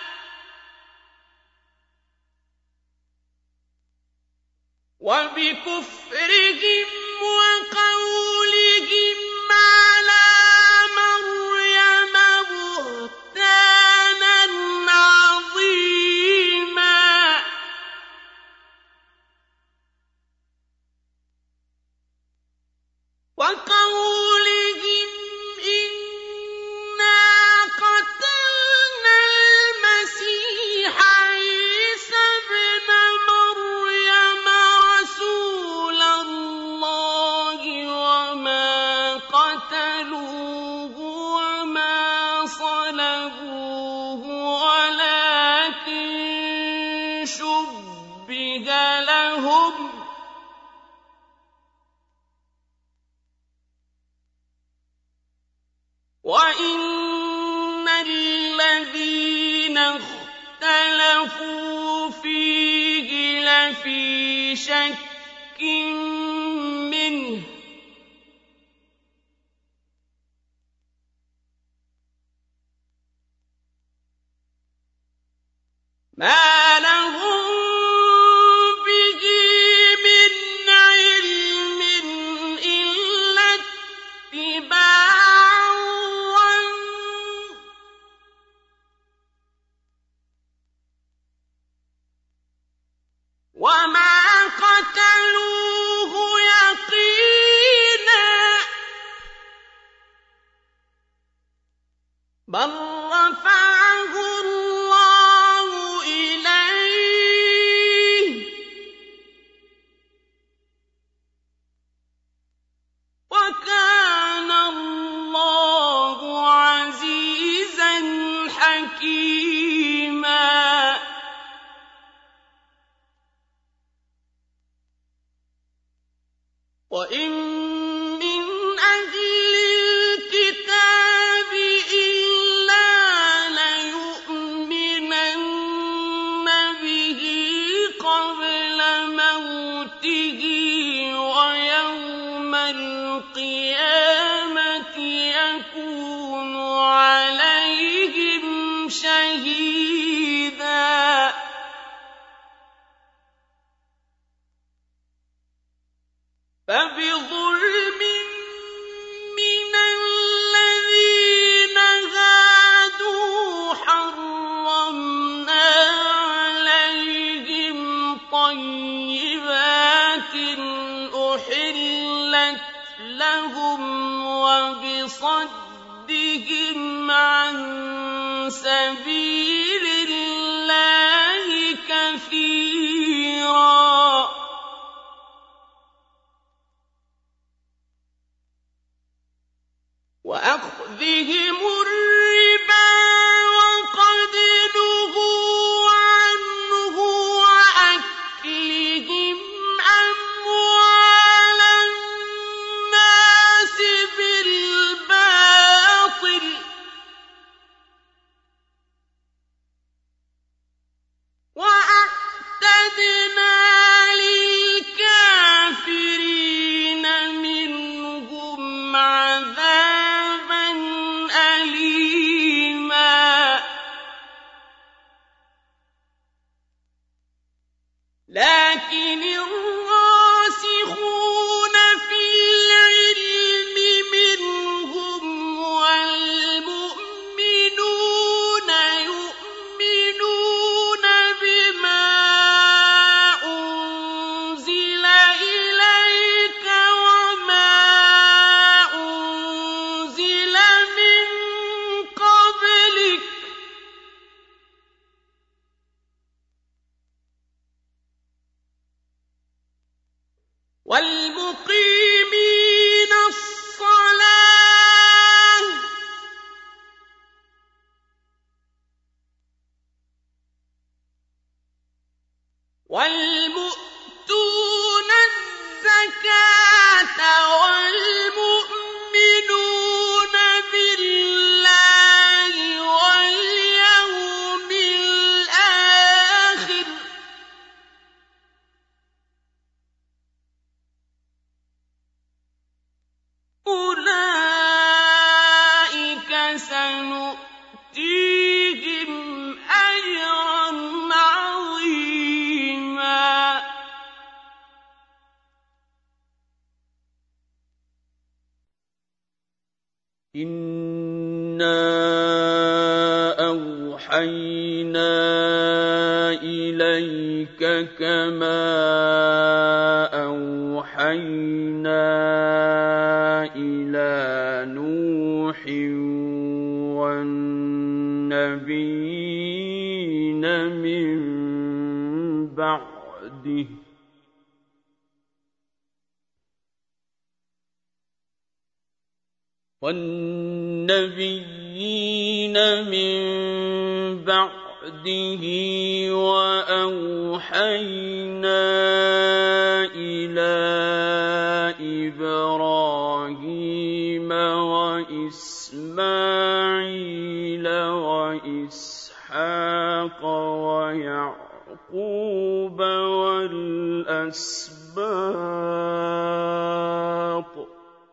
وَبِكُفْرِهِمْ وَقَوْلِهِمْ عَلَىٰ مَرْيَمَ بُهْتَانًا عَظِيمًا. وَقَوْلِهِمْ إِنَّا قَتَلْنَا الْمَسِيحَ عِيسَى ابْنَ مَرْيَمَ رَسُولَ اخْتَلَفُوا فِيهِ لَفِي شَكٍّ مِّنْهُ ۚ مَا لَهُم بِهِ مِنْ عِلْمٍ إِلَّا اتِّبَاعَ الظَّنِّ ۚ وَمَا قَتَلُوهُ يَقِينًا ۚ بَل رَّفَعَهُ اللَّهُ إِلَيْهِ ۚ وَكَانَ اللَّهُ عَزِيزًا حَكِيمًا. وَإِن مِّنْ أَهْلِ الْكِتَابِ إِلَّا لَيُؤْمِنَنَّ بِهِ قَبْلَ مَوْتِهِ ۖ وَيَوْمَ الْقِيَامَةِ يَكُونُ عَلَيْهِمْ شَهِيدًا. فَبِظُلْمٍ مِّنَ الَّذِينَ هَادُوا حَرَّمْنَا عَلَيْهِمْ طَيِّبَاتٍ أُحِلَّتْ لَهُمْ وَبِصَدِّهِمْ عَن سَبِيلِ اللَّهِ كَثِيرًا. وَأَخْذِهِمُ الرِّبَا وَقَدْ نُهُوا عَنْهُ وَأَكْلِهِمْ أَمْوَالَ النَّاسِ بِالْبَاطِلِ ۚ وَأَعْتَدْنَا لِلْكَافِرِينَ مِنْهُمْ عَذَابًا أَلِيمًا. لَّكِنِ الرَّاسِخُونَ فِي الْعِلْمِ مِنْهُمْ وَالْمُؤْمِنُونَ يُؤْمِنُونَ بِمَا أُنزِلَ إِلَيْكَ وَمَا أُنزِلَ مِن قَبْلِكَ ۚ وَالْمُقِيمِينَ الصَّلَاةَ وَالْمُؤْتُونَ الزَّكَاةَ وَالْمُؤْمِنُونَ بِاللَّهِ وَالْيَوْمِ الْآخِرِ ۚ أُولَٰئِكَ سَنُؤْتِيهِمْ أَجْرًا عَظِيمًا. إِنَّا أَوْحَيْنَا إِلَيْكَ كَمَا أَوْحَيْنَا إِلَىٰ نُوحٍ وَالنَّبِيِّينَ مِن بَعْدِهِ ۚ وَالنَّبِيِّينَ مِن بَعْدِهِ وَأَوْحَيْنَا إِلَىٰ إِبْرَاهِيمَ وَإِسْمَاعِيلَ وَإِسْحَاقَ وَالْأَسْبَاطِ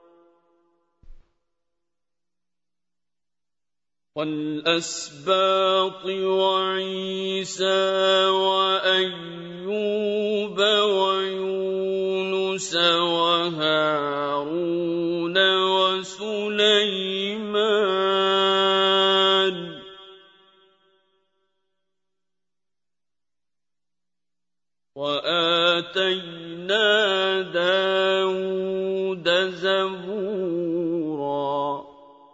وَالْأَسْبَاطِ وَعِيسَى وَأَيُّوبَ وَيُونُسَ وَهَارُونَ وَسُلَيْمَانَ وَآتَيْنَا دَاوُودَ زَبُورًا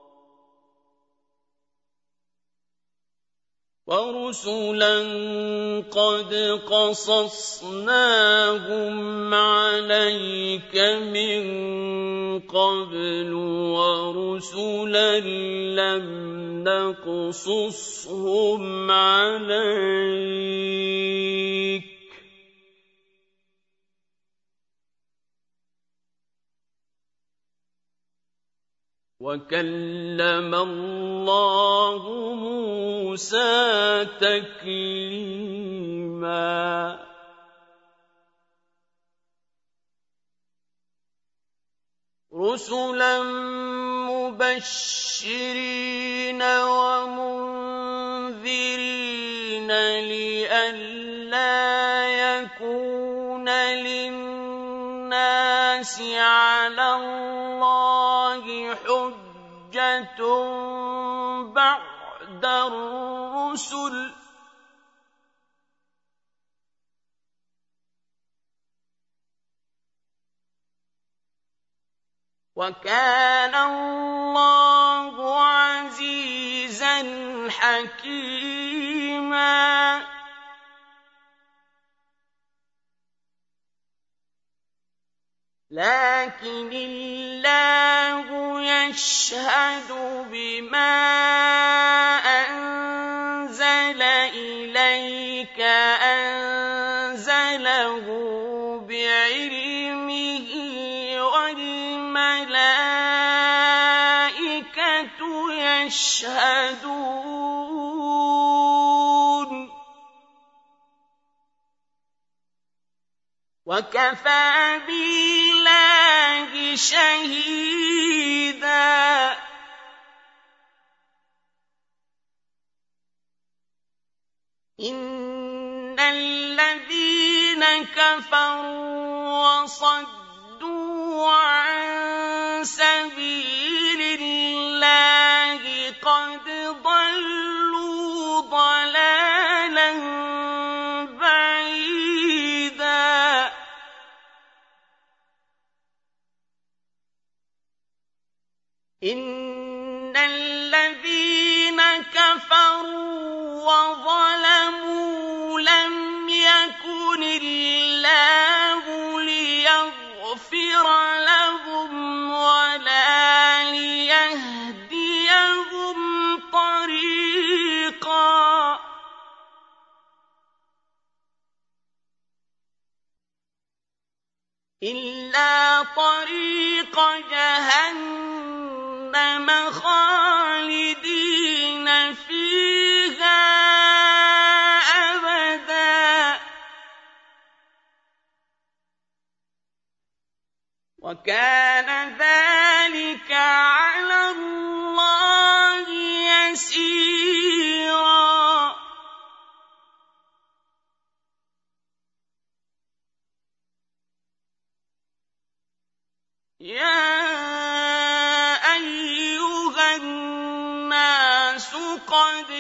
وَرُسُلًا قَدْ قَصَصْنَاهُمْ عَلَيْكَ مِن قَبْلُ وَرُسُلًا لَّمْ نَقْصُصْهُمْ عَلَيْكَ ۚ وَكَلَّمَ اللَّهُ مُوسَىٰ تَكْلِيمًا رُسُلًا مُّبَشِّرِينَ وَمُنذِرِينَ لِئَلَّا يَكُونَ لِلنَّاسِ عَلَى اللَّهِ حُجَّةٌ بَعْدَ الرُّسُلِ ۚ وَكَانَ اللَّهُ عَزِيزًا حَكِيمًا لَكِنِ اللَّهُ يَشْهَدُ بِمَا أَنزَلَ إِلَيْكَ أَنزَلَهُ بِعِلْمِهِ وَالْمَلَائِكَةُ يَشْهَدُونَ ۚ وَكَفَىٰ بِاللَّهِ شَهِيدًا إِنَّ الَّذِينَ كَفَرُوا وَصَدُّوا عَن سَبِيلِ اللَّهِ قَدْ ضَلُّوا ضَلَالًا بَعِيدًا إِنَّ الَّذِينَ كَفَرُوا وَظَلَمُوا لَمْ يَكُنِ اللَّهُ لِيَغْفِرَ لَهُمْ وَلَا لِيَهْدِيَهُمْ طَرِيقًا إِلَّا طَرِيقَ جَهَنَّمَ خَالِدِينَ فِيهَا أَبَدًا ۚ وَكَانَ ذَٰلِكَ عَلَى اللَّهِ يَسِيرًا يَا أَيُّهَا النَّاسُ قَدْ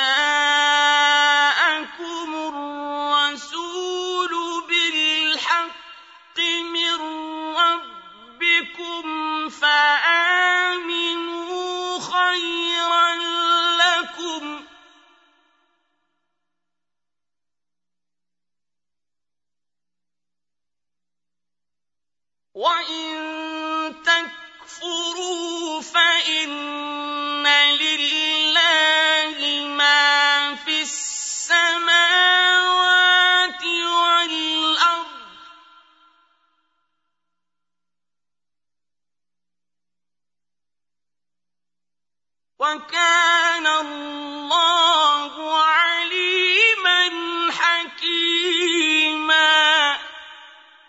جَاءَكُمُ الرَّسُولُ بِالْحَقِّ مِن رَّبِّكُمْ فَآمِنُوا خَيْرًا لَّكُمْ ۚ وَإِن تَكْفُرُوا فَإِنَّ لِلَّهِ مَا فِي السَّمَاوَاتِ وَالْأَرْضِ ۚ وَكَانَ اللَّهُ عَلِيمًا حَكِيمًا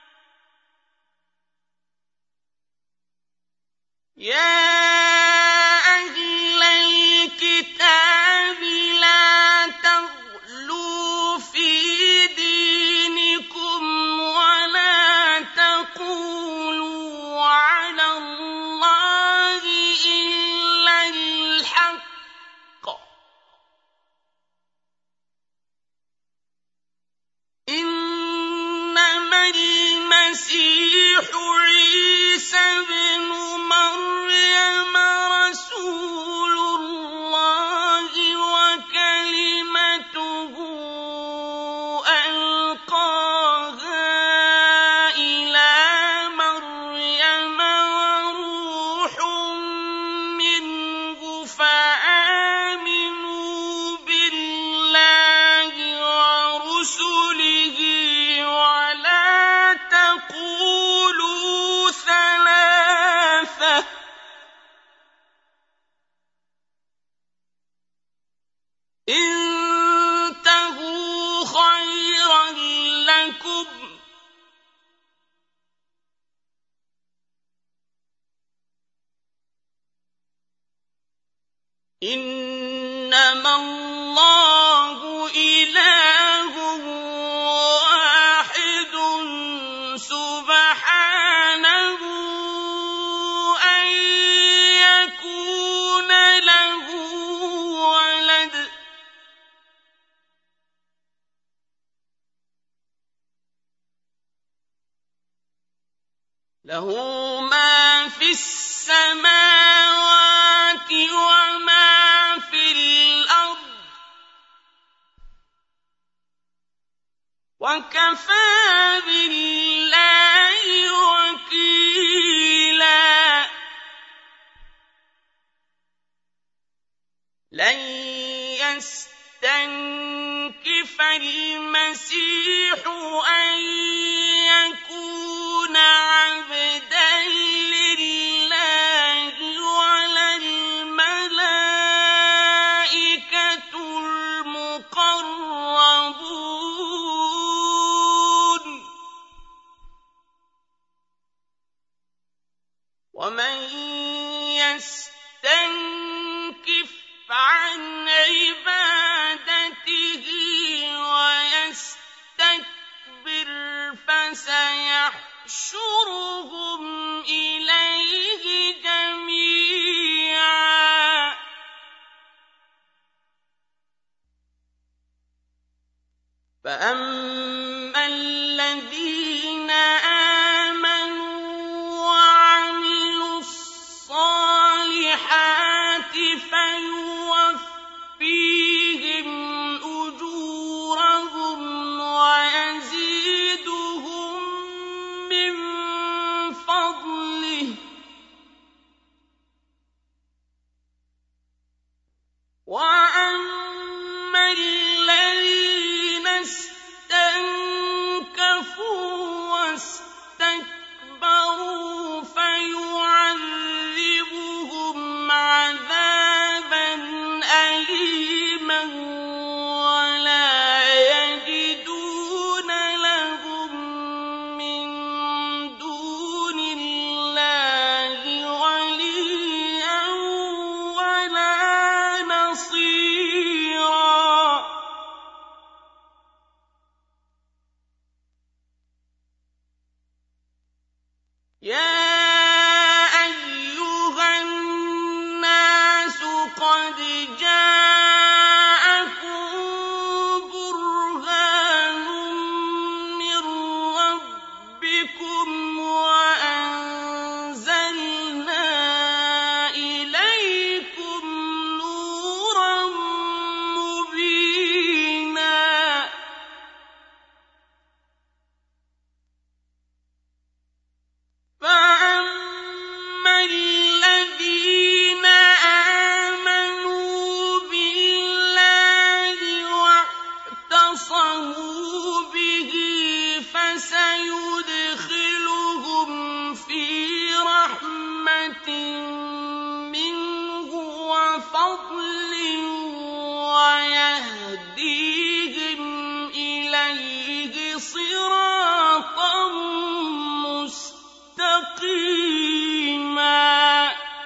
يَا أَهْلَ الْكِتَابِ لَا تَغْلُوا فِي دِينِكُمْ وَلَا تَقُولُوا عَلَى اللَّهِ إِلَّا الْحَقَّ ۚ إِنَّمَا الْمَسِيحُ عِيسَى ابْنُ مَرْيَمَ رَسُولُ اللَّهِ وَكَلِمَتُهُ أَلْقَاهَا إِلَىٰ مَرْيَمَ وَرُوحٌ مِّنْهُ ۖ فَآمِنُوا بِاللَّهِ وَرُسُلِهِ وَلَا تَقُولُوا ثَلَاثَةٌ ۚ انتهوا خَيْرًا لَّكُمْ ۚ إِنَّمَا اللَّهُ إِلَٰهٌ وَاحِدٌ سُبْحَانَهُ أَن يَكُونَ لَهُ وَلَدٌ ۘ لَّهُ مَا فِي السَّمَاوَاتِ وَمَا فِي الْأَرْضِ ۚ وَكَفَىٰ بِاللَّهِ وَكِيلًا. لَن يَسْتَنكِفَ الْمَسِيحُ أَن يَكُونَ عَبْدًا لِّلَّهِ وَلَا الْمَلَائِكَةُ الْمُقَرَّبُونَ ۚ وَمَن يَسْتَنكِفْ عَنْ عِبَادَتِهِ وَيَسْتَكْبِرْ فَسَيَحْشُرُهُمْ إِلَيْهِ جَمِيعًا. فَأَمَّا الَّذِينَ آمَنُوا وَعَمِلُوا الصَّالِحَاتِ فَيُوَفِّيهِمْ أُجُورَهُمْ وَيَزِيدُهُم مِّن فَضْلِهِ ۖ وَأَمَّا الَّذِينَ اسْتَنكَفُوا وَاسْتَكْبَرُوا فَيُعَذِّبُهُمْ عَذَابًا أَلِيمًا وَلَا يَجِدُونَ لَهُم مِّن دُونِ اللَّهِ وَلِيًّا وَلَا نَصِيرًا. يَا أَيُّهَا النَّاسُ قَدْ جَاءَكُم بُرْهَانٌ مِّن رَّبِّكُمْ وَأَنزَلْنَا إِلَيْكُمْ نُورًا مُّبِينًا. فَأَمَّا الَّذِينَ آمَنُوا بِاللَّهِ وَاعْتَصَمُوا بِهِ فَسَيُدْخِلُهُمْ فِي رَحْمَةٍ مِّنْهُ وَفَضْلٍ وَيَهْدِيهِمْ إِلَيْهِ صِرَاطًا مُّسْتَقِيمًا.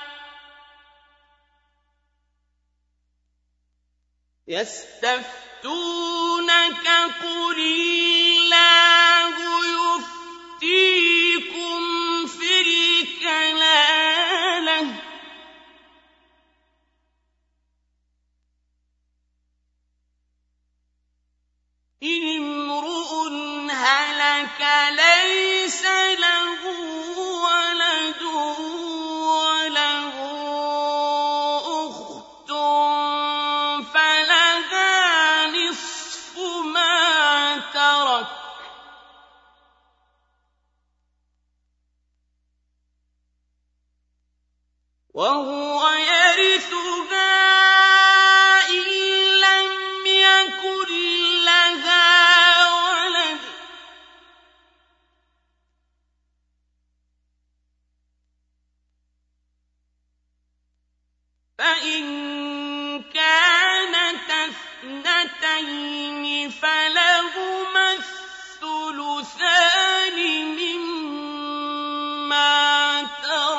يستفتونك قل الله يفتيكم في الكلالة إن امرؤ هلك ليس له ولد وله أخت فلها نصف ما ترك وهو يرثها إن لم يكن لها ولد فإن كانت اثنتين فلهما الثلثان مما ترك